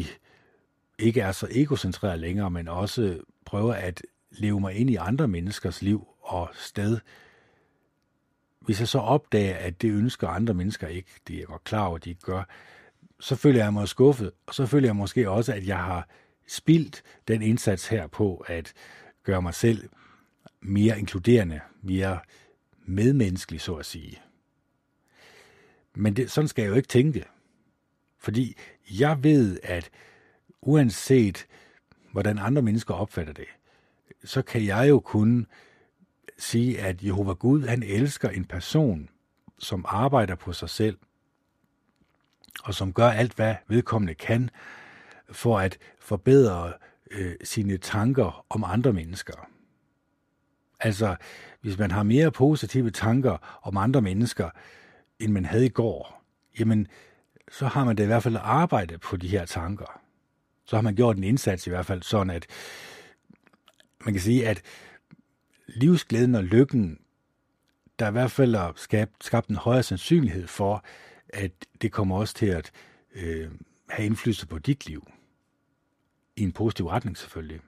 ikke er så egocentreret længere, men også prøver at leve mig ind i andre menneskers liv, og sted. Hvis jeg så opdager, at det ønsker andre mennesker ikke, det er jeg godt klar over, at de ikke gør, så føler jeg mig skuffet, og så føler jeg måske også, at jeg har spildt den indsats her på at gøre mig selv mere inkluderende, mere medmenneskelig, så at sige. Men det, sådan skal jeg jo ikke tænke. Fordi jeg ved, at uanset hvordan andre mennesker opfatter det, så kan jeg jo kun sige, at Jehova Gud, han elsker en person, som arbejder på sig selv, og som gør alt, hvad vedkommende kan, for at forbedre øh, sine tanker om andre mennesker. Altså, hvis man har mere positive tanker om andre mennesker, end man havde i går, jamen, så har man da i hvert fald arbejdet på de her tanker. Så har man gjort en indsats i hvert fald, sådan at man kan sige, at livsglæden og lykken, der er i hvert fald er skabt, skabt en højere sandsynlighed for, at det kommer også til at øh, have indflydelse på dit liv. I en positiv retning selvfølgelig.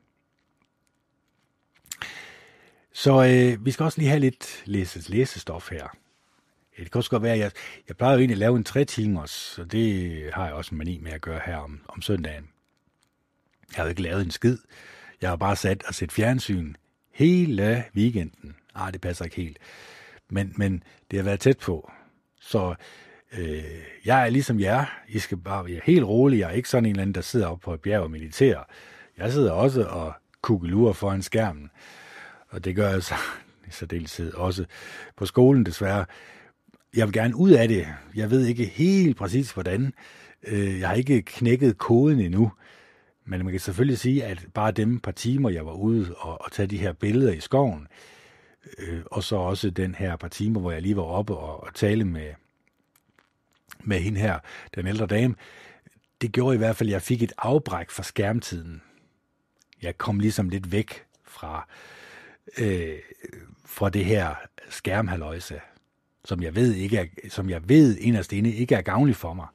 Så øh, vi skal også lige have lidt læses, læsestof her. Det kan også godt være, at jeg, jeg plejer jo egentlig at lave en tre timers, så det har jeg også en mani med at gøre her om, om søndagen. Jeg har jo ikke lavet en skid. Jeg har bare sat og set fjernsyn hele weekenden. Ah, det passer ikke helt. Men, men det har været tæt på. Så øh, jeg er ligesom jer. I skal bare være helt rolig. Jeg er ikke sådan en eller anden, der sidder oppe på et bjerg og mediterer. Jeg sidder også og kukkelurer foran skærmen. Og det gør jeg så i særdeleshed også på skolen desværre. Jeg vil gerne ud af det. Jeg ved ikke helt præcis hvordan. Jeg har ikke knækket koden endnu. Men man kan selvfølgelig sige, at bare dem par timer, jeg var ude og, og tage de her billeder i skoven, øh, og så også den her par timer, hvor jeg lige var oppe og, og tale med, med hende her, den ældre dame, det gjorde i hvert fald, at jeg fik et afbræk fra skærmtiden. Jeg kom ligesom lidt væk fra, øh, fra det her skærmhalløjse, som jeg ved ikke er, som jeg ved inderst inde ikke er gavnligt for mig.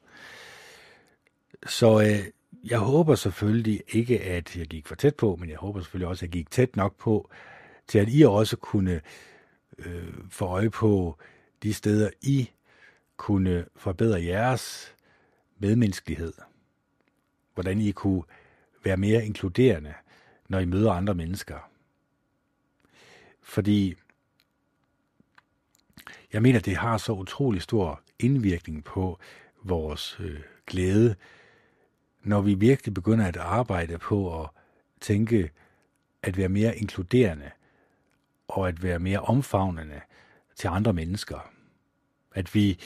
Så øh, jeg håber selvfølgelig ikke, at jeg gik for tæt på, men jeg håber selvfølgelig også, at jeg gik tæt nok på, til at I også kunne øh, få øje på de steder, I kunne forbedre jeres medmenneskelighed. Hvordan I kunne være mere inkluderende, når I møder andre mennesker. Fordi jeg mener, det har så utrolig stor indvirkning på vores øh, glæde, når vi virkelig begynder at arbejde på at tænke at være mere inkluderende og at være mere omfavnende til andre mennesker. At vi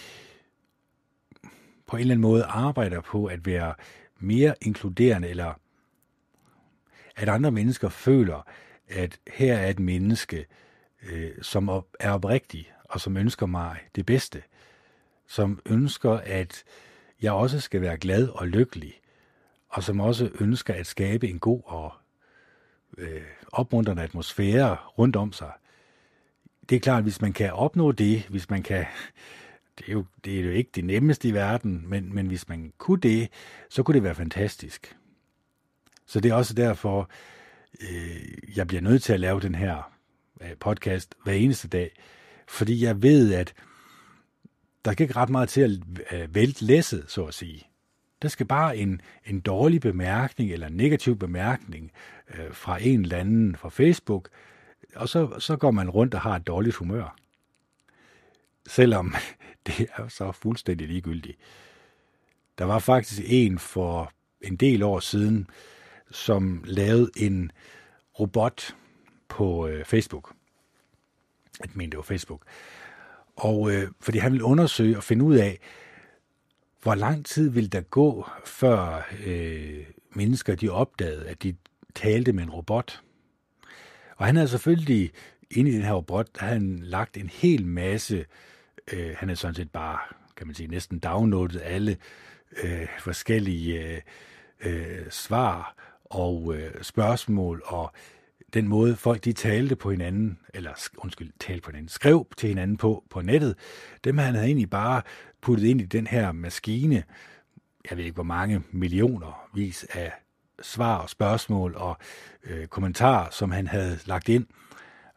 på en eller anden måde arbejder på at være mere inkluderende, eller at andre mennesker føler, at her er et menneske, øh, som er oprigtig og som ønsker mig det bedste, som ønsker, at jeg også skal være glad og lykkelig, og som også ønsker at skabe en god og øh, opmuntrende atmosfære rundt om sig. Det er klart, at hvis man kan opnå det, hvis man kan, det er jo, det er jo ikke det nemmeste i verden, men, men hvis man kunne det, så kunne det være fantastisk. Så det er også derfor, øh, jeg bliver nødt til at lave den her øh, podcast hver eneste dag, fordi jeg ved, at der skal ikke ret meget til at øh, vælte læsset, så at sige. Der skal bare en, en dårlig bemærkning eller en negativ bemærkning øh, fra en eller anden fra Facebook, og så, så går man rundt og har et dårligt humør. Selvom det er så fuldstændig ligegyldigt. Der var faktisk en for en del år siden, som lavede en robot på øh, Facebook. Jeg mener, det var Facebook. Og øh, fordi han ville undersøge og finde ud af, hvor lang tid ville der gå, før øh, mennesker de opdagede, at de talte med en robot. Og han havde selvfølgelig, inde i den her robot, der havde han lagt en hel masse, øh, han havde sådan set bare, kan man sige, næsten downloadet alle øh, forskellige øh, øh, svar og øh, spørgsmål, og den måde folk de talte på hinanden, eller undskyld, talte på hinanden, skrev til hinanden på, på nettet, dem han havde egentlig bare puttet ind i den her maskine, jeg ved ikke hvor mange millioner vis af svar og spørgsmål og øh, kommentarer, som han havde lagt ind.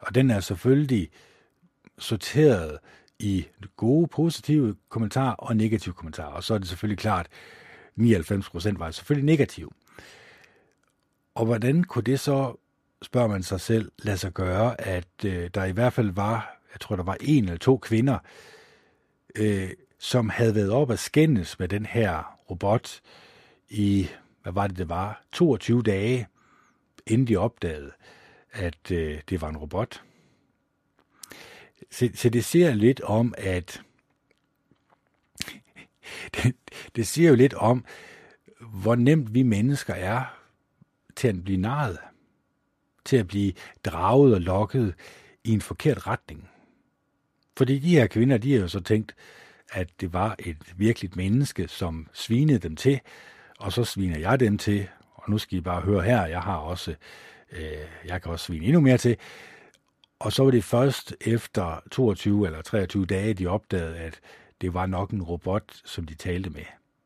Og den er selvfølgelig sorteret i gode, positive kommentarer og negative kommentarer. Og så er det selvfølgelig klart, nioghalvfems procent var selvfølgelig negativ. Og hvordan kunne det så, spørger man sig selv, lade sig gøre, at øh, der i hvert fald var, jeg tror der var en eller to kvinder, øh, som havde været op at skændes med den her robot i, hvad var det det var, toogtyve dage, inden de opdagede, at øh, det var en robot. Så, så det siger lidt om, at det, det siger jo lidt om, hvor nemt vi mennesker er til at blive narret, til at blive draget og lokket i en forkert retning. Fordi de her kvinder, de har jo så tænkt, at det var et virkeligt menneske, som svinede dem til, og så sviner jeg dem til, og nu skal I bare høre her, jeg har også, øh, jeg kan også svine endnu mere til. Og så var det først efter toogtyve eller treogtyve dage, de opdagede, at det var nok en robot, som de talte med.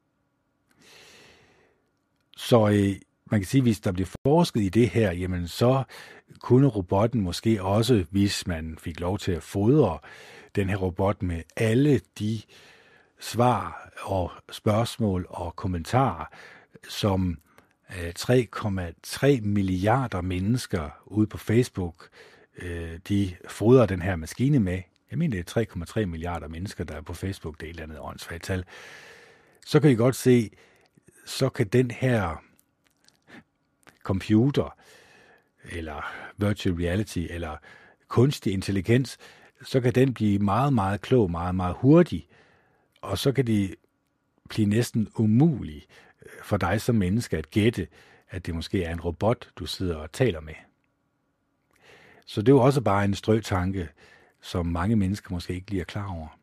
Så øh, man kan sige, at hvis der blev forsket i det her, jamen så kunne robotten måske også, hvis man fik lov til at fodre den her robot med alle de svar og spørgsmål og kommentarer, som tre komma tre milliarder mennesker ude på Facebook, de fodrer den her maskine med. Jeg mener, det er tre komma tre milliarder mennesker, der er på Facebook, det er et eller andet åndssvagt tal. Så kan I godt se, så kan den her computer, eller virtual reality, eller kunstig intelligens, så kan den blive meget, meget klog, meget, meget hurtig, og så kan det blive næsten umuligt for dig som menneske at gætte, at det måske er en robot, du sidder og taler med. Så det er jo også bare en strøtanke, som mange mennesker måske ikke lige er klar over.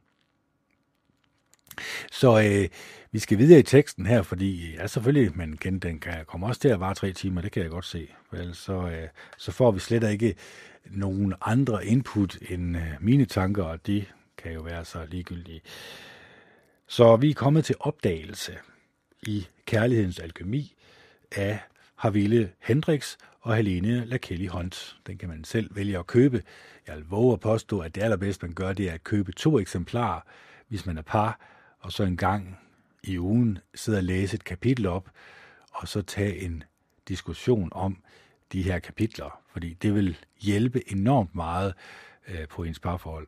Så øh, vi skal videre i teksten her, fordi ja, selvfølgelig, men igen, den kan komme også til at vare tre timer, det kan jeg godt se. Vel, så, øh, så får vi slet ikke nogen andre input end øh, mine tanker, og de kan jo være så ligegyldige. Så vi er kommet til opdagelse i Kærlighedens alkymi af Harville Hendrix og Helene Lakelly Hunt. Den kan man selv vælge at købe. Jeg vil våge at påstå, at det allerbedste, man gør, det er at købe to eksemplarer, hvis man er par, og så en gang i ugen sidde og læse et kapitel op, og så tage en diskussion om de her kapitler, fordi det vil hjælpe enormt meget øh, på ens parforhold.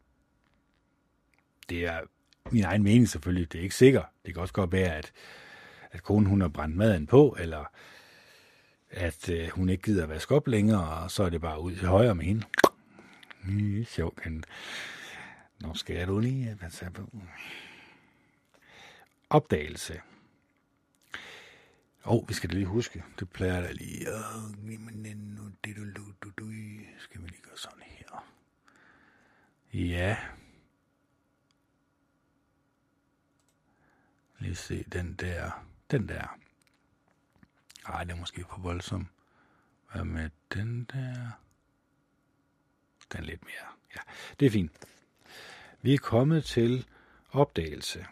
Det er min egen mening selvfølgelig, det er ikke sikkert. Det kan også godt være, at, at konen hun har brændt maden på, eller at øh, hun ikke gider at vaske op længere, og så er det bare ud til højre med hende. Mm, sjovt, men nu skal du lige passe på. Opdagelse. Og oh, vi skal lige huske, det plejer der lige. Skal vi lige gøre sådan her. Ja. Lige se den der. Den der. Ej, det er måske for voldsom. Hvad med den der? Den er lidt mere. Ja, det er fint. Vi er kommet til opdagelse.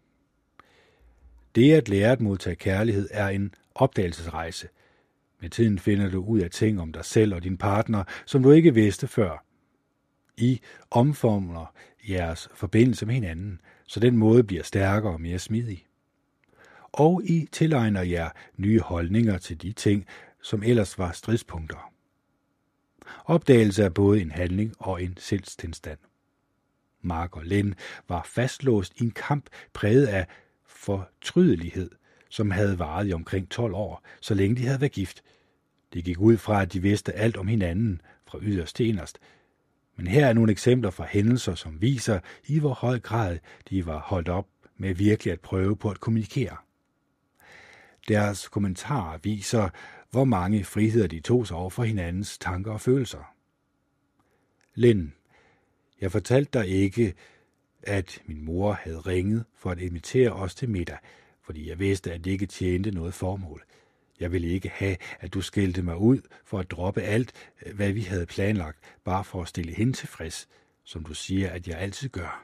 Det at lære at modtage kærlighed er en opdagelsesrejse. Med tiden finder du ud af ting om dig selv og din partner, som du ikke vidste før. I omformer jeres forbindelse med hinanden, så den måde bliver stærkere og mere smidig. Og I tilegner jer nye holdninger til de ting, som ellers var stridspunkter. Opdagelse er både en handling og en sindstilstand. Mark og Len var fastlåst i en kamp præget af fortrydelighed, som havde varet i omkring tolv år, så længe de havde været gift. Det gik ud fra, at de vidste alt om hinanden, fra yderst til inderst. Men her er nogle eksempler fra hændelser, som viser, i hvor høj grad de var holdt op med virkelig at prøve på at kommunikere. Deres kommentarer viser, hvor mange friheder de tog sig over for hinandens tanker og følelser. Len, jeg fortalte dig ikke, at min mor havde ringet for at invitere os til middag, fordi jeg vidste, at det ikke tjente noget formål. Jeg ville ikke have, at du skældte mig ud for at droppe alt, hvad vi havde planlagt, bare for at stille hende tilfreds, som du siger, at jeg altid gør.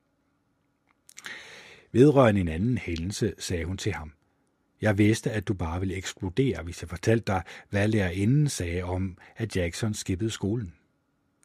Vedrørende en anden hændelse, sagde hun til ham. Jeg vidste, at du bare ville eksplodere, hvis jeg fortalte dig, hvad lærerinden sagde om, at Jackson skippede skolen.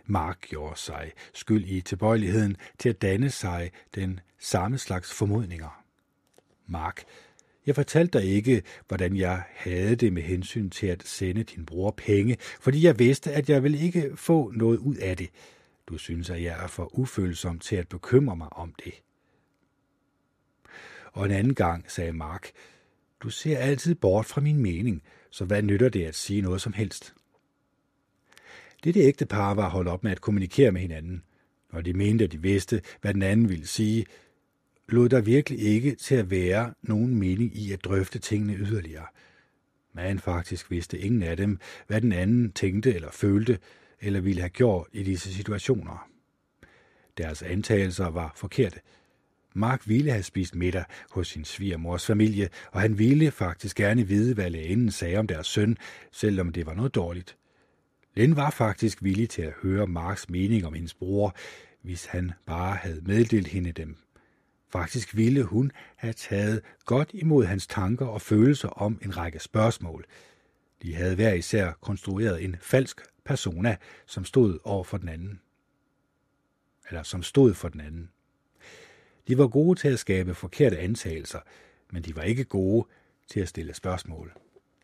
Mark gjorde sig skyld i tilbøjeligheden til at danne sig den samme slags formodninger. Mark, jeg fortalte dig ikke, hvordan jeg havde det med hensyn til at sende din bror penge, fordi jeg vidste, at jeg ville ikke få noget ud af det. Du synes, at jeg er for ufølsom til at bekymre mig om det. Og en anden gang sagde Mark, du ser altid bort fra min mening, så hvad nytter det at sige noget som helst? Dette ægtepar var holdt op med at kommunikere med hinanden. Når de mente, at de vidste, hvad den anden ville sige, lod der virkelig ikke til at være nogen mening i at drøfte tingene yderligere. Men faktisk vidste ingen af dem, hvad den anden tænkte eller følte, eller ville have gjort i disse situationer. Deres antagelser var forkerte. Mark ville have spist middag hos sin svigermors familie, og han ville faktisk gerne vide, hvad lægen sagde om deres søn, selvom det var noget dårligt. Lynn var faktisk villig til at høre Marks mening om hendes bror, hvis han bare havde meddelt hende dem. Faktisk ville hun have taget godt imod hans tanker og følelser om en række spørgsmål. De havde hver især konstrueret en falsk persona, som stod over for den anden. Eller som stod for den anden. De var gode til at skabe forkerte antagelser, men de var ikke gode til at stille spørgsmål.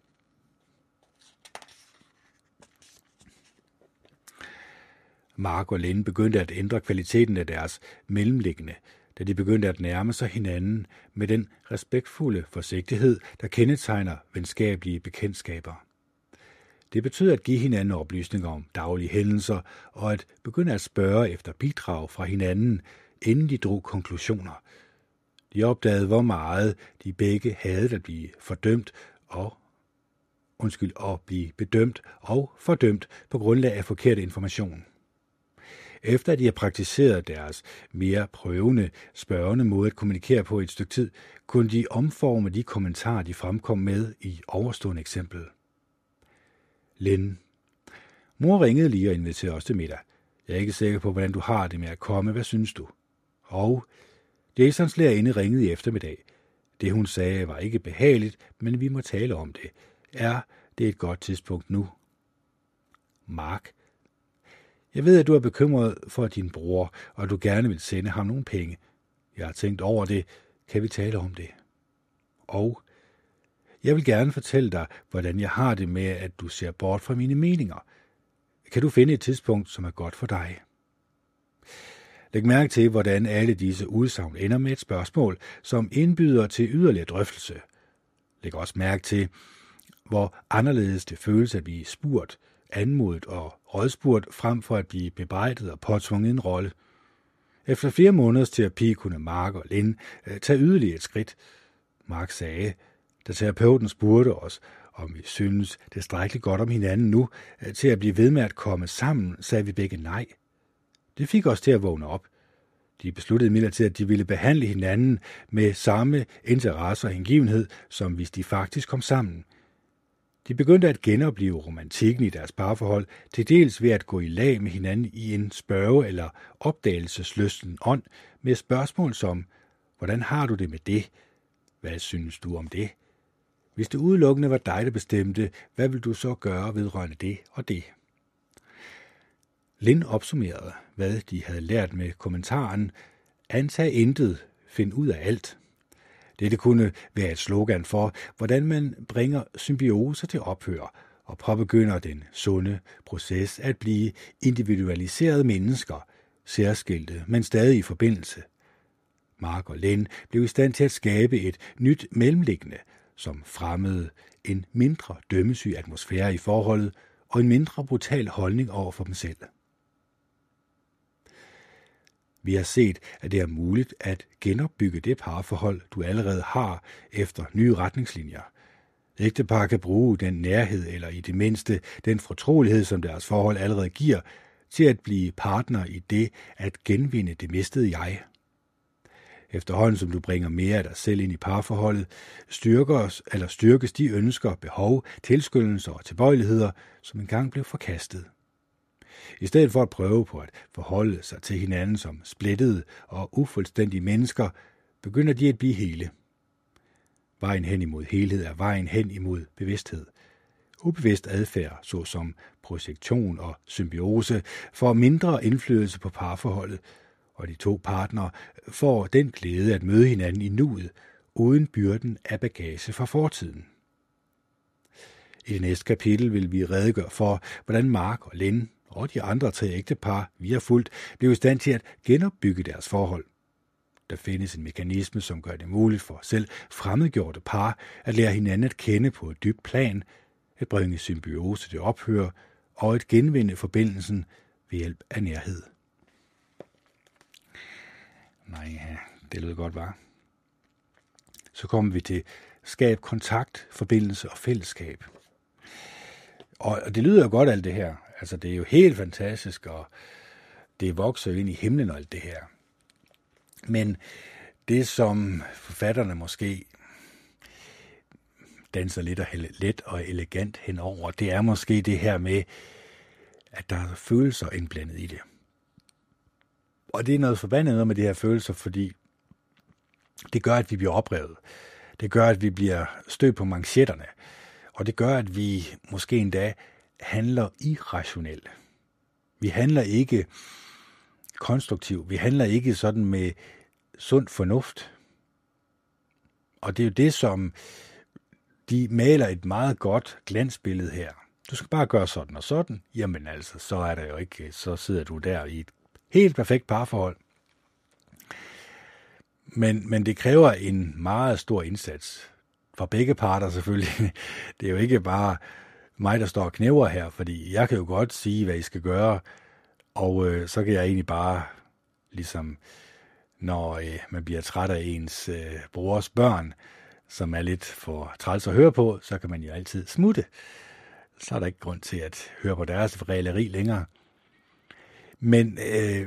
Mark og Lynn begyndte at ændre kvaliteten af deres mellemliggende, da de begyndte at nærme sig hinanden med den respektfulde forsigtighed, der kendetegner venskabelige bekendtskaber. Det betød at give hinanden oplysninger om daglige hændelser og at begynde at spørge efter bidrag fra hinanden, inden de drog konklusioner. De opdagede, hvor meget de begge havde at blive fordømt og undskyld, at blive bedømt og fordømt på grundlag af forkert information. Efter at de har praktiseret deres mere prøvende, spørgende måde at kommunikere på et stykke tid, kunne de omforme de kommentarer, de fremkom med i overstående eksempel. Lynn. Mor ringede lige og inviterede os til middag. Jeg er ikke sikker på, hvordan du har det med at komme. Hvad synes du? Og Jasons lærerinde ringede i eftermiddag. Det hun sagde var ikke behageligt, men vi må tale om det. Er det et godt tidspunkt nu? Mark. Jeg ved, at du er bekymret for din bror, og du gerne vil sende ham nogle penge. Jeg har tænkt over det. Kan vi tale om det? Og jeg vil gerne fortælle dig, hvordan jeg har det med, at du ser bort fra mine meninger. Kan du finde et tidspunkt, som er godt for dig? Læg mærke til, hvordan alle disse udsagn ender med et spørgsmål, som indbyder til yderligere drøftelse. Læg også mærke til, hvor anderledes det føles at blive spurgt, anmodet og rådspurgt frem for at blive bebrejdet og påtvunget en rolle. Efter flere måneders terapi kunne Mark og Lynn tage yderligere et skridt. Mark sagde, da terapeuten spurgte os, om vi synes tilstrækkeligt godt om hinanden nu, til at blive ved med at komme sammen, sagde vi begge nej. Det fik os til at vågne op. De besluttede imidlertid, at de ville behandle hinanden med samme interesse og hengivenhed, som hvis de faktisk kom sammen. De begyndte at genopleve romantikken i deres parforhold, til dels ved at gå i lag med hinanden i en spørge- eller opdagelseslysten ånd med spørgsmål som, hvordan har du det med det? Hvad synes du om det? Hvis det udelukkende var dig, der bestemte, hvad vil du så gøre vedrørende det og det? Lynn opsummerede, hvad de havde lært med kommentaren, antag intet, find ud af alt. Dette kunne være et slogan for, hvordan man bringer symbiose til ophør og påbegynder den sunde proces at blive individualiserede mennesker, særskilte, men stadig i forbindelse. Mark og Lynn blev i stand til at skabe et nyt mellemliggende, som fremmede en mindre dømmesyg atmosfære i forholdet og en mindre brutal holdning over for dem selv. Vi har set, at det er muligt at genopbygge det parforhold, du allerede har efter nye retningslinjer. Ægtepar kan bruge den nærhed eller i det mindste den fortrolighed, som deres forhold allerede giver, til at blive partner i det at genvinde det mistede jeg. Efterhånden som du bringer mere af dig selv ind i parforholdet, styrkes eller styrkes de ønsker, behov, tilskyndelser og tilbøjeligheder, som engang blev forkastet. I stedet for at prøve på at forholde sig til hinanden som splittede og ufuldstændige mennesker, begynder de at blive hele. Vejen hen imod helhed er vejen hen imod bevidsthed. ubevidst adfærd, såsom projektion og symbiose, får mindre indflydelse på parforholdet, og de to partnere får den glæde at møde hinanden i nuet, uden byrden af bagage fra fortiden. I det næste kapitel vil vi redegøre for, hvordan Mark og Lynn og de andre tre ægtepar, vi har fulgt, blev i stand til at genopbygge deres forhold. Der findes en mekanisme, som gør det muligt for selv fremmedgjorte par at lære hinanden at kende på et dybt plan, at bringe symbiose til ophør og at genvinde forbindelsen ved hjælp af nærhed. Nej, det lød godt, var. Så kommer vi til skab kontakt, forbindelse og fællesskab. Og det lyder jo godt alt det her. Altså det er jo helt fantastisk, og det vokser jo ind i himlen og alt det her. Men det, som forfatterne måske danser lidt og let og elegant henover, det er måske det her med, at der er følelser indblandet i det. Og det er noget forbandet noget med de her følelser, fordi det gør, at vi bliver oprevet. Det gør, at vi bliver stødt på manchetterne. Og det gør, at vi måske endda handler irrationelt. Vi handler ikke konstruktivt. Vi handler ikke sådan med sund fornuft. Og det er jo det, som de maler et meget godt glansbillede her. Du skal bare gøre sådan og sådan. Jamen altså, så er der jo ikke, så sidder du der i et helt perfekt parforhold. Men, men det kræver en meget stor indsats fra begge parter selvfølgelig. Det er jo ikke bare mig, der står og knæver her, fordi jeg kan jo godt sige, hvad I skal gøre, og øh, så kan jeg egentlig bare, ligesom når øh, man bliver træt af ens øh, brors børn, som er lidt for træls at høre på, så kan man jo altid smutte. Så er der ikke grund til at høre på deres regleri længere. Men, øh,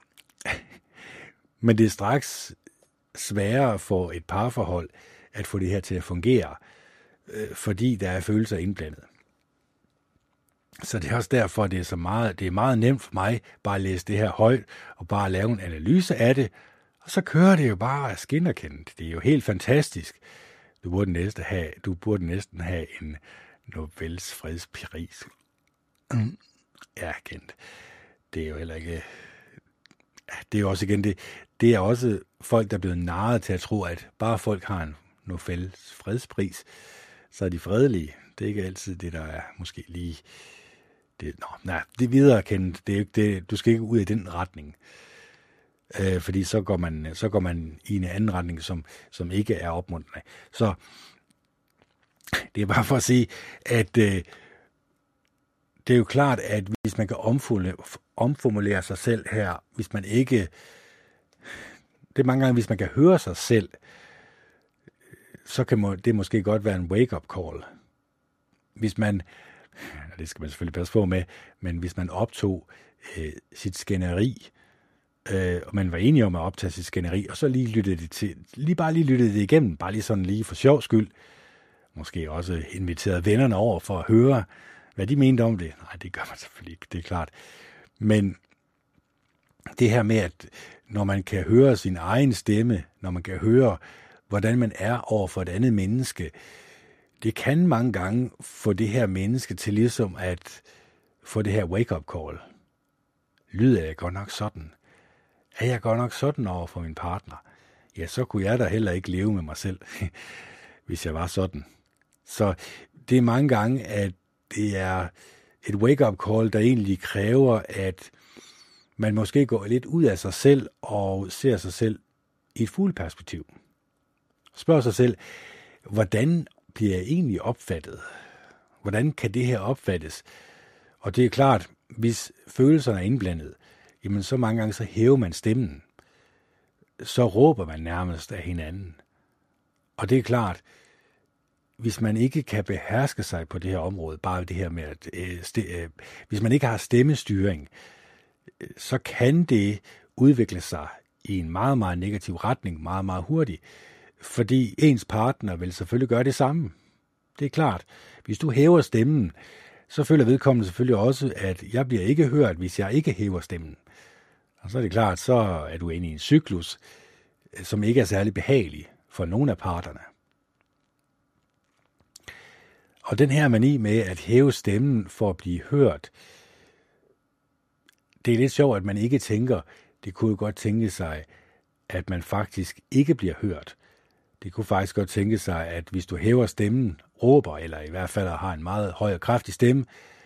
men det er straks sværere for et parforhold at få det her til at fungere, øh, fordi der er følelser indblandet. Så det er også derfor, at det er, så meget, det er meget nemt for mig bare at læse det her højt og bare lave en analyse af det, og så kører det jo bare af skinnerkendt. Det er jo helt fantastisk. Du burde næsten have, du burde næsten have en Nobels fredspris. Mm. Ja, kendt. Det er jo heller ikke... Det er jo også igen det. Det er også folk, der er blevet narret til at tro, at bare folk har en Nobels fredspris, så er de fredelige. Det er ikke altid det, der er måske lige... Det, nå, nej, det er videre kendt. Det er ikke det, du skal ikke ud i den retning. Øh, fordi så går, man, så går man i en anden retning, som, som ikke er opmuntrende. Så det er bare for at sige, at øh, det er jo klart, at hvis man kan omformulere, omformulere sig selv her, hvis man ikke... Det er mange gange, hvis man kan høre sig selv, så kan det måske godt være en wake-up call. Hvis man, det skal man selvfølgelig passe på med, men hvis man optog øh, sit skænderi, øh, og man var enige om at optage sit skænderi, og så lige lyttede det til, lige bare lige lyttede det igennem, bare lige sådan lige for sjov skyld, måske også inviterede vennerne over for at høre, hvad de mente om det. Nej, det gør man selvfølgelig ikke, det er klart. Men det her med, at når man kan høre sin egen stemme, når man kan høre, hvordan man er over for et andet menneske, det kan mange gange få det her menneske til ligesom at få det her wake-up call. Lyder jeg godt nok sådan? Er jeg godt nok sådan over for min partner? Ja, så kunne jeg da heller ikke leve med mig selv, hvis jeg var sådan. Så det er mange gange, at det er et wake-up call, der egentlig kræver, at man måske går lidt ud af sig selv og ser sig selv i et fugleperspektiv. Spørg sig selv, hvordan bliver jeg egentlig opfattet? Hvordan kan det her opfattes? Og det er klart, hvis følelserne er indblandet, jamen så mange gange så hæver man stemmen. Så råber man nærmest af hinanden. Og det er klart, hvis man ikke kan beherske sig på det her område, bare det her med, at øh, st- øh, hvis man ikke har stemmestyring, så kan det udvikle sig i en meget, meget negativ retning, meget, meget hurtigt. Fordi ens partner vil selvfølgelig gøre det samme. Det er klart. Hvis du hæver stemmen, så føler vedkommende selvfølgelig også, at jeg bliver ikke hørt, hvis jeg ikke hæver stemmen. Og så er det klart, så er du inde i en cyklus, som ikke er særlig behagelig for nogen af parterne. Og den her mani med at hæve stemmen for at blive hørt, det er lidt sjovt, at man ikke tænker, det kunne jo godt tænke sig, at man faktisk ikke bliver hørt. Det kunne faktisk godt tænke sig, at hvis du hæver stemmen, råber, eller i hvert fald har en meget høj og kraftig stemme,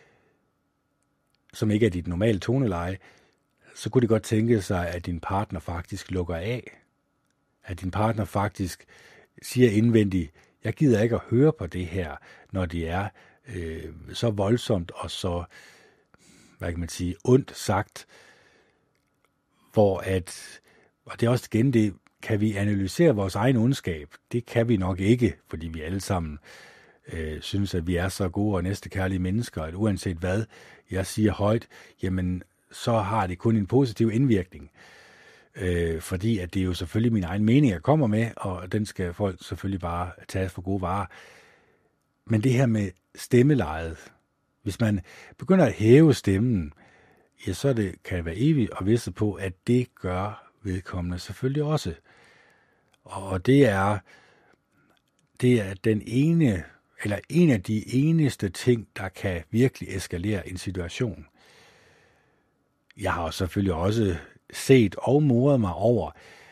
som ikke er dit normale toneleje, så kunne det godt tænke sig, at din partner faktisk lukker af. At din partner faktisk siger indvendigt, jeg gider ikke at høre på det her, når det er øh, så voldsomt og så, hvad kan man sige, ondt sagt, hvor at, og det er også igen det, kan vi analysere vores egen ondskab? Det kan vi nok ikke, fordi vi alle sammen øh, synes, at vi er så gode og næstekærlige mennesker, at uanset hvad jeg siger højt, jamen så har det kun en positiv indvirkning. Øh, fordi at det er jo selvfølgelig min egen mening, jeg kommer med, og den skal folk selvfølgelig bare tage for gode varer. Men det her med stemmelejet, hvis man begynder at hæve stemmen, ja, så det, kan det være evigt og visse på, at det gør vedkommende selvfølgelig også. Og det er, det er den ene, eller en af de eneste ting, der kan virkelig eskalere en situation. Jeg har selvfølgelig også set og moret mig over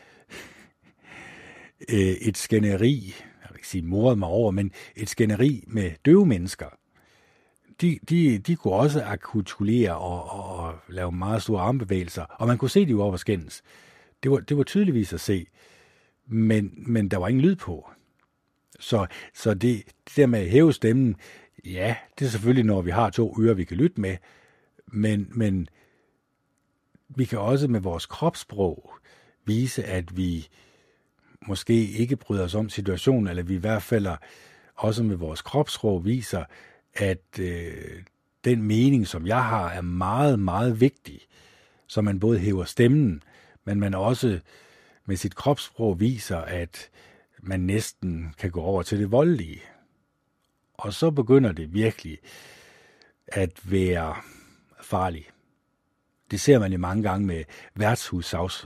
et skænderi, jeg vil ikke sige moret mig over, men et skænderi med døve mennesker. De, de, de kunne også artikulere og, og, og lave meget store armbevægelser, og man kunne se, de jo over skændes. Det var, det var tydeligvis at se, men, men der var ingen lyd på. Så, så det, det der med at hæve stemmen, ja, det er selvfølgelig, når vi har to ører, vi kan lytte med, men, men vi kan også med vores kropssprog vise, at vi måske ikke bryder os om situationen, eller vi i hvert fald også med vores kropssprog viser, at øh, den mening, som jeg har, er meget, meget vigtig, så man både hæver stemmen, men man også med sit kropssprog viser, at man næsten kan gå over til det voldelige. Og så begynder det virkelig at være farligt. Det ser man jo mange gange med værtshus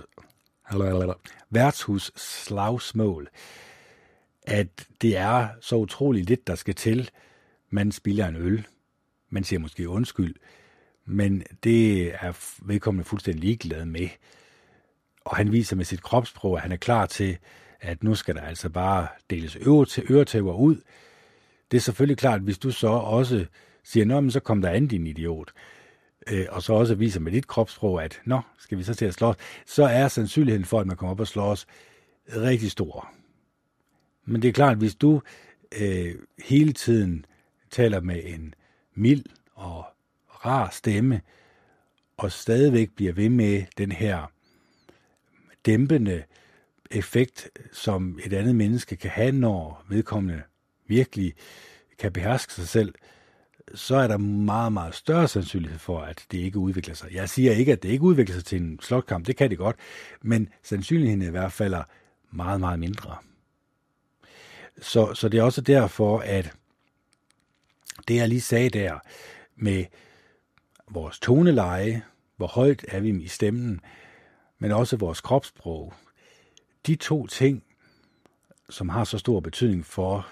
værtshusslagsmål, at det er så utroligt lidt, der skal til. Man spilder en øl, man siger måske undskyld, men det er vedkommende fuldstændig ligeglad med. Og han viser med sit kropssprog, at han er klar til, at nu skal der altså bare deles øretæver ud. Det er selvfølgelig klart, at hvis du så også siger, nå, men så kom der an, din idiot, og så også viser med dit kropssprog, at nå, skal vi så til at slås, så er sandsynligheden for, at man kommer op og slås, rigtig stor. Men det er klart, at hvis du øh, hele tiden taler med en mild og rar stemme, og stadigvæk bliver ved med den her dæmpende effekt, som et andet menneske kan have, når vedkommende virkelig kan beherske sig selv, så er der meget, meget større sandsynlighed for, at det ikke udvikler sig. Jeg siger ikke, at det ikke udvikler sig til en slåskamp, det kan det godt, men sandsynligheden er i hvert fald meget, meget mindre. Så, så det er også derfor, at det jeg lige sagde der med vores toneleje, hvor højt er vi i stemmen, men også vores kropssprog, de to ting, som har så stor betydning for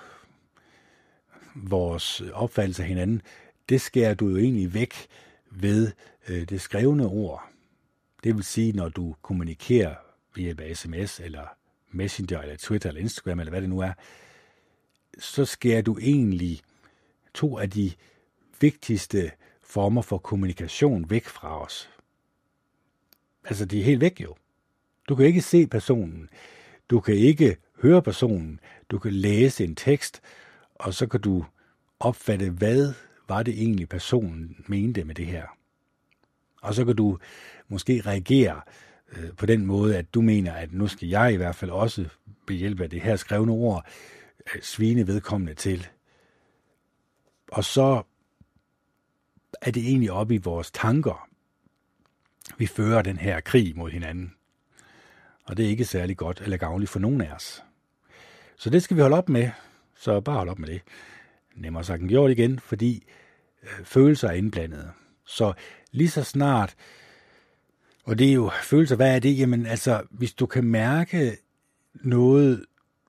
vores opfattelse af hinanden, det skærer du jo egentlig væk ved øh, det skrevne ord. Det vil sige, når du kommunikerer ved hjælp af sms, eller Messenger, eller Twitter, eller Instagram, eller hvad det nu er, så skærer du egentlig to af de vigtigste former for kommunikation væk fra os. Altså, de er helt væk jo. Du kan ikke se personen. Du kan ikke høre personen. Du kan læse en tekst, og så kan du opfatte, hvad var det egentlig personen mente med det her. Og så kan du måske reagere øh, på den måde, at du mener, at nu skal jeg i hvert fald også ved hjælp af det her skrevne ord øh, svine vedkommende til. Og så er det egentlig oppe i vores tanker, vi fører den her krig mod hinanden. Og det er ikke særlig godt eller gavnligt for nogen af os. Så det skal vi holde op med. Så bare hold op med det. Nemmere sagt end gjort igen, fordi øh, følelser er indblandet. Så lige så snart, og det er jo følelser, hvad er det? Jamen altså, hvis du kan mærke noget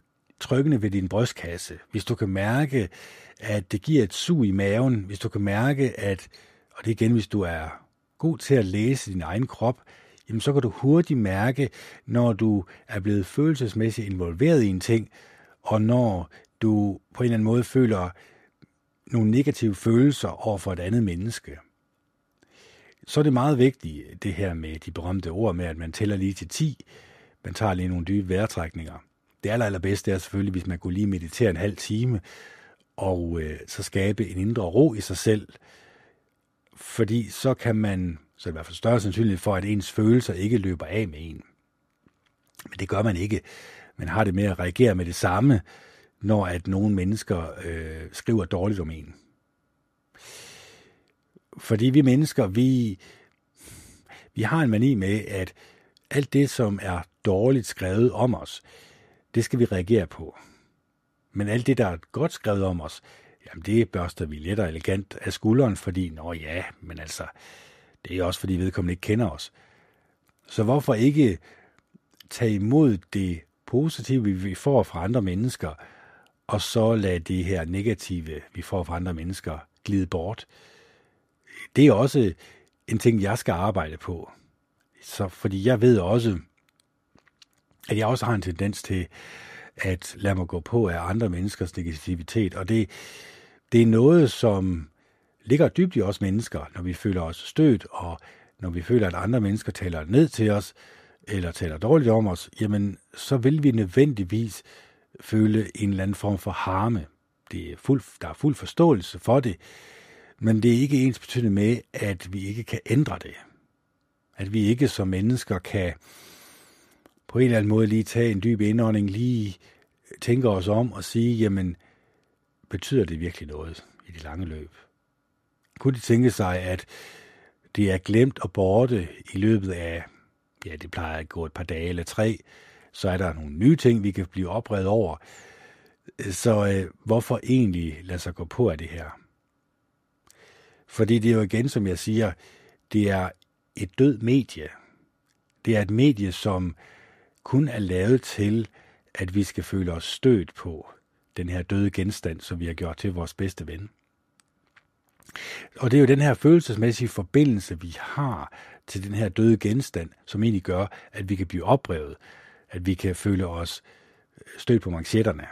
trykkende ved din brystkasse, hvis du kan mærke, at det giver et sug i maven, hvis du kan mærke, at, og det er igen, hvis du er god til at læse din egen krop, jamen så kan du hurtigt mærke, når du er blevet følelsesmæssigt involveret i en ting, og når du på en eller anden måde føler nogle negative følelser over for et andet menneske. Så er det meget vigtigt, det her med de berømte ord med, at man tæller lige til ti, man tager lige nogle dybe vejrtrækninger. Det aller, allerbedste er selvfølgelig, hvis man kunne lige meditere en halv time, og øh, så skabe en indre ro i sig selv, fordi så kan man, så er det i hvert fald større sandsynlighed for, at ens følelser ikke løber af med en. Men det gør man ikke. Man har det med at reagere med det samme, når at nogle mennesker øh, skriver dårligt om en. Fordi vi mennesker, vi, vi har en mani med, at alt det, som er dårligt skrevet om os, det skal vi reagere på. Men alt det, der er godt skrevet om os, jamen det børster vi let og elegant af skulderen, fordi, nå ja, men altså, det er også fordi vedkommende ikke kender os. Så hvorfor ikke tage imod det positive, vi får fra andre mennesker, og så lade det her negative, vi får fra andre mennesker, glide bort. Det er også en ting, jeg skal arbejde på. Så, fordi jeg ved også, at jeg også har en tendens til at lade mig gå på af andre menneskers negativitet. Og det, det er noget, som ligger dybt i os mennesker, når vi føler os stødt, og når vi føler, at andre mennesker taler ned til os, eller taler dårligt om os, jamen så vil vi nødvendigvis føle en eller anden form for harme. Det er fuld, der er fuld forståelse for det, men det er ikke ens betydende med, at vi ikke kan ændre det. At vi ikke som mennesker kan på en eller anden måde lige tage en dyb indånding, lige tænke os om og sige, jamen, betyder det virkelig noget i det lange løb? Kunne de tænke sig, at det er glemt og borte i løbet af, ja, det plejer at gå et par dage eller tre, så er der nogle nye ting, vi kan blive oprevet over. Så øh, hvorfor egentlig lade sig gå på af det her? Fordi det er jo igen, som jeg siger, det er et død medie. Det er et medie, som kun er lavet til, at vi skal føle os stødt på den her døde genstand, som vi har gjort til vores bedste ven. Og det er jo den her følelsesmæssige forbindelse, vi har til den her døde genstand, som egentlig gør, at vi kan blive oprevet, at vi kan føle os stødt på manchetterne.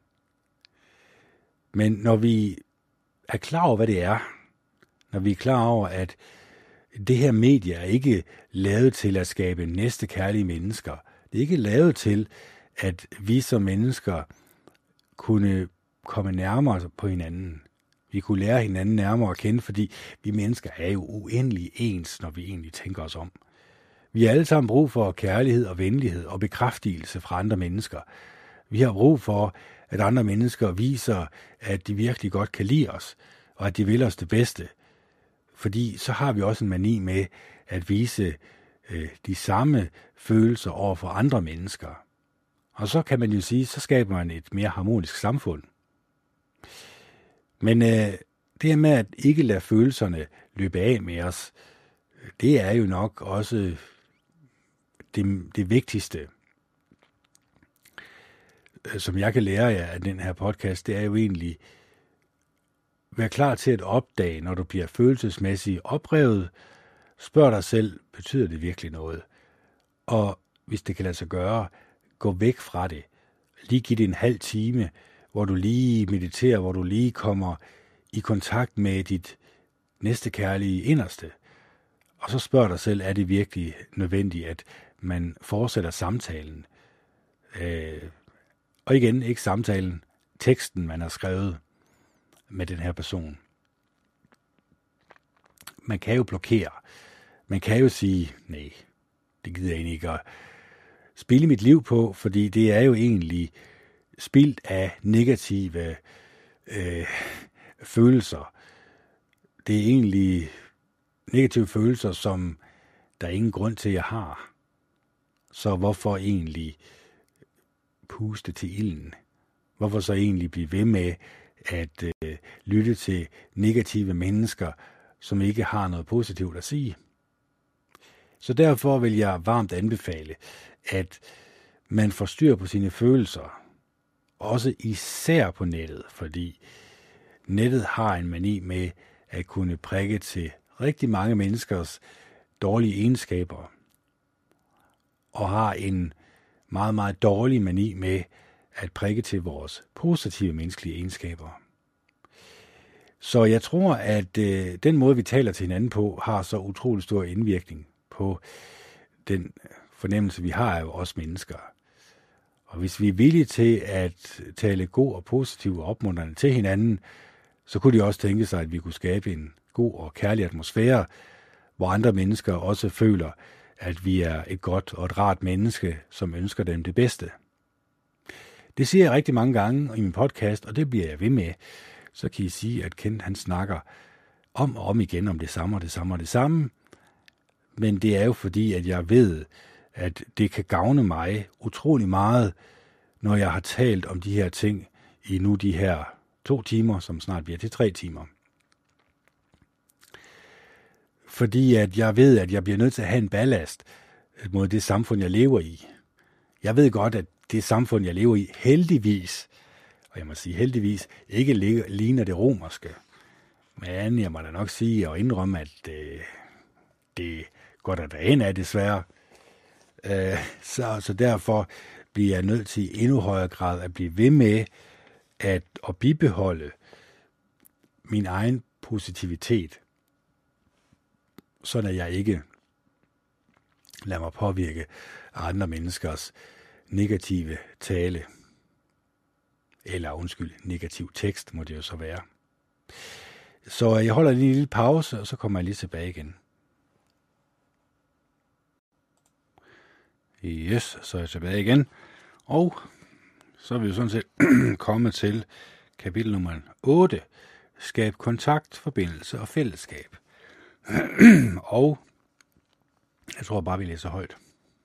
Men når vi er klar over, hvad det er, når vi er klar over, at det her medie er ikke lavet til at skabe næste kærlige mennesker, det er ikke lavet til, at vi som mennesker kunne komme nærmere på hinanden. Vi kunne lære hinanden nærmere at kende, fordi vi mennesker er jo uendelig ens, når vi egentlig tænker os om. Vi har alle sammen brug for kærlighed og venlighed og bekræftelse fra andre mennesker. Vi har brug for, at andre mennesker viser, at de virkelig godt kan lide os, og at de vil os det bedste. Fordi så har vi også en mani med at vise øh, de samme følelser over for andre mennesker. Og så kan man jo sige, så skaber man et mere harmonisk samfund. Men øh, det her med at ikke lade følelserne løbe af med os, det er jo nok også det, det vigtigste, som jeg kan lære jer af den her podcast, det er jo egentlig være klar til at opdage, når du bliver følelsesmæssigt oprevet. Spørg dig selv, betyder det virkelig noget? Og hvis det kan lade sig gøre, gå væk fra det. Lige giv det en halv time, hvor du lige mediterer, hvor du lige kommer i kontakt med dit næstekærlige inderste. Og så spørg dig selv, er det virkelig nødvendigt, at man fortsætter samtalen? Øh, og igen, ikke samtalen, teksten, man har skrevet med den her person. Man kan jo blokere. Man kan jo sige, nej, det gider jeg egentlig ikke at spilde mit liv på, fordi det er jo egentlig spildt af negative øh, følelser. Det er egentlig negative følelser, som der er ingen grund til, at jeg har. Så hvorfor egentlig puste til ilden? Hvorfor så egentlig blive ved med at øh, lytte til negative mennesker, som ikke har noget positivt at sige? Så derfor vil jeg varmt anbefale, at man får styr på sine følelser, også især på nettet, fordi nettet har en mani med at kunne prikke til rigtig mange menneskers dårlige egenskaber, og har en meget, meget dårlig mani med at prikke til vores positive menneskelige egenskaber. Så jeg tror, at øh, den måde, vi taler til hinanden på, har så utrolig stor indvirkning på den fornemmelse, vi har af os mennesker. Og hvis vi er villige til at tale god og positiv og opmuntrende til hinanden, så kunne de også tænke sig, at vi kunne skabe en god og kærlig atmosfære, hvor andre mennesker også føler, at vi er et godt og et rart menneske, som ønsker dem det bedste. Det siger jeg rigtig mange gange i min podcast, og det bliver jeg ved med. Så kan I sige, at Kent han snakker om og om igen om det samme og det samme og det samme. Men det er jo fordi, at jeg ved, at det kan gavne mig utrolig meget, når jeg har talt om de her ting i nu de her to timer, som snart bliver til tre timer. Fordi at jeg ved, at jeg bliver nødt til at have en ballast mod det samfund, jeg lever i. Jeg ved godt, at det samfund, jeg lever i, heldigvis, og jeg må sige heldigvis, ikke ligner det romerske. Men jeg må da nok sige og indrømme, at det, det går der derhen af desværre. Så, så derfor bliver jeg nødt til i endnu højere grad at blive ved med at, at bibeholde min egen positivitet, sådan at jeg ikke lader mig påvirke af andre menneskers negative tale. Eller undskyld, negativ tekst må det jo så være. Så jeg holder lige en lille pause, og så kommer jeg lige tilbage igen. Yes, så er jeg tilbage igen. Og så er vi jo sådan set kommet til kapitel nummer otte. Skab kontakt, forbindelse og fællesskab. Og jeg tror bare, vi læser højt.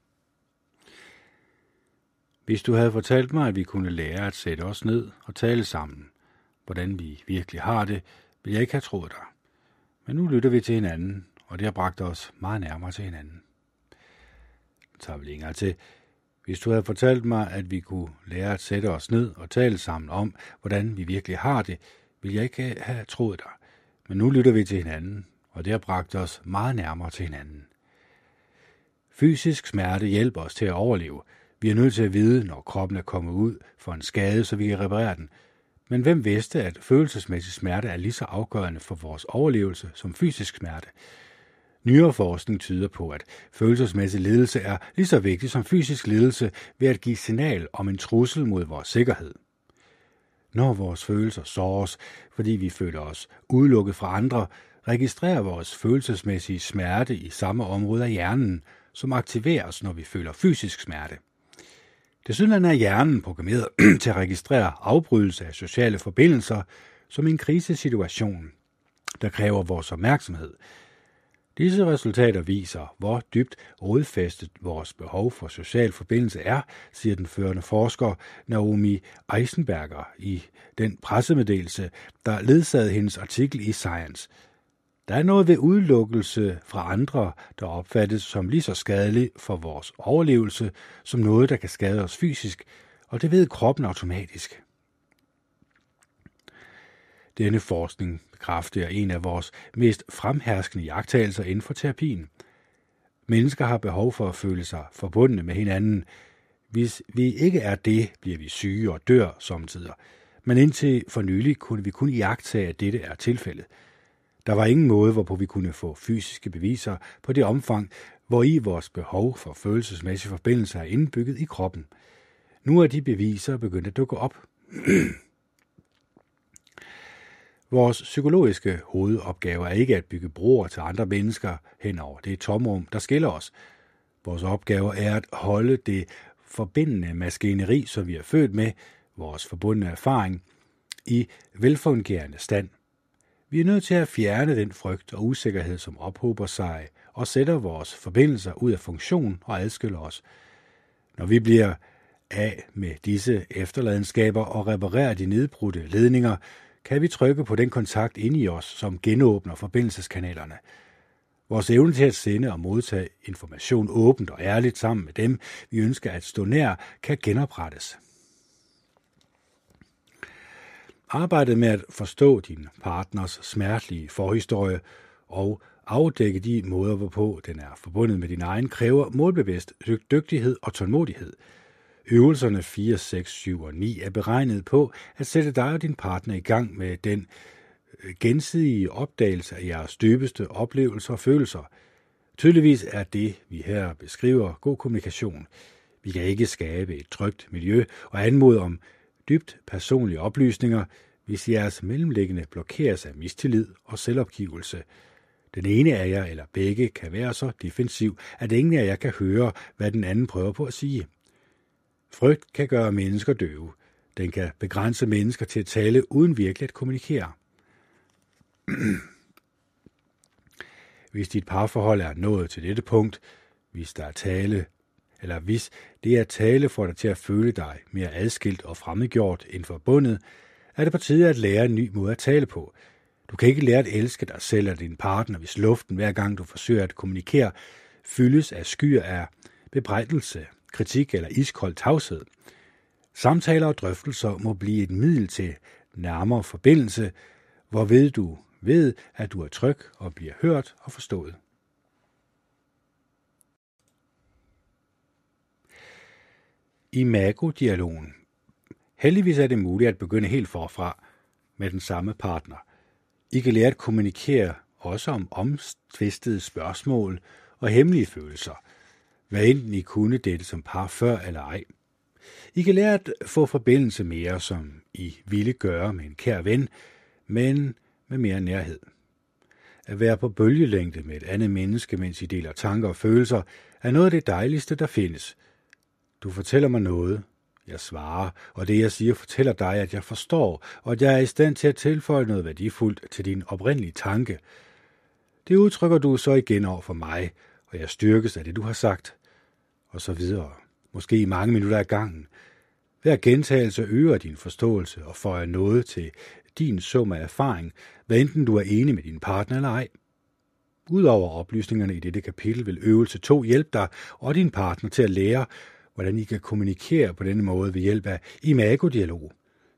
Hvis du havde fortalt mig, at vi kunne lære at sætte os ned og tale sammen, hvordan vi virkelig har det, ville jeg ikke have troet dig. Men nu lytter vi til hinanden, og det har bragt os meget nærmere til hinanden. Så tager vi længere til. Hvis du havde fortalt mig, at vi kunne lære at sætte os ned og tale sammen om, hvordan vi virkelig har det, ville jeg ikke have troet dig. Men nu lytter vi til hinanden, og det har bragt os meget nærmere til hinanden. Fysisk smerte hjælper os til at overleve. Vi er nødt til at vide, når kroppen er kommet ud for en skade, så vi kan reparere den. Men hvem vidste, at følelsesmæssig smerte er lige så afgørende for vores overlevelse som fysisk smerte? Nyere forskning tyder på, at følelsesmæssig lidelse er lige så vigtig som fysisk lidelse ved at give signal om en trussel mod vores sikkerhed. Når vores følelser såres, fordi vi føler os udelukket fra andre, registrerer vores følelsesmæssige smerte i samme område af hjernen, som aktiveres, når vi føler fysisk smerte. Desuden er hjernen programmeret til at registrere afbrydelse af sociale forbindelser som en krisesituation, der kræver vores opmærksomhed. Disse resultater viser, hvor dybt rodfæstet vores behov for social forbindelse er, siger den førende forsker Naomi Eisenberger i den pressemeddelelse, der ledsagede hendes artikel i Science. Der er noget ved udelukkelse fra andre, der opfattes som lige så skadelig for vores overlevelse, som noget, der kan skade os fysisk, og det ved kroppen automatisk. Denne forskning bekræfter en af vores mest fremherskende iagttagelser inden for terapien. Mennesker har behov for at føle sig forbundne med hinanden. Hvis vi ikke er det, bliver vi syge og dør samtidig. Men indtil for nylig kunne vi kun iagttage, at dette er tilfældet. Der var ingen måde, hvorpå vi kunne få fysiske beviser på det omfang, hvor i vores behov for følelsesmæssige forbindelser er indbygget i kroppen. Nu er de beviser begyndt at dukke op. Vores psykologiske hovedopgave er ikke at bygge broer til andre mennesker hen over det tomrum, der skiller os. Vores opgave er at holde det forbindende maskineri, som vi er født med, vores forbundne erfaring, i velfungerende stand. Vi er nødt til at fjerne den frygt og usikkerhed, som ophober sig og sætter vores forbindelser ud af funktion og adskiller os. Når vi bliver af med disse efterladenskaber og reparerer de nedbrudte ledninger, kan vi trykke på den kontakt inde i os, som genåbner forbindelseskanalerne. Vores evne til at sende og modtage information åbent og ærligt sammen med dem, vi ønsker at stå nær, kan genoprettes. Arbejdet med at forstå din partners smertelige forhistorie og afdække de måder, hvorpå den er forbundet med din egen, kræver målbevidst dygtighed og tålmodighed. Øvelserne fire, seks, syv og ni er beregnet på at sætte dig og din partner i gang med den gensidige opdagelse af jeres dybeste oplevelser og følelser. Tydeligvis er det, vi her beskriver, god kommunikation. Vi kan ikke skabe et trygt miljø og anmode om dybt personlige oplysninger, hvis jeres mellemliggende blokeres af mistillid og selvopgivelse. Den ene af jer eller begge kan være så defensiv, at ingen af jer kan høre, hvad den anden prøver på at sige. Frygt kan gøre mennesker døve. Den kan begrænse mennesker til at tale uden virkelig at kommunikere. Hvis dit parforhold er nået til dette punkt, hvis der er tale, eller hvis det er tale får dig til at føle dig mere adskilt og fremmedgjort end forbundet, er det på tide at lære en ny måde at tale på. Du kan ikke lære at elske dig selv eller din partner, hvis luften hver gang du forsøger at kommunikere fyldes af skyer af bebrejdelse, kritik eller iskold tavshed. Samtaler og drøftelser må blive et middel til nærmere forbindelse, hvorved du ved, at du er tryg og bliver hørt og forstået. Imago-dialogen. Heldigvis er det muligt at begynde helt forfra med den samme partner. I kan lære at kommunikere også om omtvistede spørgsmål og hemmelige følelser, hvad enten I kunne dette som par før eller ej. I kan lære at få forbindelse mere, som I ville gøre med en kær ven, men med mere nærhed. At være på bølgelængde med et andet menneske, mens I deler tanker og følelser, er noget af det dejligste, der findes. Du fortæller mig noget, jeg svarer, og det jeg siger fortæller dig, at jeg forstår, og at jeg er i stand til at tilføje noget værdifuldt til din oprindelige tanke. Det udtrykker du så igen over for mig, og jeg styrkes af det, du har sagt, og så videre. Måske i mange minutter ad gangen. Hver gentagelse øger din forståelse og føjer noget til din sum af erfaring, hvad enten du er enig med din partner eller ej. Udover oplysningerne i dette kapitel vil øvelse to hjælpe dig og din partner til at lære, hvordan I kan kommunikere på denne måde ved hjælp af imago-dialog.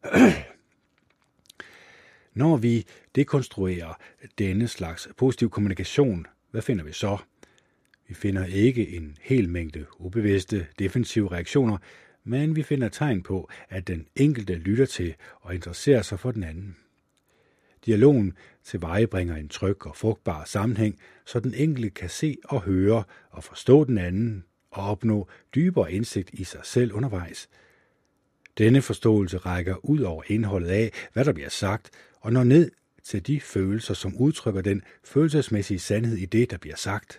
Når vi dekonstruerer denne slags positiv kommunikation, hvad finder vi så? Vi finder ikke en hel mængde ubevidste, defensive reaktioner, men vi finder tegn på, at den enkelte lytter til og interesserer sig for den anden. Dialogen tilvejebringer en tryg og frugtbar sammenhæng, så den enkelte kan se og høre og forstå den anden og opnå dybere indsigt i sig selv undervejs. Denne forståelse rækker ud over indholdet af, hvad der bliver sagt, og når ned til de følelser, som udtrykker den følelsesmæssige sandhed i det, der bliver sagt.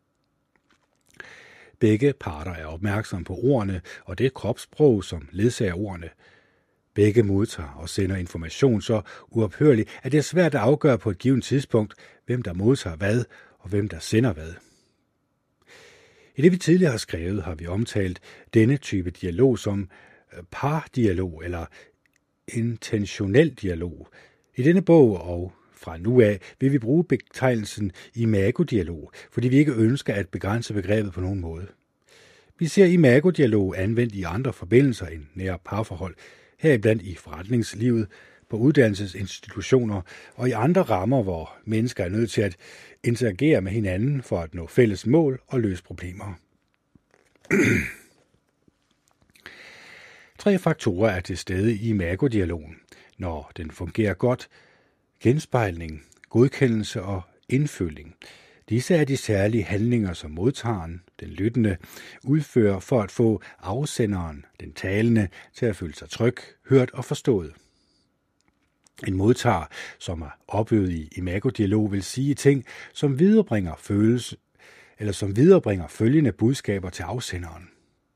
Begge parter er opmærksomme på ordene og det kropssprog, som ledsager ordene. Begge modtager og sender information så uophørligt, at det er svært at afgøre på et givet tidspunkt, hvem der modtager hvad og hvem der sender hvad. I det vi tidligere har skrevet, har vi omtalt denne type dialog som pardialog eller intentionel dialog. I denne bog og fra nu af vil vi bruge betegnelsen imago-dialog, fordi vi ikke ønsker at begrænse begrebet på nogen måde. Vi ser imago-dialog anvendt i andre forbindelser end nære parforhold, heriblandt i forretningslivet, på uddannelsesinstitutioner og i andre rammer, hvor mennesker er nødt til at interagere med hinanden for at nå fælles mål og løse problemer. Tre faktorer er til stede i imago-dialogen, når den fungerer godt: genspejling, godkendelse og indføling. Disse er de særlige handlinger, som modtageren, den lyttende, udfører for at få afsenderen, den talende, til at føle sig tryg, hørt og forstået. En modtager, som er opøvet i imago-dialog, vil sige ting, som viderebringer følelse, eller som viderebringer følgende budskaber til afsenderen.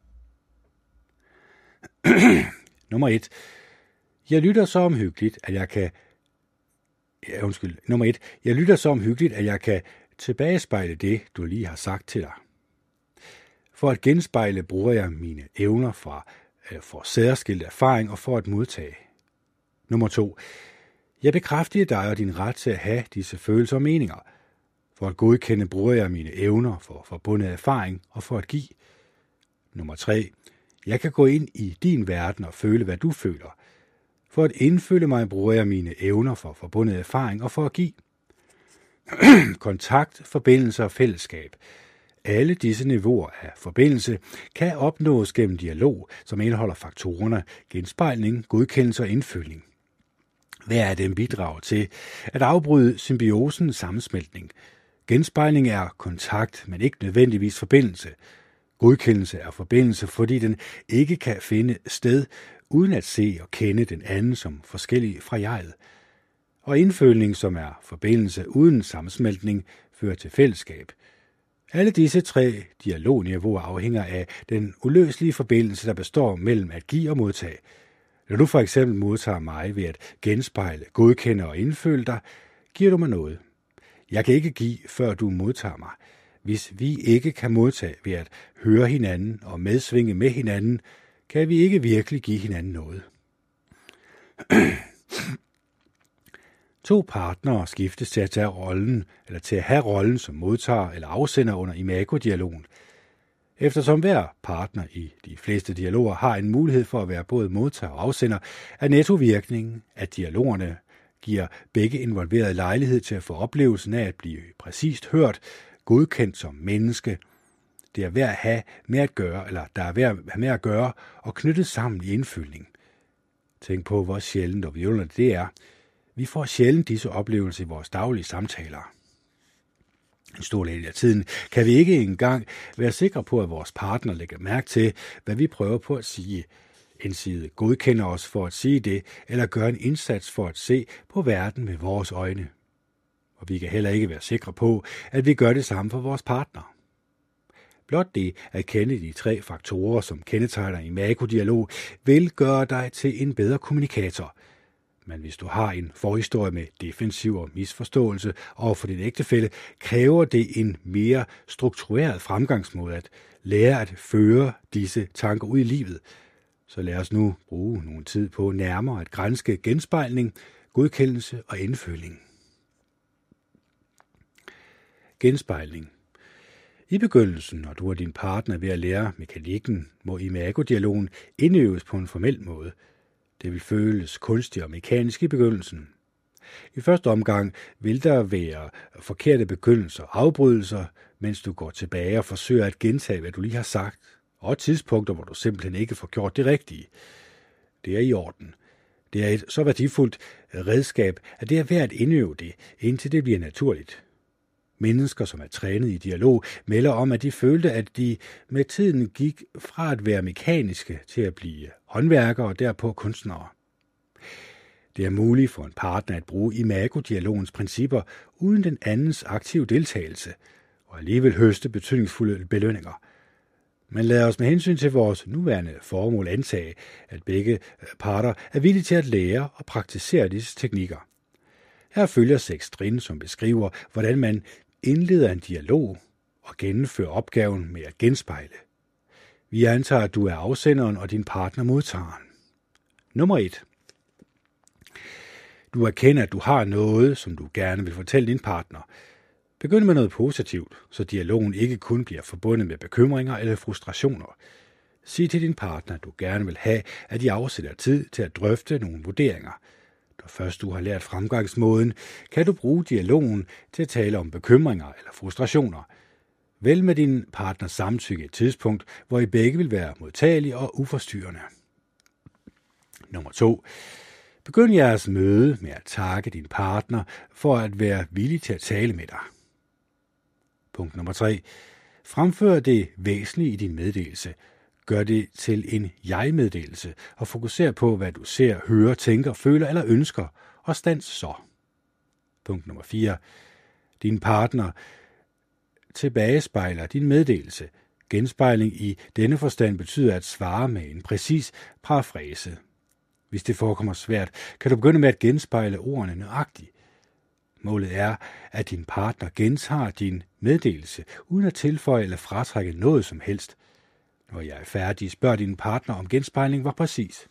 Nummer et. Jeg lytter så omhyggeligt, at jeg kan Ja, undskyld. Nummer et. Jeg lytter så omhyggeligt, at jeg kan tilbagespejle det, du lige har sagt til dig. For at genspejle bruger jeg mine evner fra for særskilt erfaring og for at modtage. Nummer to. Jeg bekræfter dig og din ret til at have disse følelser og meninger. For at godkende bruger jeg mine evner for forbundet erfaring og for at give. Nummer tre. Jeg kan gå ind i din verden og føle, hvad du føler. For at indfølge mig bruger jeg mine evner for forbundet erfaring og for at give. Kontakt, forbindelse og fællesskab. Alle disse niveauer af forbindelse kan opnås gennem dialog, som indeholder faktorerne genspejling, godkendelse og indføling. Hver af dem bidrager til at afbryde symbiosen sammensmeltning. Genspejling er kontakt, men ikke nødvendigvis forbindelse. Godkendelse er forbindelse, fordi den ikke kan finde sted uden at se og kende den anden som forskellig fra jeget. Og indføling, som er forbindelse uden sammensmeltning, fører til fællesskab. Alle disse tre dialogniveauer afhænger af den uløselige forbindelse, der består mellem at give og modtage. Når du for eksempel modtager mig ved at genspejle, godkende og indføle dig, giver du mig noget. Jeg kan ikke give, før du modtager mig. Hvis vi ikke kan modtage ved at høre hinanden og medsvinge med hinanden, kan vi ikke virkelig give hinanden noget. To partnere skiftes til at tage rollen, eller til at have rollen som modtager eller afsender under imago-dialogen. Eftersom hver partner i de fleste dialoger har en mulighed for at være både modtager og afsender, er nettovirkningen, at dialogerne giver begge involverede lejlighed til at få oplevelsen af at blive præcist hørt, godkendt som menneske. Det er værd at have med at gøre, eller der er værd at have med at gøre og knyttet sammen i indfyldning. Tænk på, hvor sjældent og vidunderligt det er. Vi får sjældent disse oplevelser i vores daglige samtaler. En stor del af tiden kan vi ikke engang være sikre på, at vores partner lægger mærke til, hvad vi prøver på at sige. En side godkender os for at sige det, eller gøre en indsats for at se på verden med vores øjne. Og vi kan heller ikke være sikre på, at vi gør det samme for vores partner. Blot det at kende de tre faktorer, som kendetegner imago-dialog, vil gøre dig til en bedre kommunikator. Men hvis du har en forhistorie med defensiv og misforståelse over for din ægtefælle, kræver det en mere struktureret fremgangsmåde at lære at føre disse tanker ud i livet. Så lad os nu bruge nogle tid på nærmere at granske genspejling, godkendelse og indføling. Genspejling. I begyndelsen, når du og din partner er ved at lære mekanikken, må imago-dialogen indøves på en formel måde. Det vil føles kunstigt og mekanisk i begyndelsen. I første omgang vil der være forkerte begyndelser og afbrydelser, mens du går tilbage og forsøger at gentage, hvad du lige har sagt, og tidspunkter, hvor du simpelthen ikke får gjort det rigtige. Det er i orden. Det er et så værdifuldt redskab, at det er værd at indøve det, indtil det bliver naturligt. Mennesker, som er trænet i dialog, melder om, at de følte, at de med tiden gik fra at være mekaniske til at blive håndværkere og derpå kunstnere. Det er muligt for en partner at bruge imago-dialogens principper uden den andens aktive deltagelse, og alligevel høste betydningsfulde belønninger. Men lad os med hensyn til vores nuværende formål antage, at begge parter er villige til at lære og praktisere disse teknikker. Her følger seks trin, som beskriver, hvordan man indleder en dialog og gennemfører opgaven med at genspejle. Vi antager, at du er afsenderen og din partner modtageren. Nummer et. Du erkender, at du har noget, som du gerne vil fortælle din partner. Begynd med noget positivt, så dialogen ikke kun bliver forbundet med bekymringer eller frustrationer. Sig til din partner, at du gerne vil have, at de afsætter tid til at drøfte nogle vurderinger. Når først du har lært fremgangsmåden, kan du bruge dialogen til at tale om bekymringer eller frustrationer. Vælg med din partners samtykke et tidspunkt, hvor I begge vil være modtagelige og uforstyrrende. Nummer to. Begynd jeres møde med at takke din partner for at være villig til at tale med dig. Punkt nummer tre. Fremfør det væsentlige i din meddelelse. Gør det til en jeg-meddelelse og fokuser på, hvad du ser, hører, tænker, føler eller ønsker, og stands så. Punkt nummer fire. Din partner tilbagespejler din meddelelse. Genspejling i denne forstand betyder at svare med en præcis parafrase. Hvis det forekommer svært, kan du begynde med at genspejle ordene nøjagtigt. Målet er, at din partner gentager din meddelelse, uden at tilføje eller fratrække noget som helst. Når jeg er færdig, spørg din partner, om genspejling var præcis.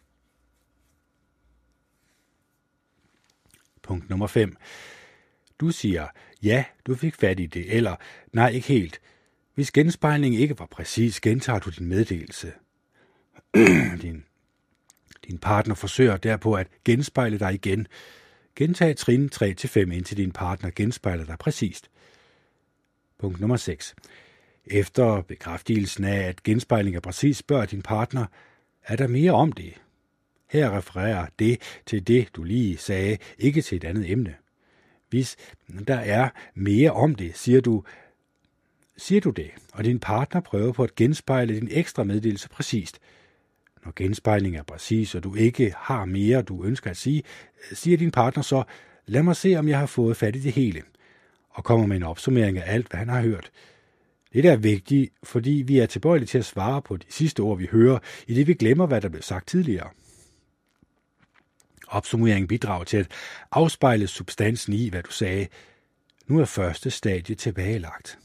Punkt nummer fem. Du siger, ja, du fik fat i det, eller nej, ikke helt. Hvis genspejling ikke var præcis, gentager du din meddelelse. din, Din partner forsøger derpå at genspejle dig igen. Gentag trin tre til fem, indtil din partner genspejler dig præcist. Punkt nummer seks. Efter bekræftelsen af, at genspejling er præcis, spørger din partner, er der mere om det? Her refererer det til det, du lige sagde, ikke til et andet emne. Hvis der er mere om det, siger du, siger du det, og din partner prøver på at genspejle din ekstra meddelelse præcist. Når genspejling er præcis, og du ikke har mere, du ønsker at sige, siger din partner så, lad mig se, om jeg har fået fat i det hele, og kommer med en opsummering af alt, hvad han har hørt. Det er vigtigt, fordi vi er tilbøjelige til at svare på de sidste ord, vi hører, i det vi glemmer, hvad der blev sagt tidligere. Opsummeringen bidrager til at afspejle substansen i, hvad du sagde. Nu er første stadie tilbagelagt.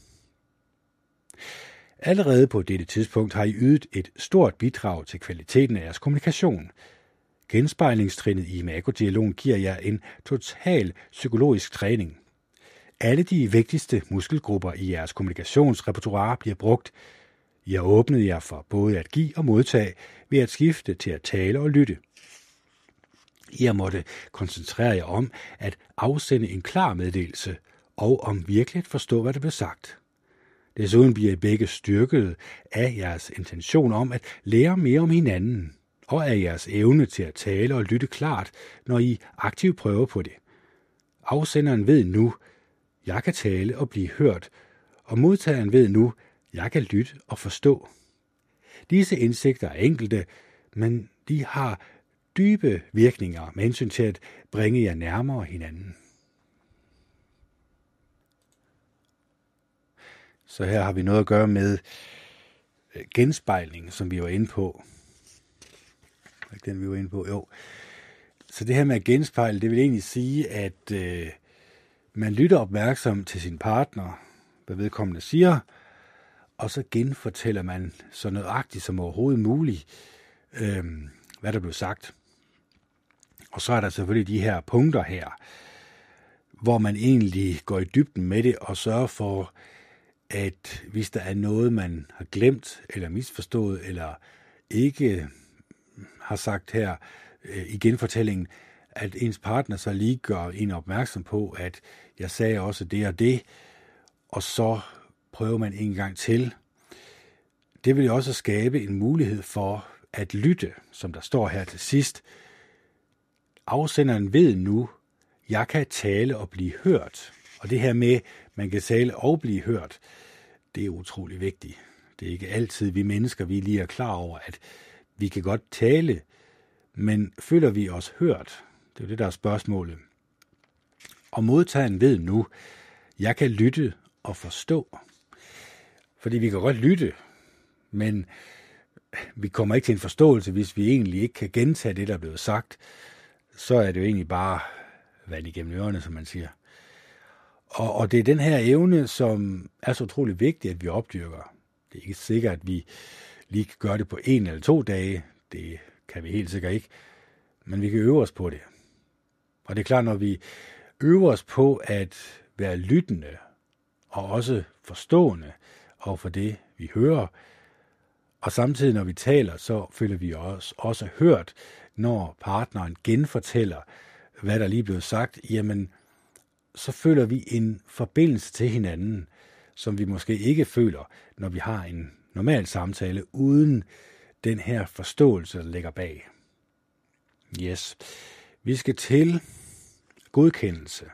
Allerede på dette tidspunkt har I ydet et stort bidrag til kvaliteten af jeres kommunikation. Genspejlingstrinnet i Imago-dialogen giver jer en total psykologisk træning. Alle de vigtigste muskelgrupper i jeres kommunikationsrepertoire bliver brugt. I har åbnet jer for både at give og modtage ved at skifte til at tale og lytte. I har måtte koncentrere jer om at afsende en klar meddelelse og om virkelig at forstå, hvad der blev sagt. Desuden bliver I begge styrket af jeres intention om at lære mere om hinanden og af jeres evne til at tale og lytte klart, når I aktivt prøver på det. Afsenderen ved nu, jeg kan tale og blive hørt, og modtageren ved nu, jeg kan lytte og forstå. Disse indsigter er enkelte, men de har dybe virkninger med hensyn til at bringe jer nærmere hinanden. Så her har vi noget at gøre med genspejling, som vi var inde på. Ikke den, vi var inde på? Jo. Så det her med at genspejle, det vil egentlig sige, at øh, man lytter opmærksomt til sin partner, hvad vedkommende siger, og så genfortæller man så nøjagtigt som overhovedet muligt, øh, hvad der blev sagt. Og så er der selvfølgelig de her punkter her, hvor man egentlig går i dybden med det og sørger for, at hvis der er noget, man har glemt eller misforstået eller ikke har sagt her øh, i genfortællingen, at ens partner så lige gør en opmærksom på, at jeg sagde også det og det, og så prøver man en gang til. Det vil jo også skabe en mulighed for at lytte, som der står her til sidst. Afsenderen ved nu, jeg kan tale og blive hørt. Og det her med, man kan tale og blive hørt, det er utrolig vigtigt. Det er ikke altid vi mennesker, vi lige er klar over, at vi kan godt tale, men føler vi os hørt? Det er jo det, der er spørgsmålet. Og modtageren ved nu, jeg kan lytte og forstå. Fordi vi kan godt lytte, men vi kommer ikke til en forståelse, hvis vi egentlig ikke kan gentage det, der er blevet sagt. Så er det jo egentlig bare vand igennem ørerne, som man siger. Og, og det er den her evne, som er så utrolig vigtig, at vi opdyrker. Det er ikke sikkert, at vi lige kan gøre det på en eller to dage. Det kan vi helt sikkert ikke. Men vi kan øve os på det. Og det er klart, når vi øver os på at være lyttende og også forstående over for det, vi hører, og samtidig, når vi taler, så føler vi os også hørt, når partneren genfortæller, hvad der lige blev sagt, jamen, så føler vi en forbindelse til hinanden, som vi måske ikke føler, når vi har en normal samtale, uden den her forståelse, der ligger bag. Yes. Vi skal til godkendelse.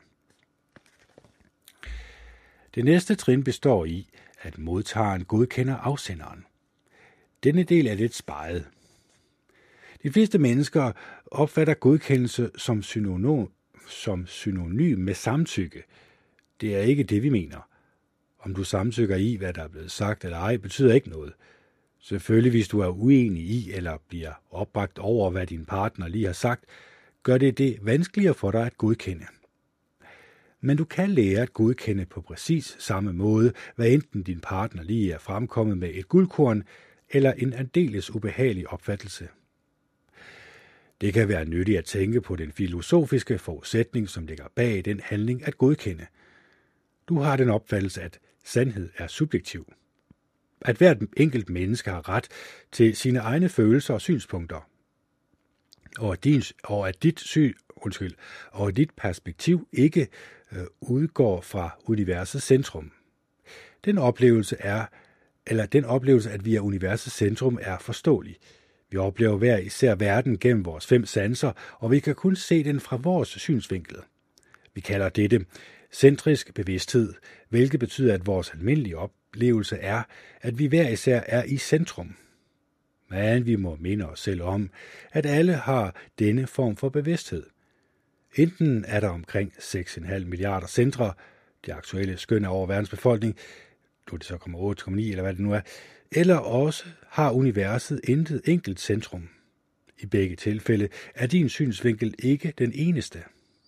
Det næste trin består i, at modtageren godkender afsenderen. Denne del er lidt speget. De fleste mennesker opfatter godkendelse som synonym, som synonym med samtykke. Det er ikke det, vi mener. Om du samtykker i, hvad der er blevet sagt eller ej, betyder ikke noget. Selvfølgelig, hvis du er uenig i eller bliver opbragt over, hvad din partner lige har sagt, gør det det vanskeligere for dig at godkende. Men du kan lære at godkende på præcis samme måde, hvad enten din partner lige er fremkommet med et guldkorn eller en aldeles ubehagelig opfattelse. Det kan være nyttigt at tænke på den filosofiske forudsætning, som ligger bag den handling at godkende. Du har den opfattelse, at sandhed er subjektiv. At hvert enkelt menneske har ret til sine egne følelser og synspunkter. og at, din, og at dit syn, undskyld, og at dit perspektiv ikke øh, udgår fra universets centrum. Den oplevelse er, eller den oplevelse, at vi er universets centrum, er forståelig. Vi oplever hver især verden gennem vores fem sanser, og vi kan kun se den fra vores synsvinkel. Vi kalder dette centrisk bevidsthed, hvilket betyder, at vores almindelige oplevelse er, at vi hver især er i centrum. Men vi må minde os selv om, at alle har denne form for bevidsthed. Enten er der omkring seks komma fem milliarder centre, det aktuelle skøn over verdens befolkning, nu er det så otte komma ni eller hvad det nu er, eller også har universet intet enkelt centrum. I begge tilfælde er din synsvinkel ikke den eneste.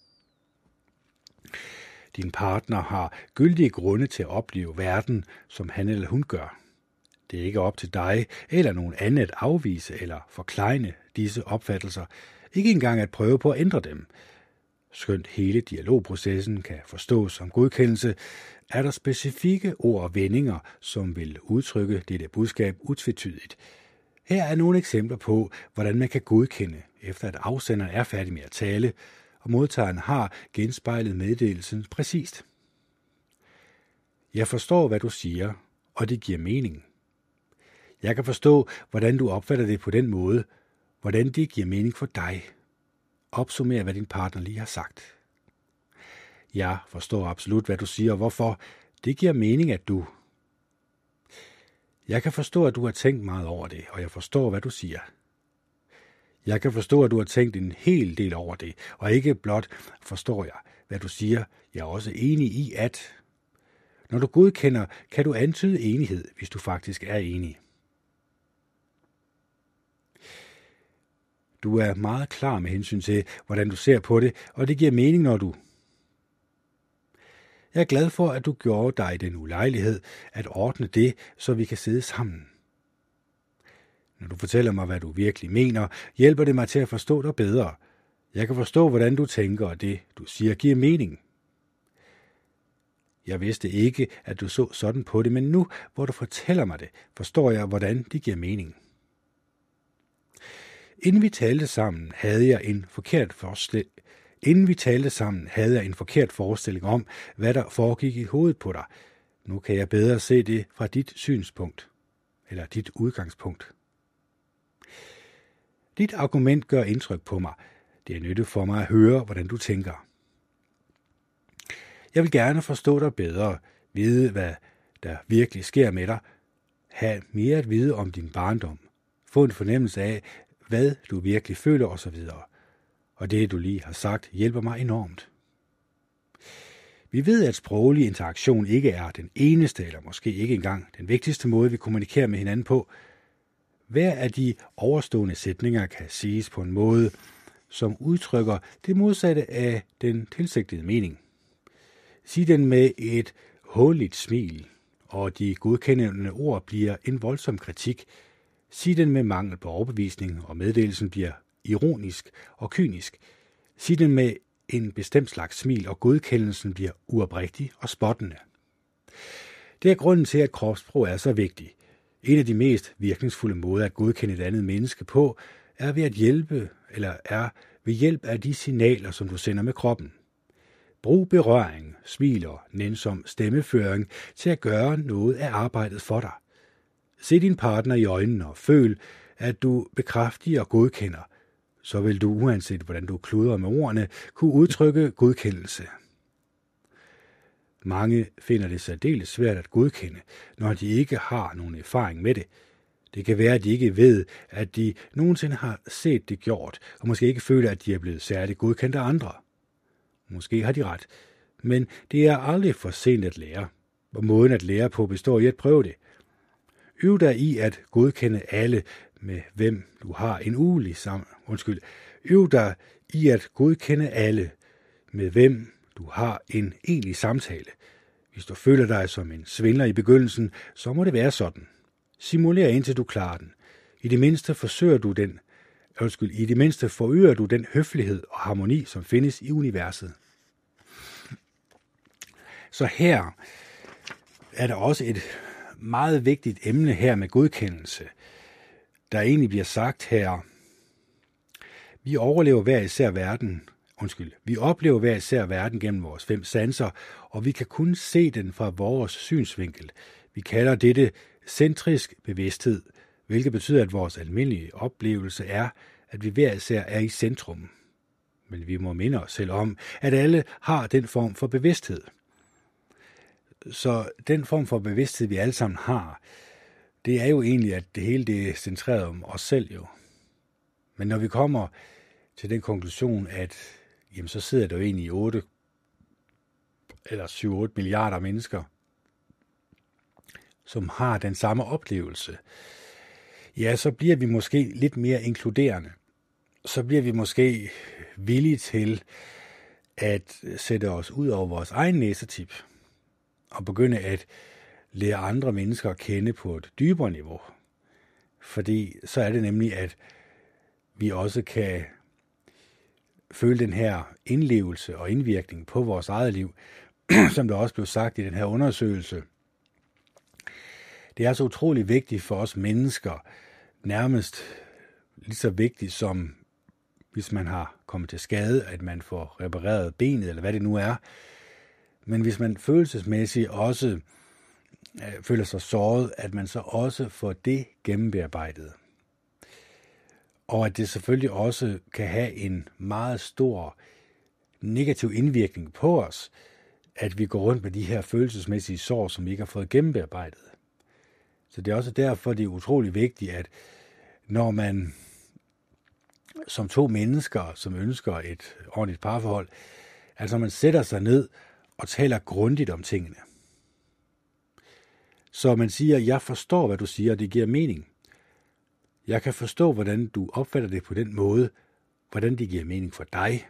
Din partner har gyldige grunde til at opleve verden, som han eller hun gør. Det er ikke op til dig eller nogen anden at afvise eller forklejne disse opfattelser, ikke engang at prøve på at ændre dem. Skønt hele dialogprocessen kan forstås som godkendelse, er der specifikke ord og vendinger, som vil udtrykke dette budskab utvetydigt. Her er nogle eksempler på, hvordan man kan godkende, efter at afsenderen er færdig med at tale, og modtageren har genspejlet meddelelsen præcist. Jeg forstår, hvad du siger, og det giver mening. Jeg kan forstå, hvordan du opfatter det på den måde, hvordan det giver mening for dig. Opsummer, hvad din partner lige har sagt. Jeg forstår absolut, hvad du siger, og hvorfor. Det giver mening, at du... Jeg kan forstå, at du har tænkt meget over det, og jeg forstår, hvad du siger. Jeg kan forstå, at du har tænkt en hel del over det, og ikke blot forstår jeg, hvad du siger. Jeg er også enig i, at... Når du godkender, kan du antyde enighed, hvis du faktisk er enig. Du er meget klar med hensyn til, hvordan du ser på det, og det giver mening, når du... Jeg er glad for, at du gjorde dig den ulejlighed at ordne det, så vi kan sidde sammen. Når du fortæller mig, hvad du virkelig mener, hjælper det mig til at forstå dig bedre. Jeg kan forstå, hvordan du tænker, og det, du siger, giver mening. Jeg vidste ikke, at du så sådan på det, men nu, hvor du fortæller mig det, forstår jeg, hvordan det giver mening. Inden vi talte sammen, havde jeg en forkert forestilling. Inden vi talte sammen, havde jeg en forkert forestilling om, hvad der foregik i hovedet på dig. Nu kan jeg bedre se det fra dit synspunkt, eller dit udgangspunkt. Dit argument gør indtryk på mig. Det er nyttigt for mig at høre, hvordan du tænker. Jeg vil gerne forstå dig bedre, vide, hvad der virkelig sker med dig, have mere at vide om din barndom, få en fornemmelse af, hvad du virkelig føler osv. Og det, du lige har sagt, hjælper mig enormt. Vi ved, at sproglig interaktion ikke er den eneste, eller måske ikke engang den vigtigste måde, vi kommunikerer med hinanden på. Hver af de overstående sætninger kan siges på en måde, som udtrykker det modsatte af den tilsigtede mening. Sig den med et hånligt smil, og de godkendende ord bliver en voldsom kritik. Sig den med mangel på overbevisning, og meddelelsen bliver ironisk og kynisk. Sig den med en bestemt slags smil, og godkendelsen bliver uoprigtig og spottende. Det er grunden til, at kropssprog er så vigtig. En af de mest virkningsfulde måder at godkende et andet menneske på, er ved at hjælpe, eller er ved hjælp af de signaler, som du sender med kroppen. Brug berøring, smil og nænsom stemmeføring til at gøre noget af arbejdet for dig. Se din partner i øjnene og føl, at du bekræfter og godkender. Så vil du, uanset hvordan du kludrer med ordene, kunne udtrykke godkendelse. Mange finder det særdeles svært at godkende, når de ikke har nogen erfaring med det. Det kan være, at de ikke ved, at de nogensinde har set det gjort, og måske ikke føler, at de er blevet særligt godkendt af andre. Måske har de ret, men det er aldrig for sent at lære, og måden at lære på består i at prøve det. Øv dig i at godkende alle, med hvem du har en ugelig sammen. Undskyld. Øv dig i at godkende alle, med hvem du har en egentlig samtale. Hvis du føler dig som en svindler i begyndelsen, så må det være sådan. Simuler indtil du klarer den. I det mindste forsøger du den. Undskyld, i det mindste forøger du den høflighed og harmoni, som findes i universet. Så her er der også et meget vigtigt emne her med godkendelse, der egentlig bliver sagt her. Vi overlever hver især verden, undskyld, vi oplever hver især verden gennem vores fem sanser, og vi kan kun se den fra vores synsvinkel. Vi kalder dette centrisk bevidsthed, hvilket betyder, at vores almindelige oplevelse er, at vi hver især er i centrum. Men vi må minde os selv om, at alle har den form for bevidsthed. Så den form for bevidsthed, vi alle sammen har, det er jo egentlig, at det hele det er centreret om os selv jo. Men når vi kommer til den konklusion, at jamen, så sidder der jo egentlig otte eller syv otte milliarder mennesker, som har den samme oplevelse, ja, så bliver vi måske lidt mere inkluderende. Så bliver vi måske villige til at sætte os ud over vores egen næsetip og begynde at lære andre mennesker at kende på et dybere niveau. Fordi så er det nemlig, at vi også kan føle den her indlevelse og indvirkning på vores eget liv, som der også blev sagt i den her undersøgelse. Det er så utrolig vigtigt for os mennesker, nærmest lige så vigtigt som hvis man har kommet til skade, at man får repareret benet, eller hvad det nu er. Men hvis man følelsesmæssigt også øh, føler sig såret, at man så også får det gennembearbejdet. Og at det selvfølgelig også kan have en meget stor negativ indvirkning på os, at vi går rundt med de her følelsesmæssige sår, som vi ikke har fået gennembearbejdet. Så det er også derfor, det er utrolig vigtigt, at når man som to mennesker, som ønsker et ordentligt parforhold, altså man sætter sig ned og taler grundigt om tingene. Så man siger, jeg forstår, hvad du siger, og det giver mening. Jeg kan forstå, hvordan du opfatter det på den måde, hvordan det giver mening for dig.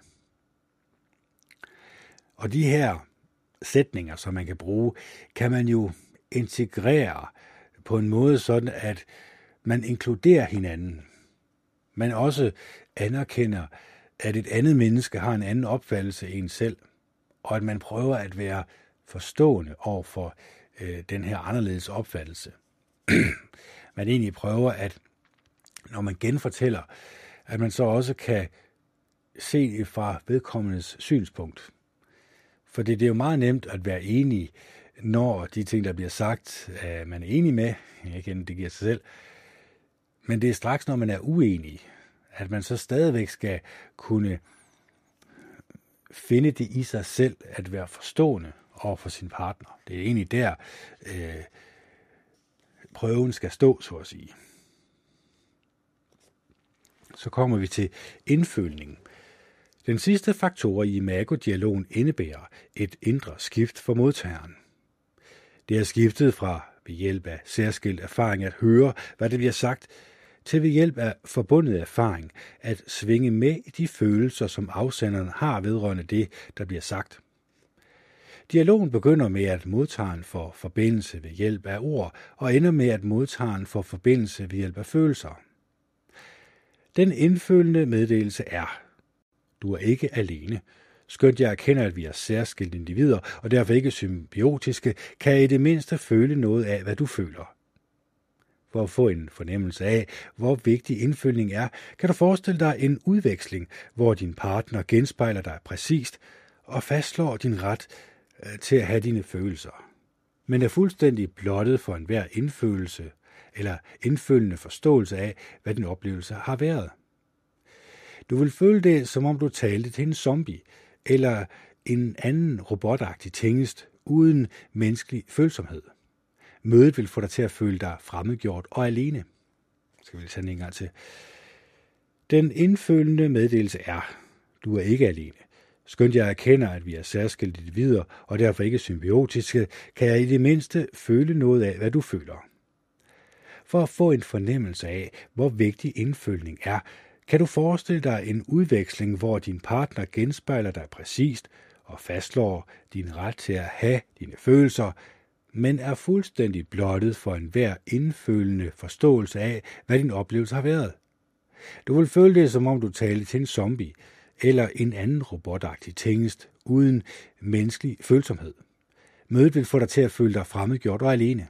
Og de her sætninger, som man kan bruge, kan man jo integrere på en måde sådan, at man inkluderer hinanden. Man også anerkender, at et andet menneske har en anden opfattelse end en selv, og at man prøver at være forstående over for øh, den her anderledes opfattelse. Man egentlig prøver, at når man genfortæller, at man så også kan se det fra vedkommendes synspunkt. For det er jo meget nemt at være enig, når de ting, der bliver sagt, at man er enig med, igen, det giver sig selv, men det er straks, når man er uenig, at man så stadigvæk skal kunne finde det i sig selv, at være forstående over for sin partner. Det er egentlig der, øh, prøven skal stå, så at sige. Så kommer vi til indfølingen. Den sidste faktor i imago-dialogen indebærer et indre skift for modtageren. Det er skiftet fra ved hjælp af særskilt erfaring at høre, hvad det bliver sagt, til ved hjælp af forbundet erfaring at svinge med i de følelser, som afsenderen har vedrørende det, der bliver sagt. Dialogen begynder med, at modtageren får forbindelse ved hjælp af ord, og ender med, at modtageren får forbindelse ved hjælp af følelser. Den indfølende meddelelse er: du er ikke alene. Skønt jeg erkender, at vi er særskilte individer, og derfor ikke symbiotiske, kan jeg i det mindste føle noget af, hvad du føler. For at få en fornemmelse af, hvor vigtig indføling er, kan du forestille dig en udveksling, hvor din partner genspejler dig præcist og fastslår din ret til at have dine følelser, men er fuldstændig blottet for enhver indfølelse eller indfølende forståelse af, hvad din oplevelse har været. Du vil føle det, som om du talte til en zombie eller en anden robotagtig tingest uden menneskelig følsomhed. Mødet vil få dig til at føle dig fremmedgjort og alene. Skal vi tage den en gang til. Den indfølende meddelelse er: du er ikke alene. Skønt jeg erkender, at vi er særskilte individer og derfor ikke symbiotiske, kan jeg i det mindste føle noget af, hvad du føler. For at få en fornemmelse af, hvor vigtig indføling er, kan du forestille dig en udveksling, hvor din partner genspejler dig præcist og fastslår din ret til at have dine følelser, men er fuldstændig blottet for enhver indfølende forståelse af, hvad din oplevelse har været. Du vil føle det, som om du talte til en zombie eller en anden robotagtig tingest uden menneskelig følsomhed. Mødet vil få dig til at føle dig fremmedgjort og alene.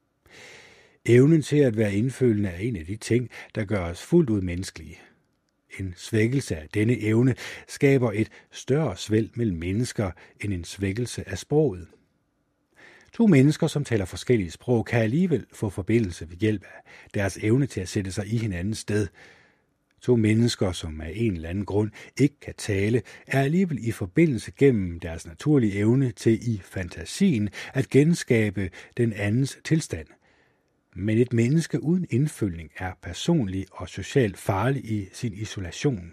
Evnen til at være indfølende er en af de ting, der gør os fuldt ud menneskelige. En svækkelse af denne evne skaber et større svælg mellem mennesker end en svækkelse af sproget. To mennesker, som taler forskellige sprog, kan alligevel få forbindelse ved hjælp af deres evne til at sætte sig i hinandens sted. To mennesker, som af en eller anden grund ikke kan tale, er alligevel i forbindelse gennem deres naturlige evne til i fantasien at genskabe den andens tilstand. Men et menneske uden indføling er personlig og socialt farlig i sin isolation.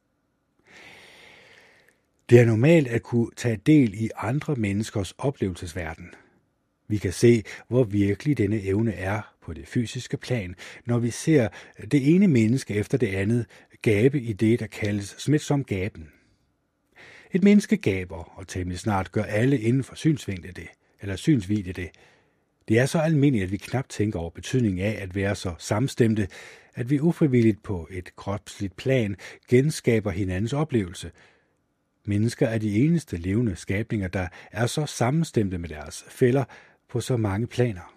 Det er normalt at kunne tage del i andre menneskers oplevelsesverden. Vi kan se, hvor virkelig denne evne er på det fysiske plan, når vi ser det ene menneske efter det andet gabe i det, der kaldes smitsom gaben. Et menneske gaber, og temmelig snart gør alle inden for synsvinkle det, eller synsvidde det. Det er så almindeligt, at vi knap tænker over betydningen af at være så samstemte, at vi ufrivilligt på et kropsligt plan genskaber hinandens oplevelse. Mennesker er de eneste levende skabninger, der er så sammenstemte med deres fæller på så mange planer.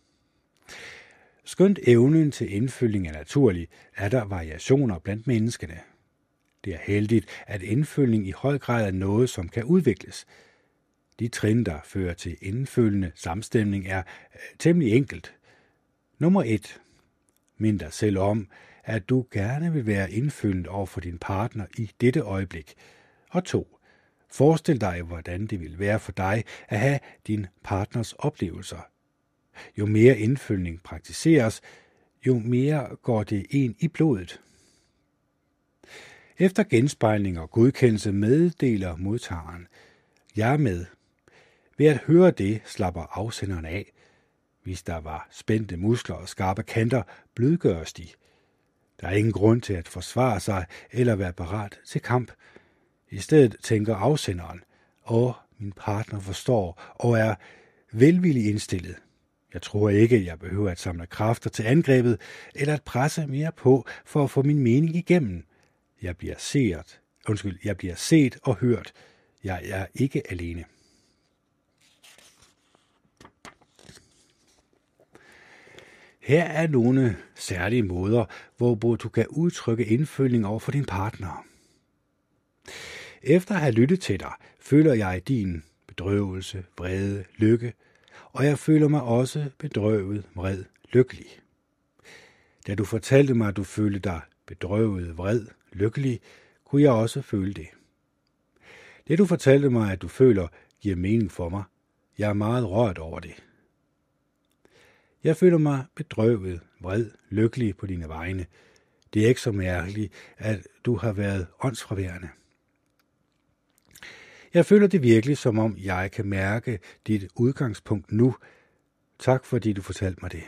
Skønt evnen til indfølging er naturlig, er der variationer blandt menneskene. Det er heldigt, at indfølging i høj grad er noget, som kan udvikles. De trin, der fører til indfølgende samstemning, er temmelig enkelt. Nummer et. Mind dig selv om, at du gerne vil være indfølgende over for din partner i dette øjeblik. Og to. Forestil dig, hvordan det vil være for dig at have din partners oplevelser. Jo mere indfølgning praktiseres, jo mere går det en i blodet. Efter genspejling og godkendelse meddeler modtageren: jeg er med. Ved at høre det slapper afsenderen af. Hvis der var spændte muskler og skarpe kanter, blødgøres de. Der er ingen grund til at forsvare sig eller være parat til kamp. I stedet tænker afsenderen: åh, min partner forstår og er velvillig indstillet. Jeg tror ikke, jeg behøver at samle kræfter til angrebet eller at presse mere på for at få min mening igennem. Jeg bliver set, undskyld, jeg bliver set og hørt. Jeg er ikke alene. Her er nogle særlige måder, hvorpå du kan udtrykke indfølging over for din partner. Efter at have lyttet til dig, føler jeg din bedrøvelse, vrede, lykke, og jeg føler mig også bedrøvet, vred, lykkelig. Da du fortalte mig, at du følte dig bedrøvet, vred, lykkelig, kunne jeg også føle det. Det du fortalte mig, at du føler, giver mening for mig. Jeg er meget rørt over det. Jeg føler mig bedrøvet, vred, lykkelig på dine vegne. Det er ikke så mærkeligt, at du har været åndsfraværende. Jeg føler det virkelig, som om jeg kan mærke dit udgangspunkt nu. Tak fordi du fortalte mig det.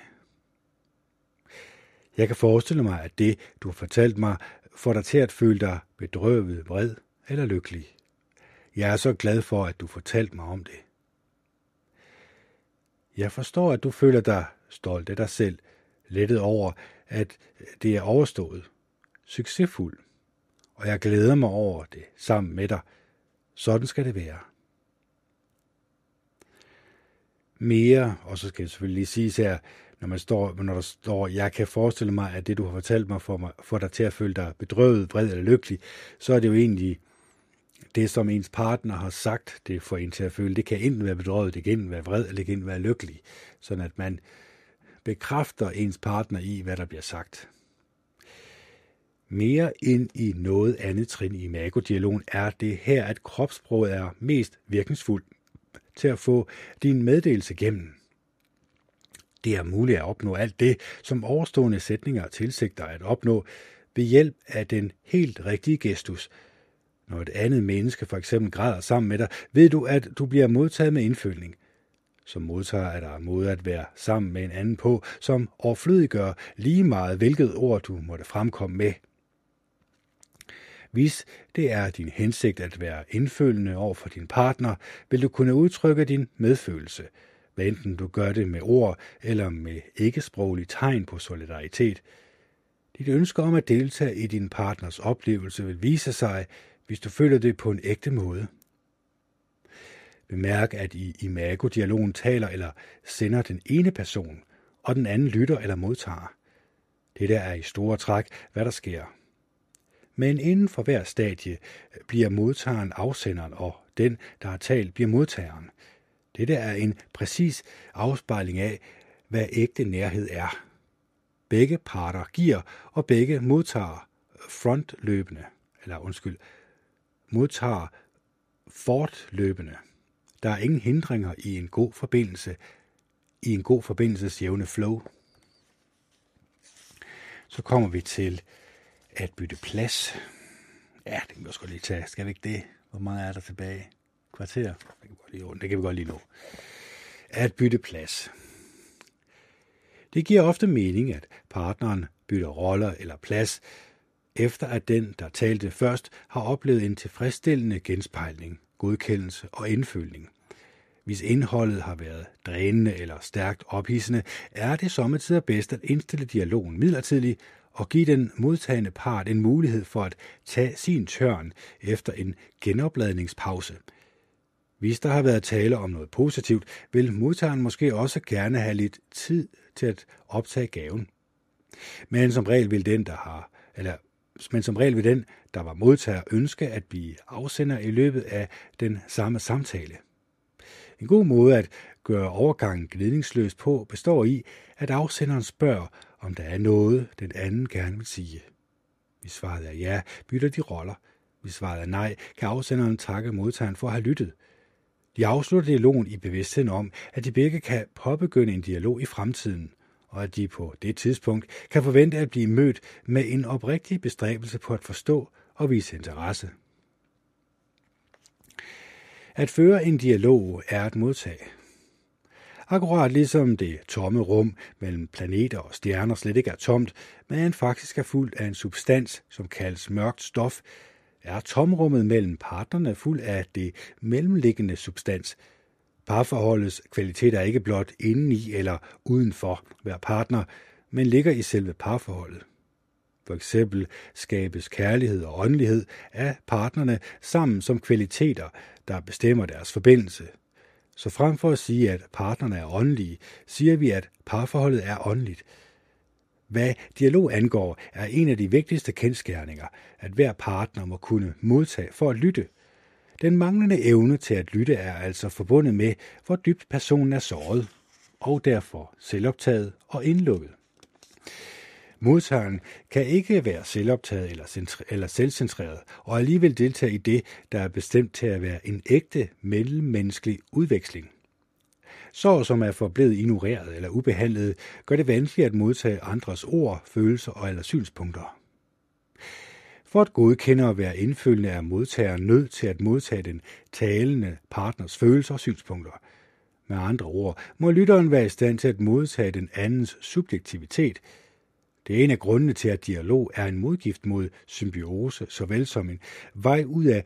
Jeg kan forestille mig, at det, du har fortalt mig, får dig til at føle dig bedrøvet, vred eller lykkelig. Jeg er så glad for, at du fortalte mig om det. Jeg forstår, at du føler dig stolt af dig selv, lettet over, at det er overstået, succesfuld, og jeg glæder mig over det sammen med dig. Sådan skal det være. Mere, og så skal jeg selvfølgelig lige sige her, når, man står, når der står, jeg kan forestille mig, at det du har fortalt mig får, mig, får dig til at føle dig bedrøvet, vred eller lykkelig, så er det jo egentlig det, som ens partner har sagt, det får en til at føle. Det kan enten være bedrøvet, det kan enten være vred, eller det kan enten være lykkelig, sådan at man bekræfter ens partner i, hvad der bliver sagt. Mere end i noget andet trin i imago-dialogen er det her, at kropssproget er mest virkningsfuldt til at få din meddelelse gennem. Det er muligt at opnå alt det, som overstående sætninger tilsigter at opnå ved hjælp af den helt rigtige gestus. Når et andet menneske for eksempel græder sammen med dig, ved du, at du bliver modtaget med indføling. Som modtager er der en måde at være sammen med en anden på, som overflødiggør lige meget, hvilket ord du måtte fremkomme med. Hvis det er din hensigt at være indfølende over for din partner, vil du kunne udtrykke din medfølelse, hvad enten du gør det med ord eller med ikke-sproglige tegn på solidaritet. Dit ønske om at deltage i din partners oplevelse vil vise sig, hvis du føler det på en ægte måde. Bemærk, at i imago-dialogen taler eller sender den ene person, og den anden lytter eller modtager. Dette er i store træk, hvad der sker. Men inden for hver stadie bliver modtageren afsenderen, og den, der har talt, bliver modtageren. Dette er en præcis afspejling af, hvad ægte nærhed er. Begge parter giver, og begge modtager frontløbende, eller undskyld, modtager fortløbende. Der er ingen hindringer i en god forbindelse, i en god forbindelses jævne flow. Så kommer vi til at bytte plads. Ja, det kan vi også godt lige tage. Skal vi ikke det? Hvor meget er der tilbage? Kvarter? Det kan vi godt lige, det kan vi godt lige nå. At bytte plads. Det giver ofte mening, at partneren bytter roller eller plads, efter at den, der talte først, har oplevet en tilfredsstillende genspejling, godkendelse og indføling. Hvis indholdet har været drænende eller stærkt ophidsende, er det sommetider bedst at indstille dialogen midlertidigt og give den modtagende part en mulighed for at tage sin tørn efter en genopladningspause. Hvis der har været tale om noget positivt, vil modtageren måske også gerne have lidt tid til at optage gaven. Men som regel vil den, der har, eller men som regel vil den, der var modtager, ønske at blive afsender i løbet af den samme samtale. En god måde at gøre overgangen gnidningsløs på består i, at afsenderen spørger, om der er noget, den anden gerne vil sige. Hvis svaret er ja, bytter de roller. Hvis svaret er nej, kan afsenderen takke modtageren for at have lyttet. De afslutter dialogen i bevidstheden om, at de begge kan påbegynde en dialog i fremtiden, og at de på det tidspunkt kan forvente at blive mødt med en oprigtig bestræbelse på at forstå og vise interesse. At føre en dialog er at modtage. Akkurat ligesom det tomme rum mellem planeter og stjerner slet ikke er tomt, men faktisk er fuldt af en substans, som kaldes mørkt stof, er tomrummet mellem partnerne fuld af det mellemliggende substans. Parforholdets kvalitet er ikke blot indeni eller uden for hver partner, men ligger i selve parforholdet. For eksempel skabes kærlighed og åndelighed af partnerne sammen som kvaliteter, der bestemmer deres forbindelse. Så frem for at sige, at partnerne er åndelige, siger vi, at parforholdet er åndeligt. Hvad dialog angår, er en af de vigtigste kendsgerninger, at hver partner må kunne modtage for at lytte. Den manglende evne til at lytte er altså forbundet med, hvor dybt personen er såret, og derfor selvoptaget og indlukket. Modtageren kan ikke være selvoptaget eller, centri- eller selvcentreret, og alligevel deltage i det, der er bestemt til at være en ægte mellemmenneskelig udveksling. Sorg, som er forblevet ignoreret eller ubehandlet, gør det vanskeligt at modtage andres ord, følelser og eller synspunkter. For at godkende og være indfølgende er modtageren nødt til at modtage den talende partners følelser og synspunkter. Med andre ord må lytteren være i stand til at modtage den andens subjektivitet. Det er en af grundene til, at dialog er en modgift mod symbiose, såvel som en vej ud af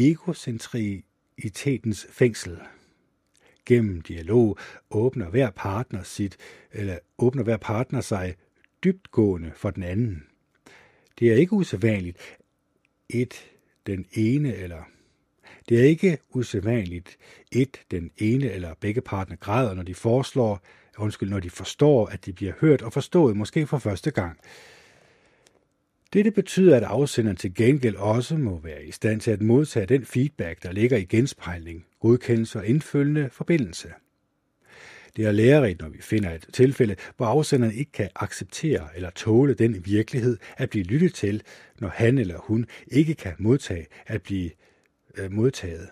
egocentriitetens fængsel. Gennem dialog åbner hver partner sit, eller åbner hver partner sig dybtgående for den anden. Det er ikke usædvanligt, et den ene eller det er ikke usædvanligt, et den ene eller begge partner græder, når de foreslår, undskyld, når de forstår, at de bliver hørt og forstået, måske for første gang. Dette betyder, at afsenderen til gengæld også må være i stand til at modtage den feedback, der ligger i genspejling, godkendelse og indfølgende forbindelse. Det er lærerigt, når vi finder et tilfælde, hvor afsenderen ikke kan acceptere eller tåle den virkelighed at blive lyttet til, når han eller hun ikke kan modtage at blive øh, modtaget.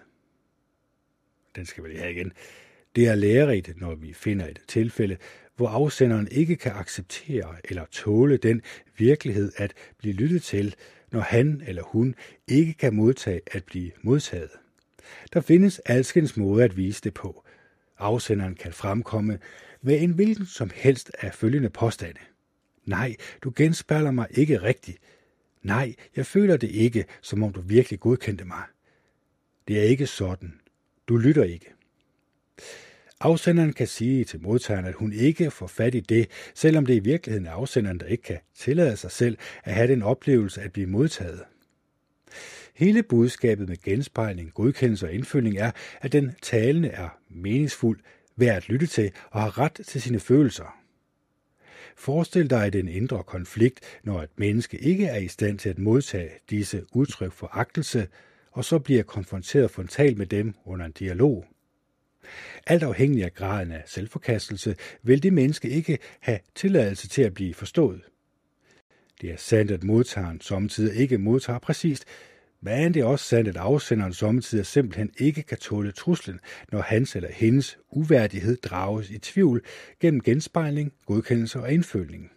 Den skal vi lige have igen. Det er lærerigt, når vi finder et tilfælde, hvor afsenderen ikke kan acceptere eller tåle den virkelighed at blive lyttet til, når han eller hun ikke kan modtage at blive modtaget. Der findes alskens måder at vise det på. Afsenderen kan fremkomme med en hvilken som helst af følgende påstande. Nej, du genspejler mig ikke rigtigt. Nej, jeg føler det ikke, som om du virkelig godkendte mig. Det er ikke sådan. Du lytter ikke. Afsenderen kan sige til modtageren, at hun ikke får fat i det, selvom det i virkeligheden er afsenderen, der ikke kan tillade sig selv at have den oplevelse at blive modtaget. Hele budskabet med genspejling, godkendelse og indfølging er, at den talende er meningsfuld, værd at lytte til og har ret til sine følelser. Forestil dig den indre konflikt, når et menneske ikke er i stand til at modtage disse udtryk for agtelse, og så bliver konfronteret frontalt med dem under en dialog. Alt afhængig af graden af selvforkastelse vil det menneske ikke have tilladelse til at blive forstået. Det er sandt, at modtageren sommetider ikke modtager præcist, men det er også sandt, at afsenderen sommetider simpelthen ikke kan tåle truslen, når hans eller hendes uværdighed drages i tvivl gennem genspejling, godkendelse og indføling.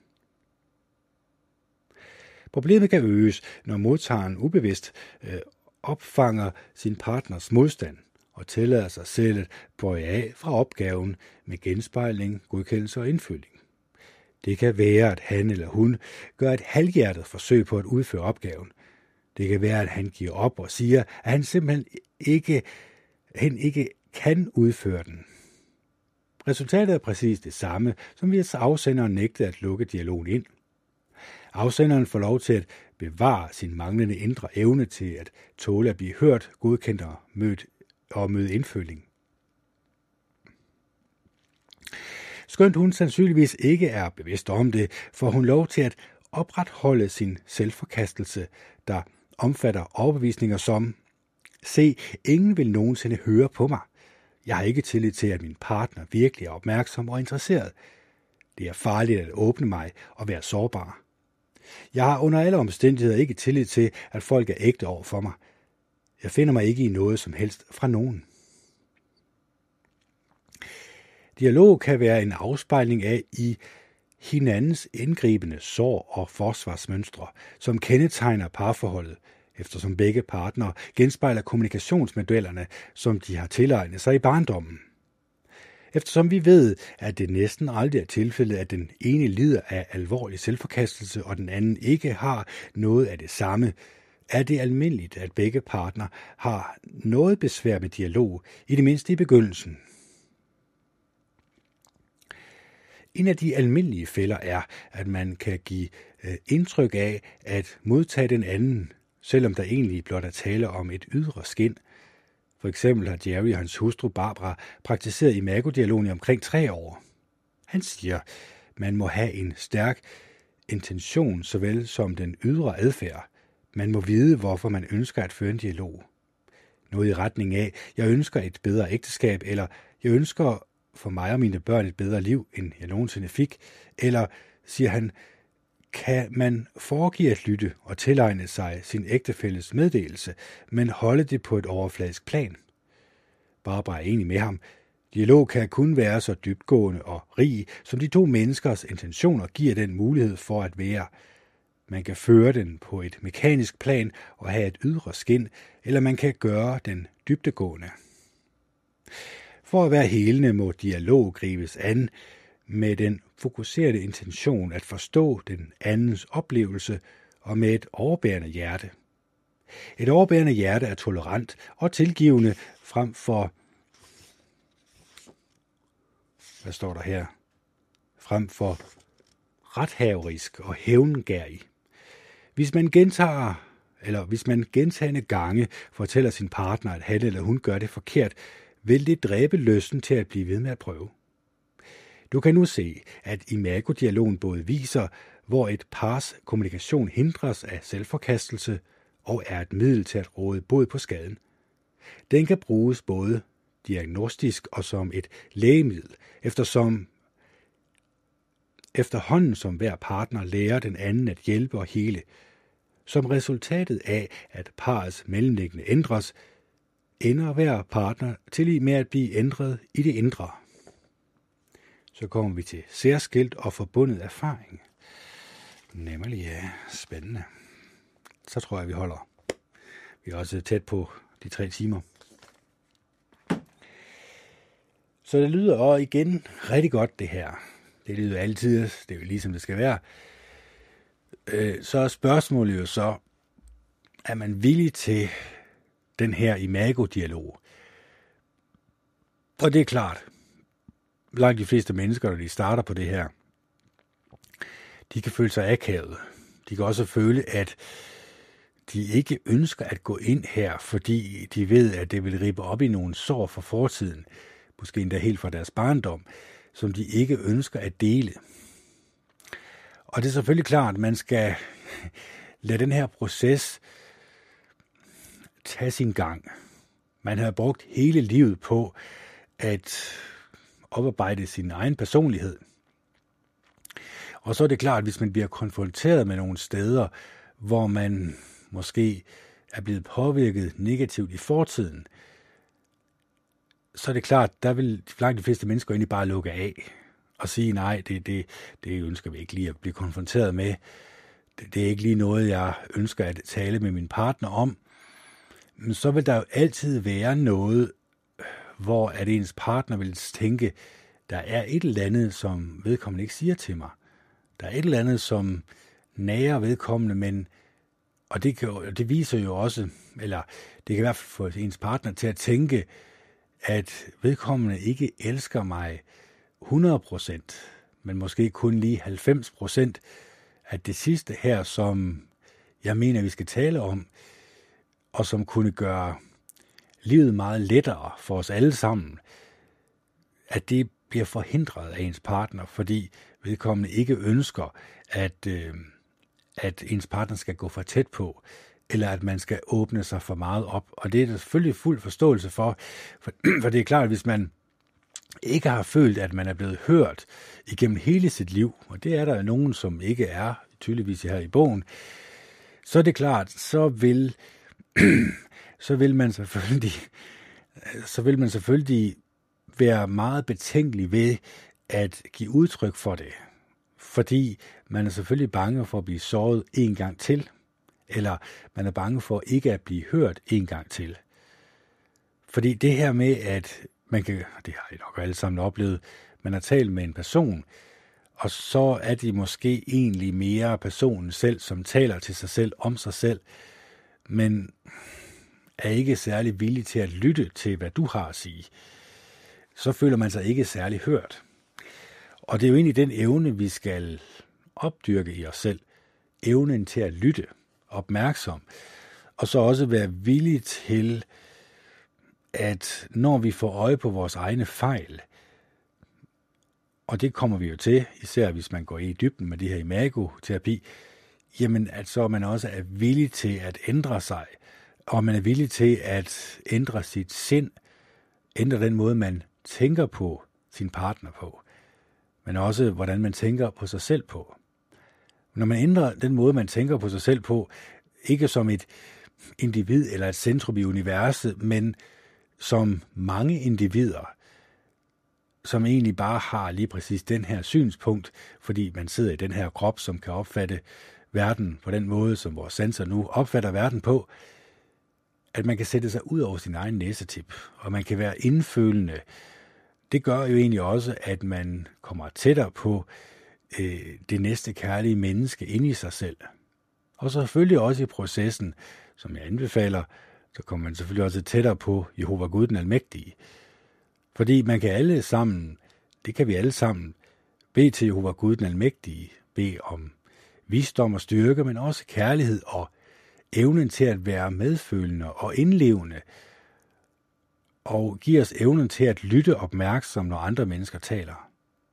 Problemet kan øges, når modtageren ubevidst øh, opfanger sin partners modstand og tillader sig selv at bøje af fra opgaven med genspejling, godkendelse og indføling. Det kan være, at han eller hun gør et halvhjertet forsøg på at udføre opgaven. Det kan være, at han giver op og siger, at han simpelthen ikke, han ikke kan udføre den. Resultatet er præcis det samme, som hvis afsenderen nægtede at lukke dialogen ind. Afsenderen får lov til at bevare sin manglende indre evne til at tåle at blive hørt, godkendt og mødt og møde indføling. Skønt hun sandsynligvis ikke er bevidst om det, får hun lov til at opretholde sin selvforkastelse, der omfatter overbevisninger som: se, ingen vil nogensinde høre på mig. Jeg har ikke tillid til, at min partner virkelig er opmærksom og interesseret. Det er farligt at åbne mig og være sårbar. Jeg har under alle omstændigheder ikke tillid til, at folk er ægte over for mig. Jeg finder mig ikke i noget som helst fra nogen. Dialog kan være en afspejling af i hinandens indgribende sår og forsvarsmønstre, som kendetegner parforholdet, eftersom begge partnere genspejler kommunikationsmodellerne, som de har tilegnet sig i barndommen. Eftersom vi ved, at det næsten aldrig er tilfældet, at den ene lider af alvorlig selvforkastelse, og den anden ikke har noget af det samme, er det almindeligt, at begge partnere har noget besvær med dialog, i det mindste i begyndelsen. En af de almindelige fælder er, at man kan give indtryk af at modtage den anden, selvom der egentlig blot er tale om et ydre skin. For eksempel har Jerry og hans hustru Barbara praktiseret imago-dialogen i omkring tre år. Han siger, man må have en stærk intention såvel som den ydre adfærd. Man må vide, hvorfor man ønsker at føre en dialog. Noget i retning af, jeg ønsker et bedre ægteskab, eller jeg ønsker for mig og mine børn et bedre liv, end jeg nogensinde fik, eller, siger han, kan man foregive at lytte og tilegne sig sin ægtefælles meddelelse, men holde det på et overfladisk plan. Barbara er enig med ham. Dialog kan kun være så dybtgående og rig, som de to menneskers intentioner giver den mulighed for at være. Man kan føre den på et mekanisk plan og have et ydre skin, eller man kan gøre den dybdegående. For at være helende må dialog gribes an med den fokuserede intention at forstå den andens oplevelse og med et overbærende hjerte. Et overbærende hjerte er tolerant og tilgivende frem for, hvad står der her, frem for rethaverisk og hævngærig. Hvis man gentager, eller hvis man gentagende gange fortæller sin partner, at han eller hun gør det forkert, vil det dræbe lysten til at blive ved med at prøve. Du kan nu se, at imago-dialogen både viser, hvor et pars kommunikation hindres af selvforkastelse og er et middel til at råde bod på skaden. Den kan bruges både diagnostisk og som et lægemiddel, eftersom efterhånden som hver partner lærer den anden at hjælpe og hele. Som resultatet af, at parets mellemliggende ændres, ender hver partner til med at blive ændret i det indre. Så kommer vi til særskilt og forbundet erfaring. Nemlig, ja, spændende. Så tror jeg, vi holder. Vi er også tæt på de tre timer. Så det lyder og igen rigtig godt, det her. Det lyder altid, det er jo ligesom det skal være. Så er spørgsmålet jo så, er man villig til den her imago-dialog? Og det er klart, langt de fleste mennesker, når de starter på det her, de kan føle sig akavet. De kan også føle, at de ikke ønsker at gå ind her, fordi de ved, at det vil rippe op i nogle sår fra fortiden, måske endda helt fra deres barndom, som de ikke ønsker at dele. Og det er selvfølgelig klart, at man skal lade den her proces tage sin gang. Man har brugt hele livet på at oparbejde sin egen personlighed. Og så er det klart, at hvis man bliver konfronteret med nogle steder, hvor man måske er blevet påvirket negativt i fortiden, så er det klart, der vil langt de fleste mennesker egentlig bare lukke af og sige, nej, det, det, det ønsker vi ikke lige at blive konfronteret med. Det, det er ikke lige noget, jeg ønsker at tale med min partner om. Men så vil der jo altid være noget, hvor at ens partner vil tænke, der er et eller andet, som vedkommende ikke siger til mig. Der er et eller andet, som nærer vedkommende, men og det, kan, det viser jo også, eller det kan i hvert fald få ens partner til at tænke, at vedkommende ikke elsker mig hundrede procent, men måske kun lige halvfems procent, at det sidste her, som jeg mener, vi skal tale om, og som kunne gøre livet meget lettere for os alle sammen, at det bliver forhindret af ens partner, fordi vedkommende ikke ønsker, at, øh, at ens partner skal gå for tæt på, eller at man skal åbne sig for meget op. Og det er der selvfølgelig fuld forståelse for, for, for det er klart, at hvis man ikke har følt, at man er blevet hørt igennem hele sit liv, og det er der jo nogen, som ikke er, tydeligvis her i bogen, så er det klart, så vil, så vil man selvfølgelig, så vil man selvfølgelig være meget betænkelig ved at give udtryk for det, fordi man er selvfølgelig bange for at blive såret en gang til, eller man er bange for ikke at blive hørt en gang til. Fordi det her med, at man kan, det har I nok alle sammen oplevet, man har talt med en person, og så er det måske egentlig mere personen selv, som taler til sig selv om sig selv, men er ikke særlig villig til at lytte til, hvad du har at sige. Så føler man sig ikke særlig hørt. Og det er jo egentlig den evne, vi skal opdyrke i os selv. Evnen til at lytte, opmærksom, og så også være villig til, at når vi får øje på vores egne fejl, og det kommer vi jo til, især hvis man går i dybden med det her imagoterapi, jamen at så man også er villig til at ændre sig, og man er villig til at ændre sit sind, ændre den måde, man tænker på sin partner på, men også hvordan man tænker på sig selv på. Når man ændrer den måde, man tænker på sig selv på, ikke som et individ eller et centrum i universet, men som mange individer, som egentlig bare har lige præcis den her synspunkt, fordi man sidder i den her krop, som kan opfatte verden på den måde, som vores sanser nu opfatter verden på, at man kan sætte sig ud over sin egen næsetip, og man kan være indfølende. Det gør jo egentlig også, at man kommer tættere på øh, det næste kærlige menneske inde i sig selv. Og så selvfølgelig også i processen, som jeg anbefaler, så kommer man selvfølgelig også tættere på Jehova Gud den Almægtige. Fordi man kan alle sammen, det kan vi alle sammen, bede til Jehova Gud den Almægtige, bede om visdom og styrke, men også kærlighed og evnen til at være medfølende og indlevende, og give os evnen til at lytte opmærksom, når andre mennesker taler.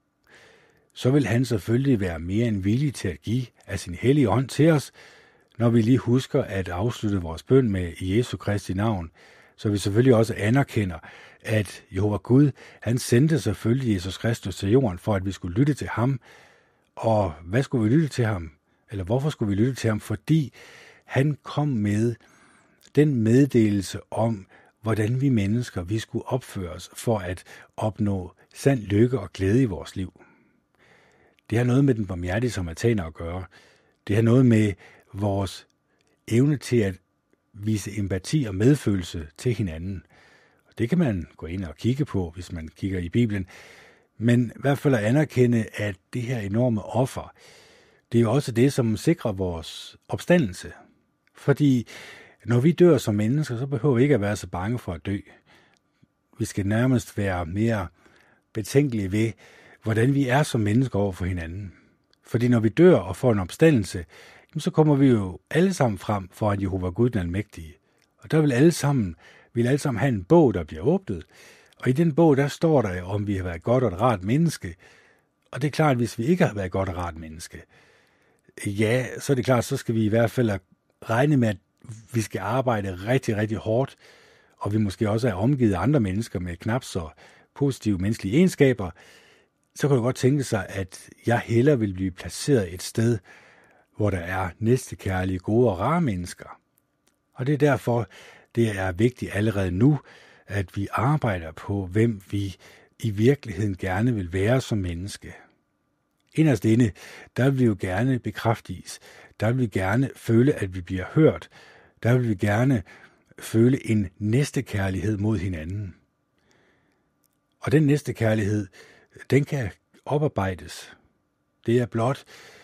Så vil han selvfølgelig være mere end villig til at give af sin hellige ånd til os, når vi lige husker at afslutte vores bøn med i Jesu Kristi navn, så vi selvfølgelig også anerkender, at Jehova Gud, han sendte selvfølgelig Jesus Kristus til jorden, for at vi skulle lytte til ham. Og hvad skulle vi lytte til ham? Eller hvorfor skulle vi lytte til ham? Fordi han kom med den meddelelse om, hvordan vi mennesker, vi skulle opføre os for at opnå sand lykke og glæde i vores liv. Det har noget med den barmhjertige samaritaner at gøre. Det har noget med vores evne til at vise empati og medfølelse til hinanden. Og det kan man gå ind og kigge på, hvis man kigger i Bibelen. Men i hvert fald at anerkende, at det her enorme offer, det er jo også det, som sikrer vores opstandelse. Fordi når vi dør som mennesker, så behøver vi ikke at være så bange for at dø. Vi skal nærmest være mere betænkelige ved, hvordan vi er som mennesker over for hinanden. Fordi når vi dør og får en opstandelse, så kommer vi jo alle sammen frem foran Jehova Gud den Almægtige. Og der vil alle sammen, vil alle sammen have en bog, der bliver åbnet. Og i den bog, der står der, om vi har været et godt og et rart menneske. Og det er klart, at hvis vi ikke har været et godt og rart menneske, ja, så er det klart, så skal vi i hvert fald regne med, at vi skal arbejde rigtig, rigtig hårdt, og vi måske også er omgivet af andre mennesker med knap så positive menneskelige egenskaber, så kan du godt tænke sig, at jeg hellere vil blive placeret et sted, hvor der er næstekærlige, gode og rare mennesker. Og det er derfor, det er vigtigt allerede nu, at vi arbejder på, hvem vi i virkeligheden gerne vil være som menneske. Inderst inde, der vil vi jo gerne bekræftes. Der vil vi gerne føle, at vi bliver hørt. Der vil vi gerne føle en næstekærlighed mod hinanden. Og den næstekærlighed, den kan oparbejdes. Det er blot,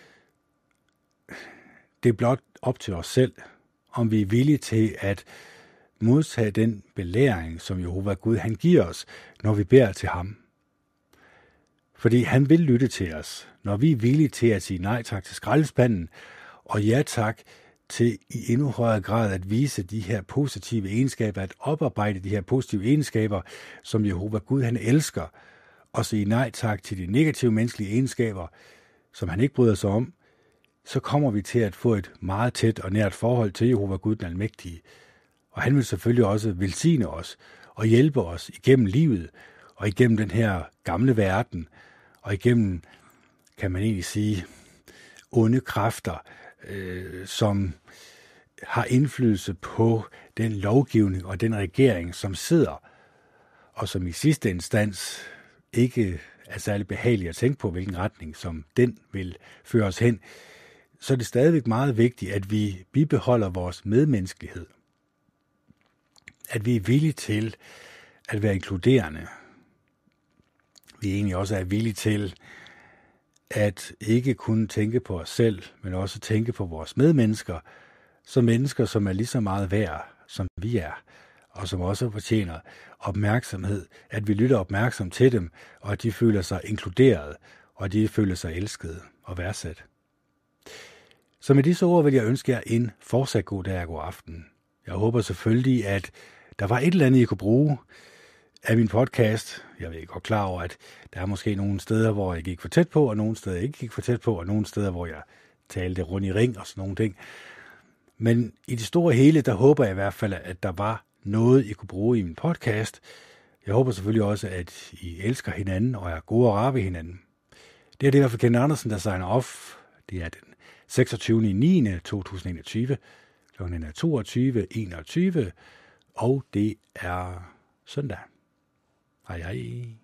det er blot op til os selv, om vi er villige til at modtage den belæring, som Jehova Gud han giver os, når vi beder til ham. Fordi han vil lytte til os, når vi er villige til at sige nej tak til skraldespanden, og ja tak til i endnu højere grad at vise de her positive egenskaber, at oparbejde de her positive egenskaber, som Jehova Gud han elsker, og sige nej tak til de negative menneskelige egenskaber, som han ikke bryder sig om, så kommer vi til at få et meget tæt og nært forhold til Jehova Gud den Almægtige. Og han vil selvfølgelig også velsigne os og hjælpe os igennem livet og igennem den her gamle verden og igennem, kan man egentlig sige, onde kræfter, øh, som har indflydelse på den lovgivning og den regering, som sidder, og som i sidste instans ikke er særlig behagelig at tænke på, hvilken retning som den vil føre os hen, så er det stadigvæk meget vigtigt, at vi bibeholder vores medmenneskelighed. At vi er villige til at være inkluderende. Vi egentlig også er villige til at ikke kun tænke på os selv, men også tænke på vores medmennesker, som mennesker, som er lige så meget værd, som vi er, og som også fortjener opmærksomhed, at vi lytter opmærksomt til dem, og at de føler sig inkluderet, og at de føler sig elskede og værdsat. Så med disse ord vil jeg ønske jer en fortsat god dag og god aften. Jeg håber selvfølgelig, at der var et eller andet, I kunne bruge af min podcast. Jeg er godt klar over, at der er måske nogle steder, hvor jeg gik for tæt på, og nogle steder, jeg ikke gik for tæt på, og nogle steder, hvor jeg talte rundt i ring og sådan nogle ting. Men i det store hele, der håber jeg i hvert fald, at der var noget, I kunne bruge i min podcast. Jeg håber selvfølgelig også, at I elsker hinanden og er gode og rare ved hinanden. Det er det i hvert fald Kenneth Andersen, der signer off. Det er den seksogtyvende niende to tusind og enogtyve, klokken er toogtyve enogtyve, og det er søndag. Hej hej.